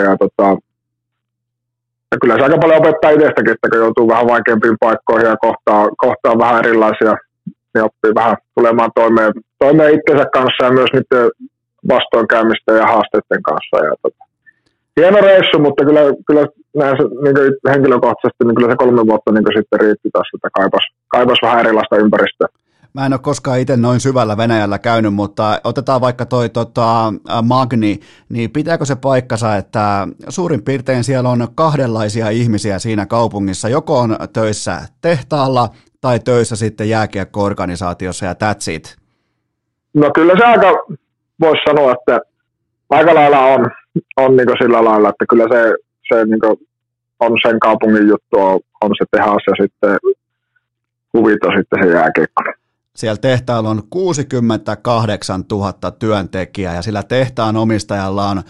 ja kyllä se aika paljon opettaa itsestäkin, että kun joutuu vähän vaikeampiin paikkoihin ja kohtaa vähän erilaisia, niin oppii vähän tulemaan toimeen itsensä kanssa ja myös niiden vastoinkäymistä ja haasteiden kanssa. Ja hieno reissu, mutta kyllä näin niin henkilökohtaisesti niin kyllä se 3 vuotta niin sitten riitti taas, että kaipas vähän erilaista ympäristöä. Mä en ole koskaan itse noin syvällä Venäjällä käynyt, mutta otetaan vaikka toi Magni, niin pitääkö se paikkansa, että suurin piirtein siellä on 2 ihmisiä siinä kaupungissa, joko on töissä tehtaalla tai töissä sitten jääkiekko-organisaatiossa ja that's it? No kyllä se aika, voisi sanoa, että aika lailla on niin sillä lailla, että kyllä se niin on sen kaupungin juttu, on se tehas ja sitten huvit on sitten se jääkiekko. Siellä tehtaalla on 68 000 työntekijää ja sillä tehtaan omistajalla on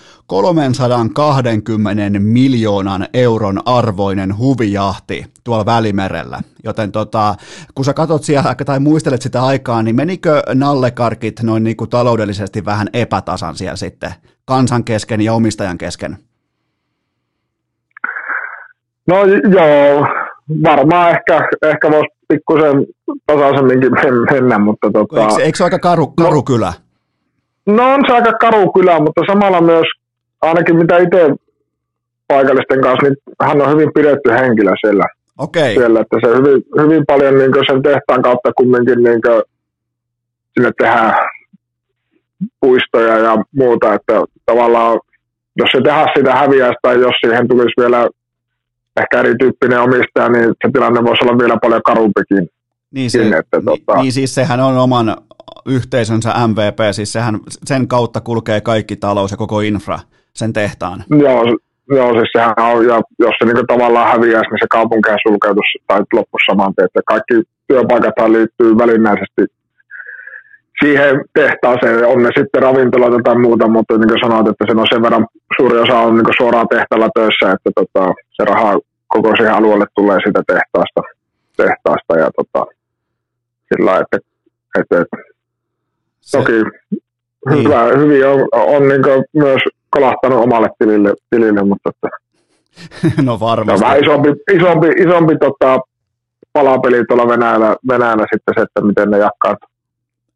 320 miljoonan euron arvoinen huvijahti tuolla Välimerellä. Joten kun sä katsot siellä tai muistelet sitä aikaa, niin menikö nallekarkit noin niin kuin taloudellisesti vähän epätasan siellä sitten kansan kesken ja omistajan kesken? No joo, varmaan ehkä voisi pikkusen tasaisemminkin mennä, mutta Eikö se aika karu kylä? No on se aika karu kylä, mutta samalla myös ainakin mitä itse paikallisten kanssa, niin hän on hyvin pidetty henkilö siellä. Okei. Siellä, että se hyvin paljon niin sen tehtaan kautta kumminkin niin sinne tehdään puistoja ja muuta, että tavallaan jos se tehdä sitä häviäisi tai jos siihen tulisi vielä ehkä erityyppinen omistaja, niin se tilanne voisi olla vielä paljon karumpikin. Niin, niin siis sehän on oman yhteisönsä MVP, siis sen kautta kulkee kaikki talous ja koko infra, sen tehtaan. Joo, siis sehän on, ja jos se niin tavallaan häviäisi, niin se kaupunkihan sulkeutus tai loppuisi saman tien, että kaikki työpaikathan liittyy välinnäisesti siihen tehtaaseen, on ne sitten ravintoloita tai muuta, mutta niin kuin sanoit, että sen on sen verran suuri osa on niin suoraan tehtaalla töissä, että se raha koko siihen alueelle tulee siitä tehtaasta ja sillä että toki hyvin on niin myös kolahtanut omalle tilille, mutta no varmasti. Vähän isompi palapeli tuolla Venäjällä sitten se, että miten ne jakaa.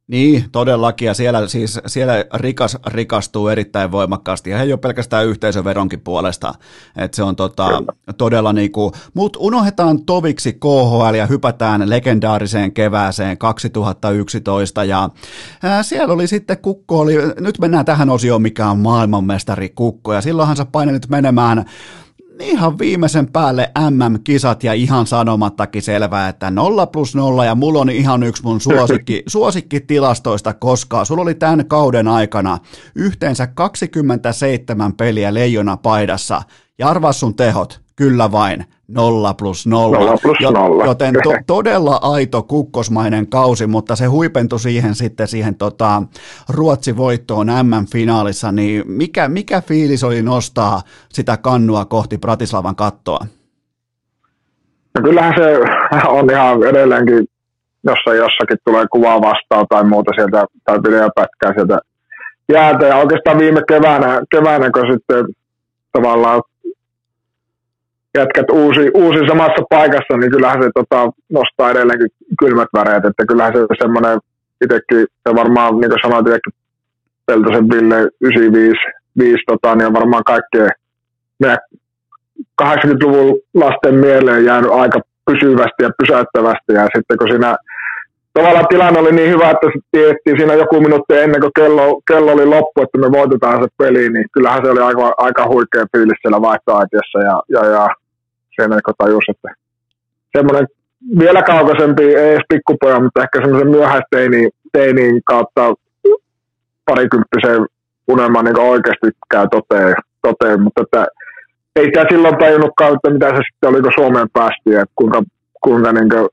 Niin, todellakin, ja siellä rikastuu erittäin voimakkaasti, ja ei ole pelkästään yhteisöveronkin puolesta, että se on todella niinku, mutta unohdetaan toviksi KHL ja hypätään legendaariseen kevääseen 2011, ja siellä oli sitten Kukko, nyt mennään tähän osioon, mikä on maailmanmestari Kukko, ja silloinhan sä painelit menemään ihan viimeisen päälle MM-kisat ja ihan sanomattakin selvää, että 0+0 ja mulla on ihan yksi mun suosikkitilastoista koskaan. Sulla oli tämän kauden aikana yhteensä 27 peliä Leijona paidassa ja arvaa sun tehot, kyllä vain 0+0. 0+0. Joten todella aito kukkosmainen kausi, mutta se huipentui siihen Ruotsi-voittoon MM-finaalissa, niin mikä fiilis oli nostaa sitä kannua kohti Bratislavan kattoa? No kyllähän se on ihan edelleenkin, jossakin tulee kuvaa vastaan tai muuta sieltä, tai videopätkää sieltä jäätä, ja oikeastaan viime keväänä kun sitten tavallaan jätkät uusi samassa paikassa, niin kyllähän se nostaa edelleenkin kylmät väreet, että kyllähän se semmoinen itsekin, ja varmaan niin kuin sanoit itsekin Peltosen Ville 95, niin on varmaan kaikkea meidän 80-luvun lasten mieleen jäänyt aika pysyvästi ja pysäyttävästi, ja sitten kun siinä tavallaan tilanne oli niin hyvä, että tiedettiin siinä joku minuutti ennen kuin kello oli loppu, että me voitetaan se peli, niin kyllähän se oli aika huikea fiilis siellä vaihtoaitiossa, ja sen kun tajus, että semmoinen vielä kaukaisempi, ei edes pikkupoja, mutta ehkä semmoisen myöhäisteiniin kautta parikymppisen unelma niin oikeasti käy toteen, mutta että ei sitä silloin tajunnutkaan, että mitä se sitten oli, kun Suomeen päästiin, ja kuinka niin kuin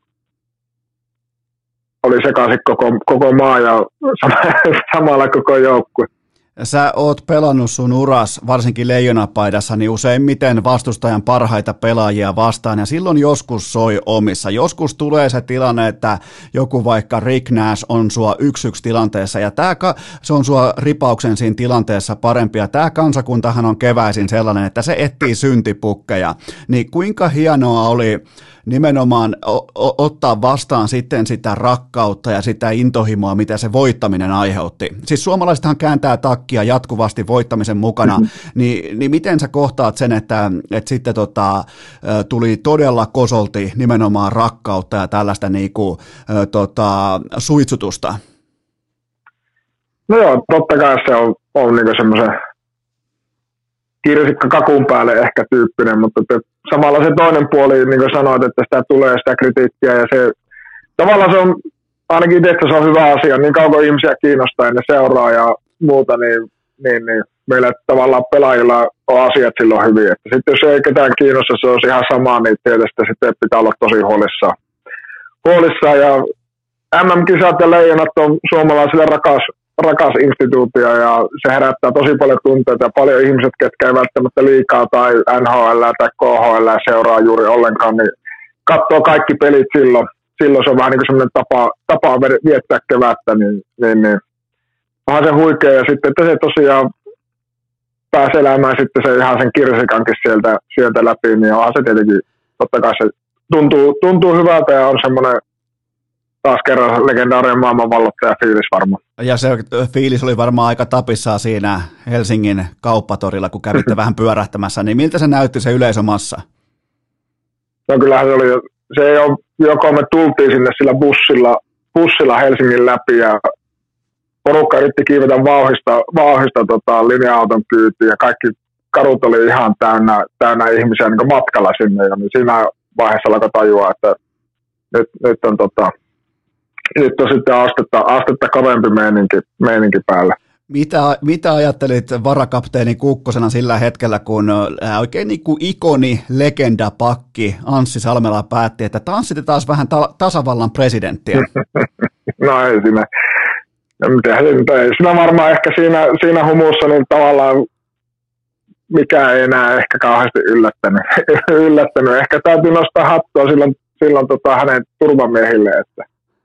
oli sekaisin koko maa ja samalla koko joukkue. Sä oot pelannut sun uras, varsinkin Leijonapaidassa, niin useimmiten vastustajan parhaita pelaajia vastaan, ja silloin joskus soi omissa. Joskus tulee se tilanne, että joku vaikka Rick Nash on sua 1-1 tilanteessa, ja se on sua ripauksen siinä tilanteessa parempi, ja tämä kansakuntahan on keväisin sellainen, että se etsii syntipukkeja. Niin kuinka hienoa oli nimenomaan ottaa vastaan sitten sitä rakkautta ja sitä intohimoa, mitä se voittaminen aiheutti. Siis suomalaisethan kääntää takkia jatkuvasti voittamisen mukana, niin miten sä kohtaat sen, että sitten tuli todella kosolti nimenomaan rakkautta ja tällaista suitsutusta? No joo, totta kai se on niinku semmoisen kirsikka kakun päälle ehkä tyyppinen, mutta samalla se toinen puoli, niin kuin sanoit, että sitä tulee sitä kritiikkiä, ja se tavallaan se on, ainakin itse se on hyvä asia, niin kauan ihmisiä kiinnostaa ja ne seuraa ja muuta, niin meillä tavallaan pelaajilla on asiat silloin hyvin, että sitten jos ei ketään kiinnosta, se olisi ihan sama, niin tietysti sitten pitää olla tosi huolissaan, ja MM-kisat ja Leijonat on suomalaisille rakas instituutio, ja se herättää tosi paljon tunteita, ja paljon ihmiset, ketkä ei välttämättä liikaa tai NHL tai KHL seuraa juuri ollenkaan, niin katsoo kaikki pelit silloin se on vähän niin kuin semmoinen tapa viettää kevättä, niin onhan se huikea, ja sitten että se tosiaan pääsee elämään sitten se ihan sen kirsikankin sieltä läpi, niin onhan se tietenkin, totta kai se tuntuu hyvältä ja on semmoinen taas kerran legendaarinen maailmanvalloittaja fiilis varmaan. Ja se fiilis oli varmaan aika tapissaan siinä Helsingin kauppatorilla, kun kävitte vähän pyörähtämässä, niin miltä se näytti se yleisömassa? No kyllähän joko me tultiin sinne sillä bussilla Helsingin läpi ja porukka yritti kiivetä vauhista linja-auton kyytiin ja kaikki kadut oli ihan täynnä ihmisiä niin matkalla sinne, ja niin siinä vaiheessa alkoi tajua, että nyt on sitten astetta kovempi meininki päällä. Mitä ajattelit varakapteeni Kukkosena sillä hetkellä, kun oikein niin kuin ikoni, legendapakki Anssi Salmela päätti, että tanssitetaan vähän tasavallan presidenttiä? No ei siinä. Ei siinä varmaan ehkä siinä humussa niin tavallaan mikä ei enää ehkä kauheasti yllättänyt. Ehkä täytyy nostaa hattua silloin hänen turvamiehille, että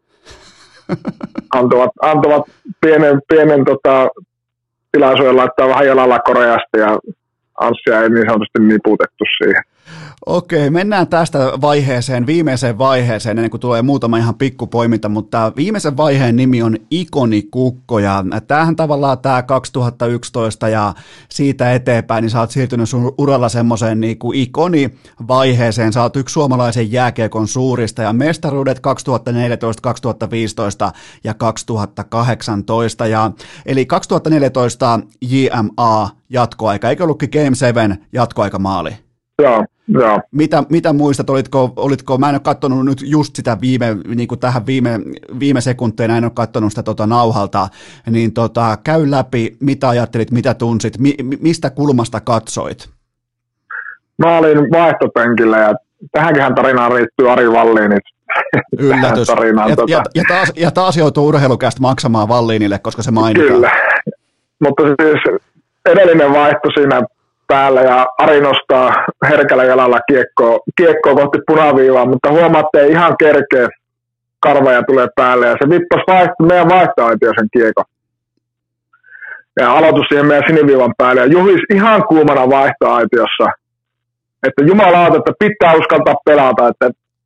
antavat pienen tilaisuuden laittaa vähän jalalla koreasti, ja Anssia ei niin sanotusti niputettu siihen. Okei, mennään tästä viimeiseen vaiheeseen, ennen kuin tulee muutama ihan pikkupoiminta, mutta viimeisen vaiheen nimi on Ikonikukko, ja tämähän tavallaan tämä 2011 ja siitä eteenpäin, niin sä oot siirtynyt sun uralla semmoiseen niin kuin ikonivaiheeseen, sä oot yksi suomalaisen jääkiekon suurista, ja mestaruudet 2014, 2015 ja 2018, eli 2014 JMA jatkoaika, eikö ollutkin Game 7 jatkoaikamaali? Joo. Mitä muistat, olitko, mä en ole katsonut nyt just sitä niin kuin tähän viime sekunteina, en ole katsonut sitä nauhalta, niin käy läpi, mitä ajattelit, mitä tunsit, mistä kulmasta katsoit? Mä olin vaihtopenkillä ja tähänkin tarinaan riittyy Ari Wallinit. Yllätys. Ja taas joutuu Urheilucast maksamaan Wallinille, koska se mainitaan. Kyllä, mutta siis edellinen vaihto siinä päällä ja Ari nostaa herkällä jalalla kiekkoa kohti punaviivaa, mutta huomaatte, ei ihan kerkeä, karvaja tulee päälle ja se vippasi meidän vaihtoaitio sen kiekon. Ja aloitus siihen meidän siniviivan päälle ja juhis ihan kuumana vaihtoaitiossa, että jumalauta, että pitää uskaltaa pelata, että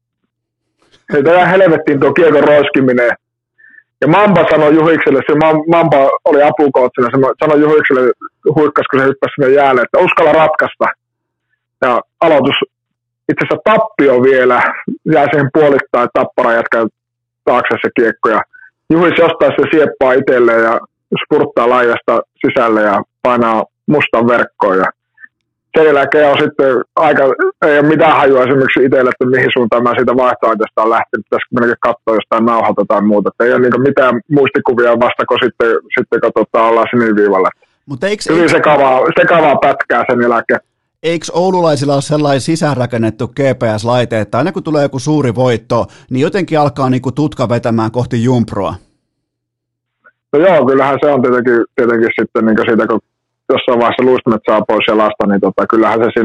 ei helvettiin tuo kiekon roiskiminen. Ja Mamba sanoi Juhikselle, Mamba oli apukootsina, sanoi Juhikselle, huikkasko se hyppäsi sinne jäälle, että uskalla ratkaista. Ja aloitus, itse asiassa tappio vielä, jäi siihen puolittain Tappara jätkä taakse se kiekko. Ja Juhis jostain se sieppaa itselleen ja spurttaa laajasta sisälle ja painaa mustan verkkoon. Ja sen jälkeen on sitten ei ole mitään hajua esimerkiksi itselle, että mihin suuntaan mä siitä vaihtoehtoista on lähtenyt. Pitäisikö mennäkin katsoa jostain nauhalta tai muuta. Että ei ole niin mitään muistikuvia vasta, kun sitten katsotaan ollaan siniviivalla. Hyvin sekavaa pätkää sen jälkeen. Eikö oululaisilla ole sellainen sisäänrakennettu GPS-laite, että aina kun tulee joku suuri voitto, niin jotenkin alkaa niin kuin tutka vetämään kohti jumproa? No joo, kyllähän se on tietenkin sitten niin siitä, kun jossain vaiheessa luistimet saa pois jalasta, niin kyllähän se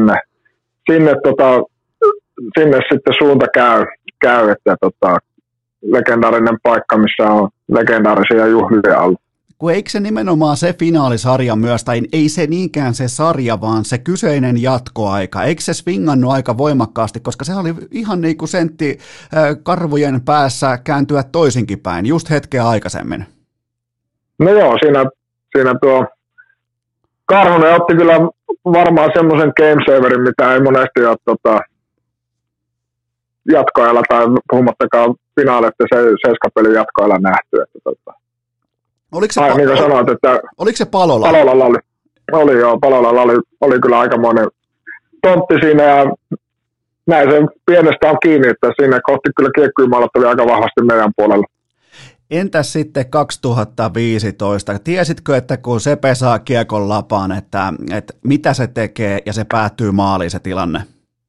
sinne sitten suunta käy että legendaarinen paikka, missä on legendaarisia juhlia ollut. Kun eikö se nimenomaan se finaalisarja myös, tai ei se niinkään se sarja, vaan se kyseinen jatkoaika, eikö se swingannut aika voimakkaasti, koska se oli ihan niin kuin sentti karvojen päässä kääntyä toisinkin päin, just hetkeä aikaisemmin. No joo, siinä tuo Karhunen otti kyllä varmaan semmoisen game saverin, mitä ei monesti ole jatkoajalla tai puhumattakaan finaalit ja seiskapelin jatkoajalla nähty. Oliko se, niin kuin sanoit, että oliko se Palola? Palolalla oli kyllä aikamoinen tontti siinä ja näin se pienestä on kiinni, että siinä kohti kyllä kiekkuja maalattavia aika vahvasti meidän puolella. Entäs sitten 2015? Tiesitkö, että kun Sepe saa kiekon lapaan, että mitä se tekee ja se päättyy maaliin se tilanne?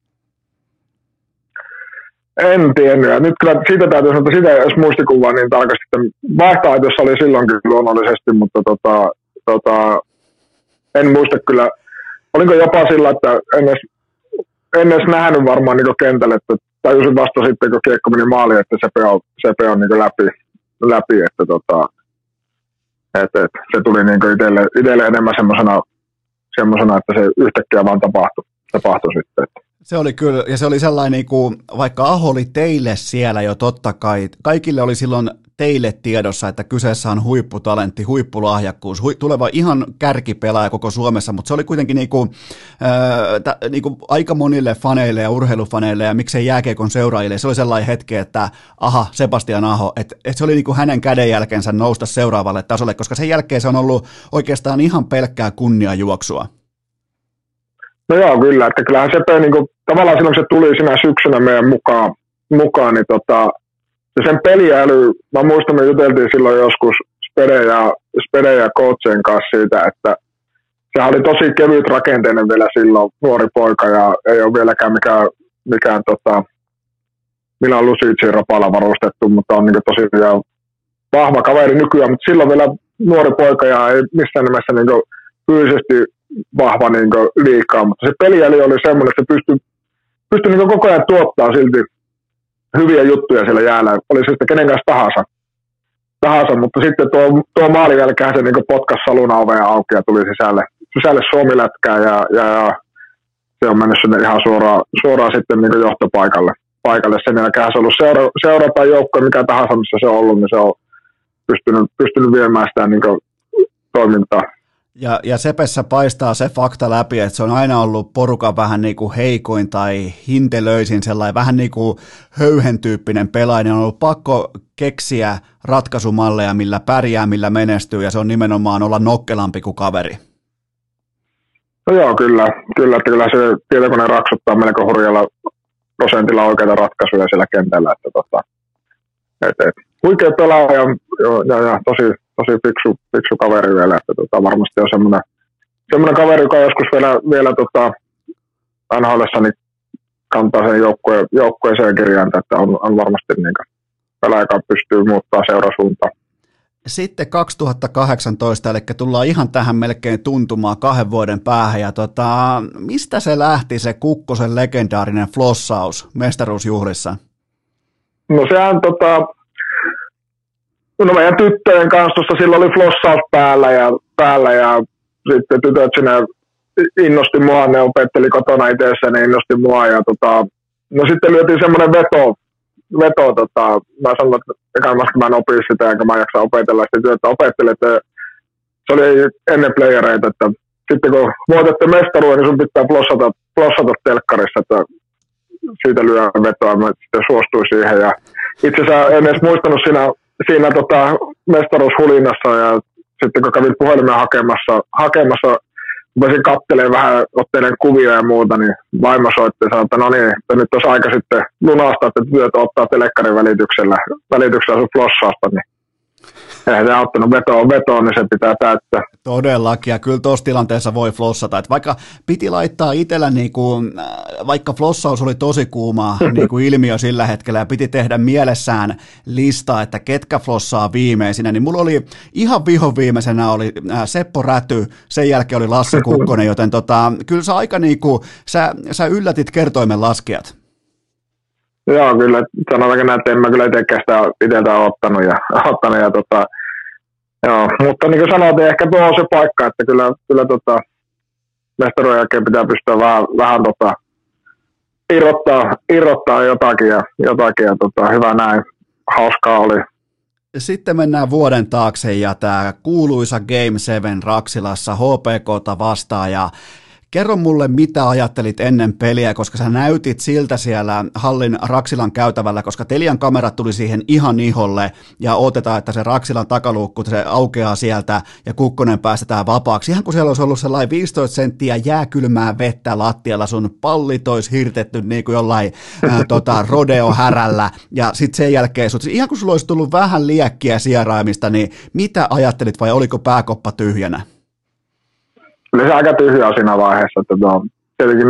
En tiennyt. Ja nyt kyllä siitä täytyy sanoa, että sitä jos muistikuvaa niin tarkasti, että vaihtoehtoissa oli silloinkin luonnollisesti, mutta en muista kyllä. Olinko jopa sillä, että en edes nähnyt varmaan niin kentälle, että tajusin vasta sitten, kun kiekko meni maaliin, että Sepe on niin läpi että se tuli niin itselle enemmän semmosena, että se yhtäkkiä vaan tapahtui sitten. Se oli kyllä, ja se oli sellainen, niin kuin, vaikka Aho oli teille siellä jo totta kai, kaikille oli silloin teille tiedossa, että kyseessä on huipputalentti, huippulahjakkuus, tuleva ihan kärkipelaaja koko Suomessa, mutta se oli kuitenkin niin kuin aika monille faneille ja urheilufaneille ja miksei jääkiekon seuraajille, se oli sellainen hetki, että aha, Sebastian Aho, että se oli niin kuin hänen kädenjälkensä nousta seuraavalle tasolle, koska sen jälkeen se on ollut oikeastaan ihan pelkkää kunniajuoksua. No joo, kyllä, että kyllähän Sepe niin tavallaan silloin, kun se tuli sinä syksynä meidän mukaan niin sen peliäly, mä muistan, me juteltiin silloin joskus Spede ja coachien kanssa siitä, että sehän oli tosi kevyt rakenteinen vielä silloin, nuori poika, ja ei ole vieläkään mikään Milan Lusicin rapalla varustettu, mutta on niin tosi vahva kaveri nykyään, mutta silloin vielä nuori poika ja ei missään nimessä niin fyysisesti vahva niin liikaa, mutta se peliäli oli semmoinen, että se pystyi niin koko ajan tuottaa silti hyviä juttuja siellä jäällä, oli se sitten kenen kanssa tahansa, mutta sitten tuo maalin jälkeen se niin potkas saluna ovea auki ja tuli sisälle Suomi-lätkää ja se on mennyt sinne ihan suoraan sitten niin johtopaikalle. Sen jälkeen se on ollut seurata joukkoa, mikä tahansa, missä se on ollut, niin se on pystynyt viemään sitä niin toimintaa. Ja Sepessä paistaa se fakta läpi, että se on aina ollut porukan vähän niin kuin heikoin tai hintelöisin, sellainen vähän niin kuin höyhentyyppinen pelaaja. On ollut pakko keksiä ratkaisumalleja, millä pärjää, millä menestyy, ja se on nimenomaan olla nokkelampi kuin kaveri. No joo, kyllä, että kyllä se tietokone raksuttaa melko hurjalla prosentilla oikeita ratkaisuja siellä kentällä. Että huikea pelaaja ja tosi fiksu kaveri vielä. Että varmasti on semmoinen kaveri, joka joskus vielä NHL:ssä niin kantaa sen joukkueeseen kirjainta, että on varmasti niin pelaaja, joka pystyy muuttaa seurasuuntaan. Sitten 2018, eli tullaan ihan tähän melkein tuntumaan 2 vuoden päähän, ja mistä se lähti se Kukkosen legendaarinen flossaus mestaruusjuhlissa? No sehän no meidän tyttöjen kanssa tuossa silloin oli flossaus päällä ja sitten tytöt sinne innosti mua, ne opetteli kotona itseessä, ne innosti mua ja no sitten lyötiin semmoinen veto, mä sanoin, että mä en opii sitä, enkä mä jaksa opetella sitä työtä. Opettelin, että se oli ennen playereita, että sitten kun voitatte mestaruuden, niin sun pitää flossata telkkarissa, että siitä lyö vetoa. Mä sitten suostuin siihen. Ja itse asiassa en edes muistanut siinä mestaruushulinnassa. Ja sitten kun kävin puhelimen hakemassa voisin katselemaan vähän, ottelen kuvia ja muuta, niin vaimo soitti ja sanoi, että no niin, että nyt olisi aika sitten lunastaa, että työt ottaa telekkarin välityksellä sun flossausta, niin eihän se auttanut vetoon, niin se pitää täyttää. Todellakin, ja kyllä tuossa tilanteessa voi flossata, että vaikka piti laittaa itsellä, vaikka flossaus oli tosi kuuma ilmiö sillä hetkellä, ja piti tehdä mielessään lista, että ketkä flossaa viimeisinä, niin mulla oli ihan viimeisenä oli Seppo Räty, sen jälkeen oli Lasse Kukkonen, joten kyllä sä aika sä yllätit kertoimen laskijat. Joo, kyllä. Sanotaanko näin, että en mä kyllä itsekään sitä itseltä ottanut joo, mutta niin kuin sanoit, ehkä tuo on se paikka, että kyllä mestaruuden jälkeen pitää pystyä vähän irrottaa jotakin ja hyvä näin, hauskaa oli. Sitten mennään vuoden taakse ja tämä kuuluisa Game 7 Raksilassa HPK:ta vastaan ja kerro mulle, mitä ajattelit ennen peliä, koska sä näytit siltä siellä hallin Raksilan käytävällä, koska Telian kamerat tuli siihen ihan iholle ja odotetaan, että se Raksilan takaluukku, se aukeaa sieltä ja Kukkonen päästetään vapaaksi. Ihan kun siellä olisi ollut sellainen 15 senttiä jääkylmää vettä lattialla, sun pallit olisi hirtetty niin kuin jollain rodeo-härällä ja sitten sen jälkeen ihan kun sulla olisi tullut vähän liekkiä sieraimista, niin mitä ajattelit vai oliko pääkoppa tyhjänä? Oli se aika tyhjää siinä vaiheessa, että tietenkin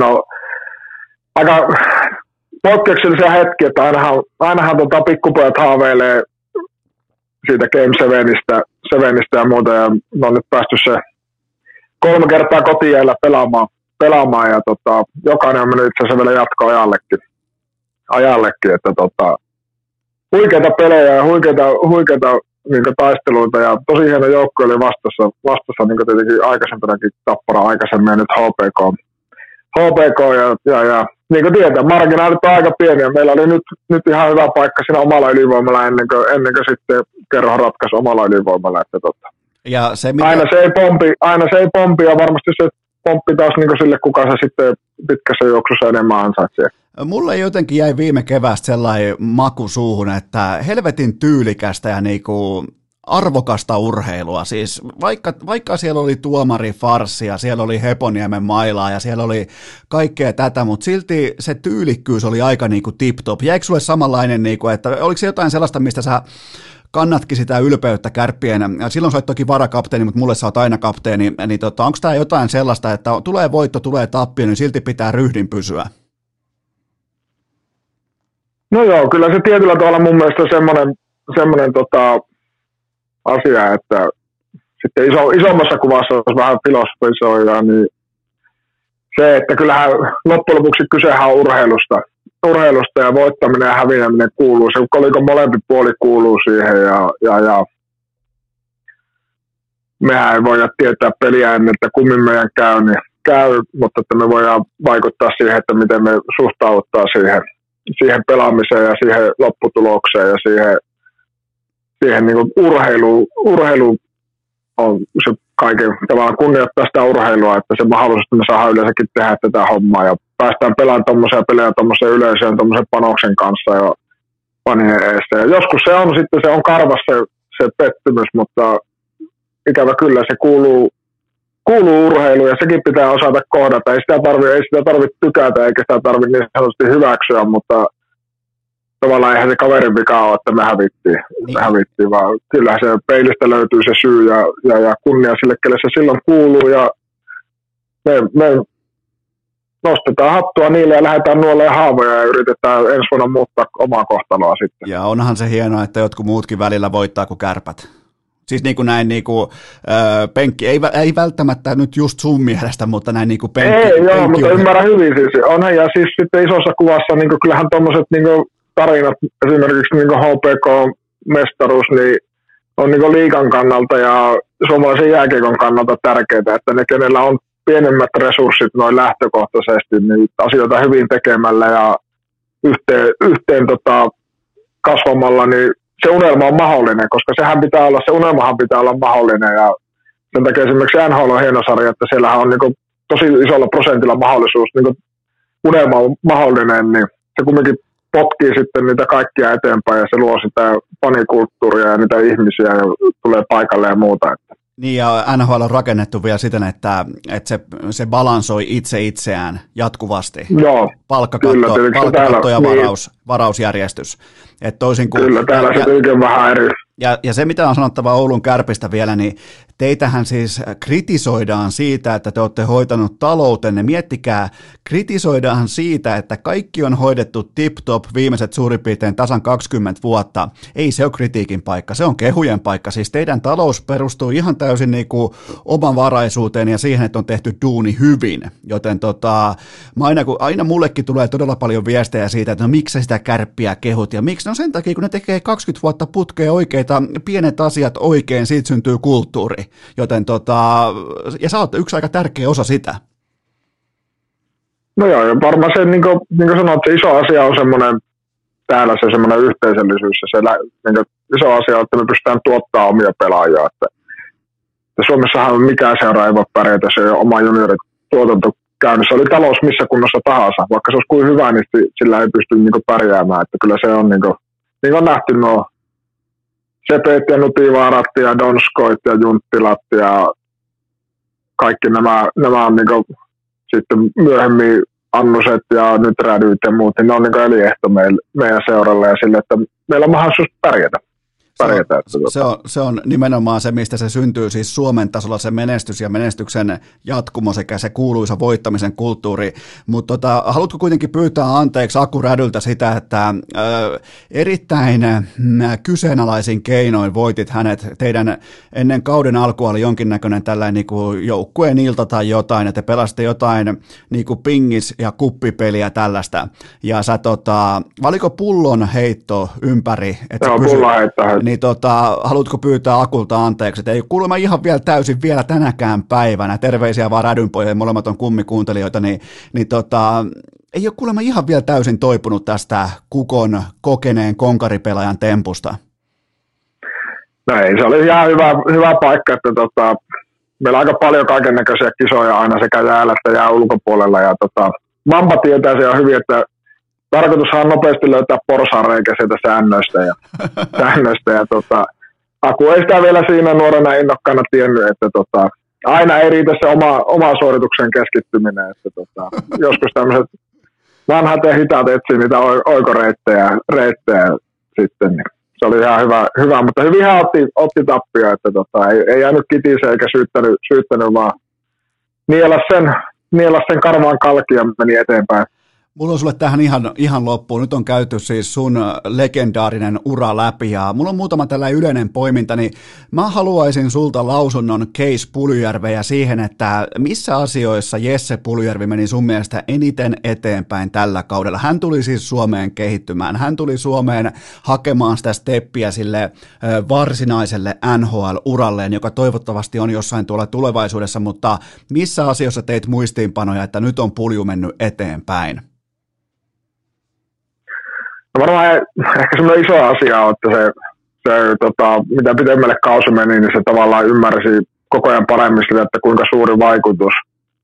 aika poikkeuksellisia hetkiä, että ainahan pikkupojat haaveilee siitä Game 7:istä ja muuta, ja me on nyt päästy se 3 kertaa kotijäällä pelaamaan ja jokainen on mennyt itse asiassa vielä jatkoajallekin, että huikeita pelejä ja huikeita niin taisteluita ja tosi hieno joukko oli vastassa niin tietenkin aikaisempanakin Tappara aikaisemmin ja nyt HPK ja niin kuin tietää, marginaalit on aika pieniä. Meillä oli nyt ihan hyvä paikka siinä omalla ylivoimalla ennen kuin sitten kerran ratkaisi omalla ylivoimalla. Että ja aina se ei pompi ja varmasti se pomppi taas niin sille, kuka se sitten pitkässä juoksussa enemmän ansaitsee. Mulle jotenkin jäi viime keväästä sellainen maku suuhun, että helvetin tyylikästä ja arvokasta urheilua. Siis vaikka siellä oli tuomarifarssia, siellä oli Heponiemen mailaa ja siellä oli kaikkea tätä, mutta silti se tyylikkyys oli aika tip-top. Jäikö sulle samanlainen, että oliko se jotain sellaista, mistä sä kannatkin sitä ylpeyttä Kärppien? Silloin sä oot toki varakapteeni, mutta mulle sä oot aina kapteeni. Niin onko tämä jotain sellaista, että tulee voitto, tulee tappio, niin silti pitää ryhdin pysyä? No joo, kyllä se tietyllä tavalla mun mielestä semmoinen asia, että sitten isommassa kuvassa, jos vähän filosofisoidaan, niin se, että kyllähän loppujen lopuksi kysehän on urheilusta ja voittaminen ja häviäminen kuuluu. Se kolikon molempi puoli kuuluu siihen ja mehän ei voida tietää peliä ennen, että kummin meidän käy, niin käy, mutta että me voidaan vaikuttaa siihen, että miten me suhtauttaa siihen pelaamiseen ja siihen lopputulokseen ja siihen niin kuin urheilu on se kaiken tavallaan kunnioittaa sitä urheilua, että se mahdollisuus, että me saadaan yleensäkin tehdä tätä hommaa ja päästään pelaamaan tuommoisia pelejä tuommoisen yleisöön, tuommoisen panoksen kanssa ja fanien eessä. Ja joskus se on karvas se pettymys, mutta ikävä kyllä se kuuluu urheiluun ja sekin pitää osata kohdata. Ei sitä tarvitse tykätä eikä sitä tarvitse niin sanotusti hyväksyä, mutta tavallaan eihän se kaverin vika ole, että me hävittiin, vaan kyllähän se peilistä löytyy se syy ja kunnia sille, kelle se silloin kuuluu ja me nostetaan hattua niille ja lähdetään nuoleen haavoja ja yritetään ensi vuonna muuttaa omaa kohtaloa sitten. Ja onhan se hienoa, että jotkut muutkin välillä voittaa kuin Kärpät. Siis niin kuin näin penkki, ei välttämättä nyt just sun mielestä, mutta näin niin kuin penkki. Ei, mutta ymmärrän hyvin siis. Onhan ja siis sitten isossa kuvassa niin kyllähän tuommoiset niin tarinat, esimerkiksi niin HPK-mestaruus, niin on niin liigan kannalta ja suomalaisen jääkiekon kannalta tärkeää, että ne, kenellä on pienemmät resurssit noin lähtökohtaisesti, niin asioita hyvin tekemällä ja yhteen kasvamalla, niin se unelma on mahdollinen, koska se unelmahan pitää olla mahdollinen ja sen takia esimerkiksi NHL on hieno sarja, että siellähän on niin tosi isolla prosentilla mahdollisuus, niin unelma on mahdollinen, niin se kumminkin potkii sitten niitä kaikkia eteenpäin ja se luo sitä fanikulttuuria ja niitä ihmisiä ja tulee paikalle ja muuta. Niin ja NHL on rakennettu vielä siten, että se balansoi itseään jatkuvasti. Joo, palkkakatto ja varausjärjestys. Et toisin kuin, kyllä, täällä se on vähän eri. Ja se, mitä on sanottava Oulun Kärpistä vielä, niin teitähän siis kritisoidaan siitä, että te olette hoitanut taloutenne. Miettikää, kritisoidaan siitä, että kaikki on hoidettu tip-top viimeiset suurin piirtein tasan 20 vuotta. Ei se ole kritiikin paikka, se on kehujen paikka. Siis teidän talous perustuu ihan täysin niin kuin omavaraisuuteen ja siihen, että on tehty duuni hyvin. Joten aina mullekin tulee todella paljon viestejä siitä, että no miksi sitä Kärppiä kehut ja miksi? No sen takia, kun ne tekee 20 vuotta putkea oikeita, pienet asiat oikein, siitä syntyy kulttuuri. Joten ja sä oot yksi aika tärkeä osa sitä. No joo, ja varmaan se, niin kuin sanoit, se iso asia on semmoinen, täällä se semmoinen yhteisöllisyys, ja se niin iso asia on, että me pystytään tuottamaan omia pelaajia. Että Suomessahan mikään seura ei voi pärjätä, se ei ole oma juniorituotanto käynnissä. Oli talous missä kunnossa tahansa, vaikka se olisi kuin hyvä, niin sillä ei pysty niin pärjäämään. Että kyllä se on, niin on nähty nuo Sepet ja Nutivaarat ja Donskoit ja Junttilat ja kaikki nämä on sitten myöhemmin Annuset ja nyt Rädyt ja muut, niin ne on eliehto meidän seuralle ja sille, että meillä on mahdollisuus pärjätä. Se on nimenomaan se, mistä se syntyy, siis Suomen tasolla se menestys ja menestyksen jatkumo sekä se kuuluisa voittamisen kulttuuri, mutta haluatko kuitenkin pyytää anteeksi Aku Rädyltä sitä, että erittäin kyseenalaisin keinoin voitit hänet, teidän ennen kauden alkua oli jonkinnäköinen tällainen niin kuin joukkueen ilta tai jotain, ja te pelasitte jotain niin kuin pingis- ja kuppipeliä tällaista, ja sä valiko pullon heitto ympäri? Joo, pullon heitto. Niin haluatko pyytää Akulta anteeksi, että ei ole kuulemma ihan vielä täysin vielä tänäkään päivänä, terveisiä vaan Rädynpojille, molemmat on kummikuuntelijoita, niin ei ole kuulemma ihan vielä täysin toipunut tästä Kukon kokeneen konkaripelaajan tempusta. No ei, se oli ihan hyvä paikka, että meillä on aika paljon kaikennäköisiä kisoja aina sekä jäällä että jää ulkopuolella, ja Mamba tietää se on hyvin, että tarkoitushan on nopeasti löytää porsaanreikä sieltä säännöistä ja Aku ei sitä vielä siinä nuorena innokkaana tiennyt, että aina ei riitä se oma suorituksen keskittyminen, että joskus tämmöiset vanhat ja hitaat etsii niitä oikoreittejä sitten, niin se oli ihan hyvä, mutta hyvin hän otti tappia, että ei jäänyt kitiseen eikä syyttänyt vaan niellä sen karvaan kalki ja meni eteenpäin. Mulla on sulle tähän ihan loppuun. Nyt on käyty siis sun legendaarinen ura läpi ja mulla on muutama tällainen yleinen poiminta, niin mä haluaisin sulta lausunnon Case Puljujärveä siihen, että missä asioissa Jesse Puljujärvi meni sun mielestä eniten eteenpäin tällä kaudella. Hän tuli siis Suomeen kehittymään, hän tuli Suomeen hakemaan sitä steppiä sille varsinaiselle NHL-uralleen, joka toivottavasti on jossain tuolla tulevaisuudessa, mutta missä asioissa teit muistiinpanoja, että nyt on Pulju mennyt eteenpäin? No varmaan ehkä semmoinen iso asia on, että mitä pitemmälle kausi meni, niin se tavallaan ymmärsi koko ajan paremmin sitä, että kuinka suuri vaikutus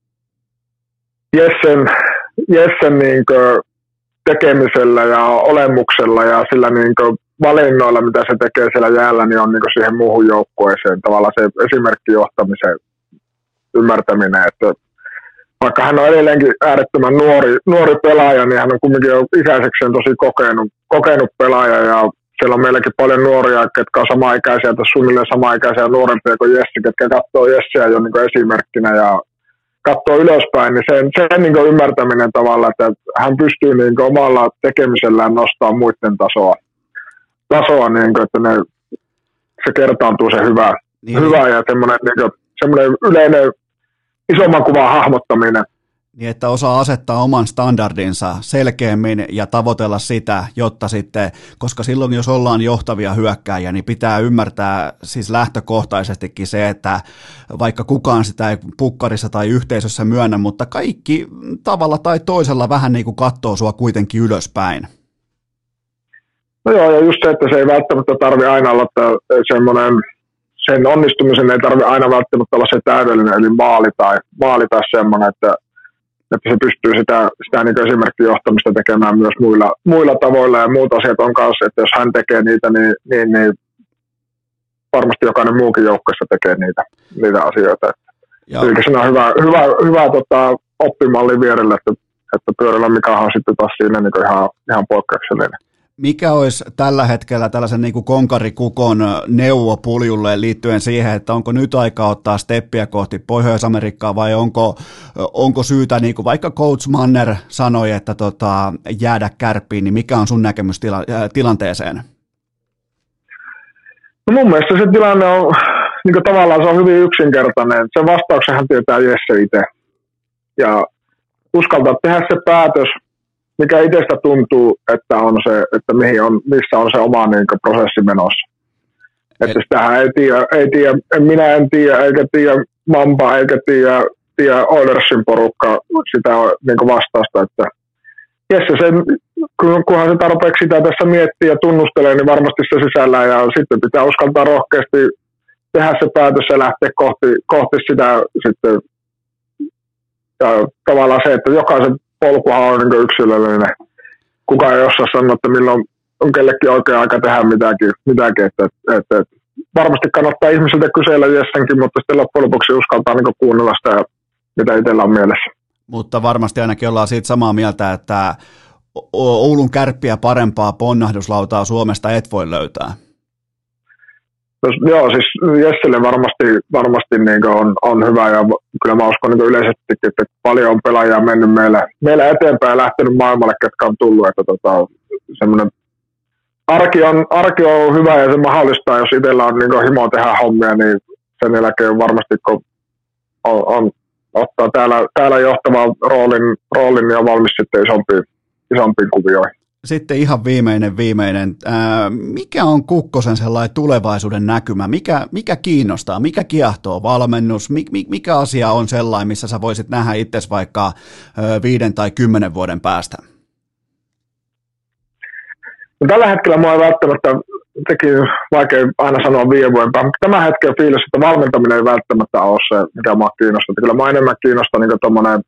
Jessen niin tekemisellä ja olemuksella ja sillä niin valinnoilla, mitä se tekee siellä jäällä, niin on niin siihen muuhun joukkueeseen. Tavallaan se esimerkkijohtamisen ymmärtäminen, että vaikka hän on edelleenkin äärettömän nuori pelaaja, niin hän on kuitenkin jo ikäisekseen tosi kokenut pelaaja ja siellä on meilläkin paljon nuoria, ketkä on samaikäisiä tai suunnilleen samaikäisiä nuorempia kuin Jesse, ketkä katsoo Jesseä jo niin esimerkkinä ja katsoo ylöspäin, niin sen niin ymmärtäminen tavallaan, että hän pystyy niin omalla tekemisellään nostamaan muiden tasoa niin kuin, että se kertaantuu se hyvä ja semmoinen yleinen isomman kuvan hahmottaminen. Niin, että osaa asettaa oman standardinsa selkeämmin ja tavoitella sitä, jotta sitten, koska silloin jos ollaan johtavia hyökkääjiä, niin pitää ymmärtää siis lähtökohtaisestikin se, että vaikka kukaan sitä ei pukkarissa tai yhteisössä myönnä, mutta kaikki tavalla tai toisella vähän niin kuin katsoo sua kuitenkin ylöspäin. No joo, ja just se, että se ei välttämättä tarvitse aina olla semmoinen, sen onnistumisen ei tarvitse aina välttämättä olla se täydellinen, eli maali tai semmoinen, että se pystyy sitä niin esimerkkijohtamista tekemään myös muilla tavoilla ja muut asiat on kanssa, että jos hän tekee niitä, niin varmasti jokainen muukin joukkueessa tekee niitä asioita. Eli siinä on hyvä oppimalli vierellä, että Pyörällä Mikahan on sitten taas siinä niin ihan poikkeuksellinen. Mikä olisi tällä hetkellä tällaisen niin kuin konkarikukon neuvo Puljulle liittyen siihen, että onko nyt aika ottaa steppiä kohti Pohjois-Amerikkaa vai onko syytä, niin kuin vaikka Coach Manner sanoi, että jäädä Kärppiin, niin mikä on sun näkemys tilanteeseen? No mun mielestä se tilanne on, niin kuin tavallaan se on hyvin yksinkertainen. Se vastauksenhan tietää Jesse itse. Ja uskaltaa tehdä se päätös, mikä itsestä tuntuu, että on se, että missä on se oma niin kuin, prosessi menossa. Että sitähän ei tiedä, minä en tiedä, eikä tiedä Mampa, eikä tiedä Oilersin porukka sitä niin kuin vastausta. Että Jesse, kunhan se tarpeeksi sitä tässä miettii ja tunnustelee, niin varmasti se sisällä ja sitten pitää uskaltaa rohkeasti tehdä se päätös ja lähteä kohti sitä sitten. Ja tavallaan se, että jokaisen polkuhan on niin yksilöllinen. Kukaan ei osaa sanoa, että milloin on kellekin oikea aika tehdä mitäkin. Että varmasti kannattaa ihmisiltä kysellä Jessenkin, mutta sitten loppujen lopuksi uskaltaa niin kuunnella sitä, mitä itsellä on mielessä. Mutta varmasti ainakin ollaan siitä samaa mieltä, että Oulun Kärppiä parempaa ponnahduslautaa Suomesta et voi löytää. Joo, siis Jesselle varmasti niin on hyvä ja kyllä mä uskon niin yleisesti, että paljon on pelaajia mennyt meillä eteenpäin ja lähtenyt maailmalle, ketkä on tullut. Että semmoinen arki on hyvä ja se mahdollistaa, jos itsellä on niin himoa tehdä hommia, niin sen jälkeen varmasti kun on ottaa täällä johtavan roolin niin on valmis sitten isompiin kuvioihin. Sitten ihan viimeinen. Mikä on Kukkosen sellainen tulevaisuuden näkymä? Mikä kiinnostaa? Mikä kiehtoo? Valmennus? Mikä asia on sellainen, missä sä voisit nähdä itsesi vaikka 5 tai 10 vuoden päästä? No, tällä hetkellä mua ei välttämättä, vaikea aina sanoa 5 vuoden päästä, mutta tämän hetken fiilis, että valmentaminen ei välttämättä ole se, mikä mua kiinnostaa. Kyllä mua enemmän kiinnostaa niin tuommoinen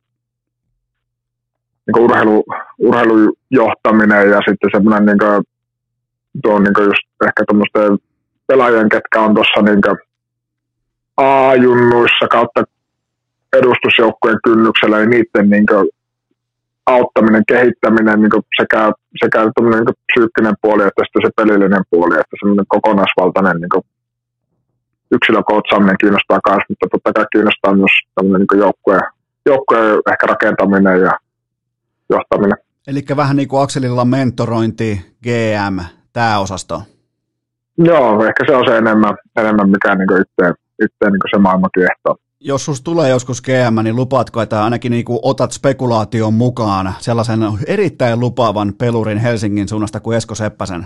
niin urheilujohtaminen ja sitten semmoinen niin just ehkä tuommoisten pelaajien, ketkä on tuossa niin A-junnuissa kautta edustusjoukkojen kynnyksellä, niin niiden niin auttaminen, kehittäminen niin sekä tuommoinen niin psyykkinen puoli että sitten se pelillinen puoli, että semmoinen kokonaisvaltainen niin yksilökoutsaaminen kiinnostaa myös, mutta totta kai kiinnostaa myös tämmöinen niin joukkojen ehkä rakentaminen ja johtaminen. Eli vähän niin kuin Akselilla mentorointi, GM, tämä osasto. Joo, ehkä se on se enemmän mikä niin itse niin se maailma kiehtoo. Jos sus tulee joskus GM, niin lupaatko, että ainakin niin kuin otat spekulaation mukaan sellaisen erittäin lupaavan pelurin Helsingin suunnasta kuin Esko Seppäsen?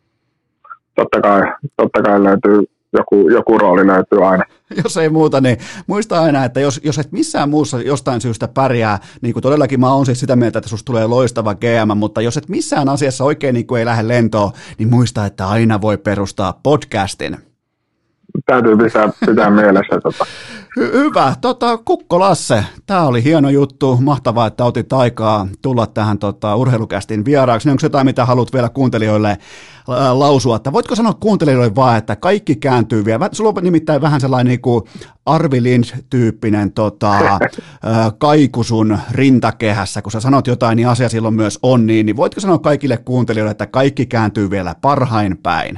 Totta kai löytyy, joku rooli löytyy aina. Jos ei muuta, niin muista aina, että jos et missään muussa jostain syystä pärjää, niin kuin todellakin mä oon siis sitä mieltä, että susta tulee loistava GM, mutta jos et missään asiassa oikein niin kuin ei lähde lentoon, niin muista, että aina voi perustaa podcastin. Täytyy pitää mielessä. Hyvä. Kukko Lasse, tämä oli hieno juttu. Mahtavaa, että otit aikaa tulla tähän urheilukästin vieraaksi. Onko jotain, mitä haluat vielä kuuntelijoille lausua? Että voitko sanoa kuuntelijoille vaan, että kaikki kääntyy vielä? Sulla on nimittäin vähän sellainen niin kuin Arvi Lind-tyyppinen kaiku sun rintakehässä. Kun sä sanot jotain, niin asia silloin myös on niin voitko sanoa kaikille kuuntelijoille, että kaikki kääntyy vielä parhain päin?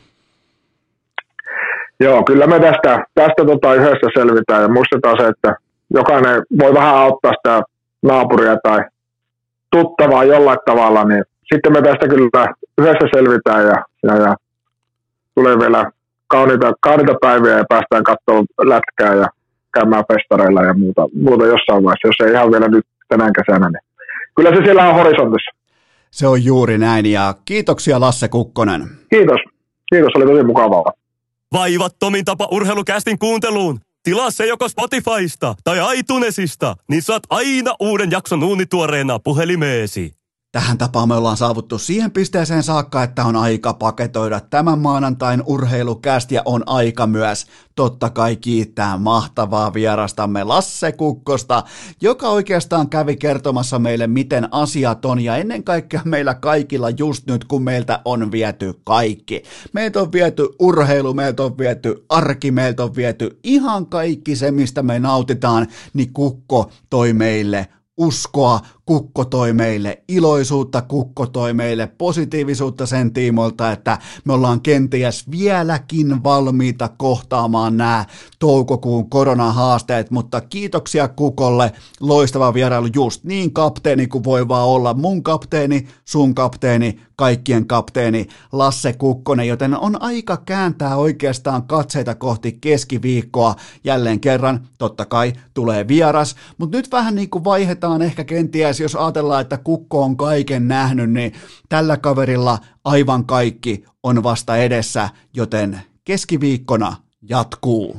Joo, kyllä me tästä yhdessä selvitään ja muistetaan se, että jokainen voi vähän auttaa sitä naapuria tai tuttavaa jollain tavalla, niin sitten me tästä kyllä yhdessä selvitään ja tulee vielä kauniita päiviä ja päästään katsomaan lätkää ja käymään festareilla ja muuta jossain vaiheessa, jos ei ihan vielä nyt tänään kesänä, niin kyllä se siellä on horisontissa. Se on juuri näin ja kiitoksia Lasse Kukkonen. Kiitos, oli tosi mukavaa. Vaivattomin tapa urheilukästin kuunteluun. Tilaa se joko Spotifysta tai iTunesista, niin saat aina uuden jakson uunituoreena puhelimeesi. Tähän tapaan me ollaan saavuttu siihen pisteeseen saakka, että on aika paketoida tämän maanantain urheilukäst ja on aika myös totta kai kiittää mahtavaa vierastamme Lasse Kukkosta, joka oikeastaan kävi kertomassa meille, miten asiat on ja ennen kaikkea meillä kaikilla just nyt, kun meiltä on viety kaikki. Meiltä on viety urheilu, meiltä on viety arki, meiltä on viety ihan kaikki se, mistä me nautitaan, niin Kukko toi meille uskoa, Kukko toi meille iloisuutta, Kukko toi meille positiivisuutta sen tiimoilta, että me ollaan kenties vieläkin valmiita kohtaamaan nämä toukokuun koronahaasteet, mutta kiitoksia Kukolle, loistava vierailu, just niin kapteeni kuin voi vaan olla, mun kapteeni, sun kapteeni, kaikkien kapteeni Lasse Kukkonen, joten on aika kääntää oikeastaan katseita kohti keskiviikkoa jälleen kerran, totta kai tulee vieras, mutta nyt vähän niin kuin vaihdetaan ehkä kenties, jos ajatellaan, että Kukko on kaiken nähnyt, niin tällä kaverilla aivan kaikki on vasta edessä, joten keskiviikkona jatkuu.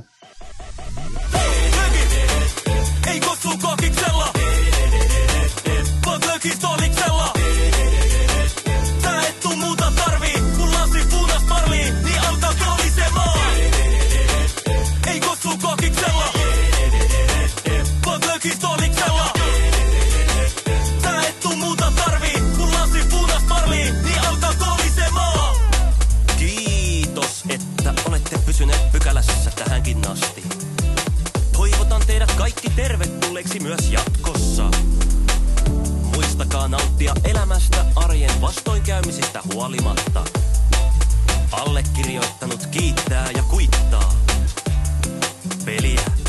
Ei kossu kokiksella, vaan lökistoliksella. Tää et tuu muuta tarvii, kun lasi punas marliin, niin auta kolisemaan. Ei kossu kokiksella, vaan lökistoliksella. Pysyneet pykälässä tähänkin asti. Toivotan teidät kaikki tervetulleeksi myös jatkossa. Muistakaa nauttia elämästä arjen vastoinkäymisistä huolimatta. Allekirjoittanut kiittää ja kuittaa. Peliä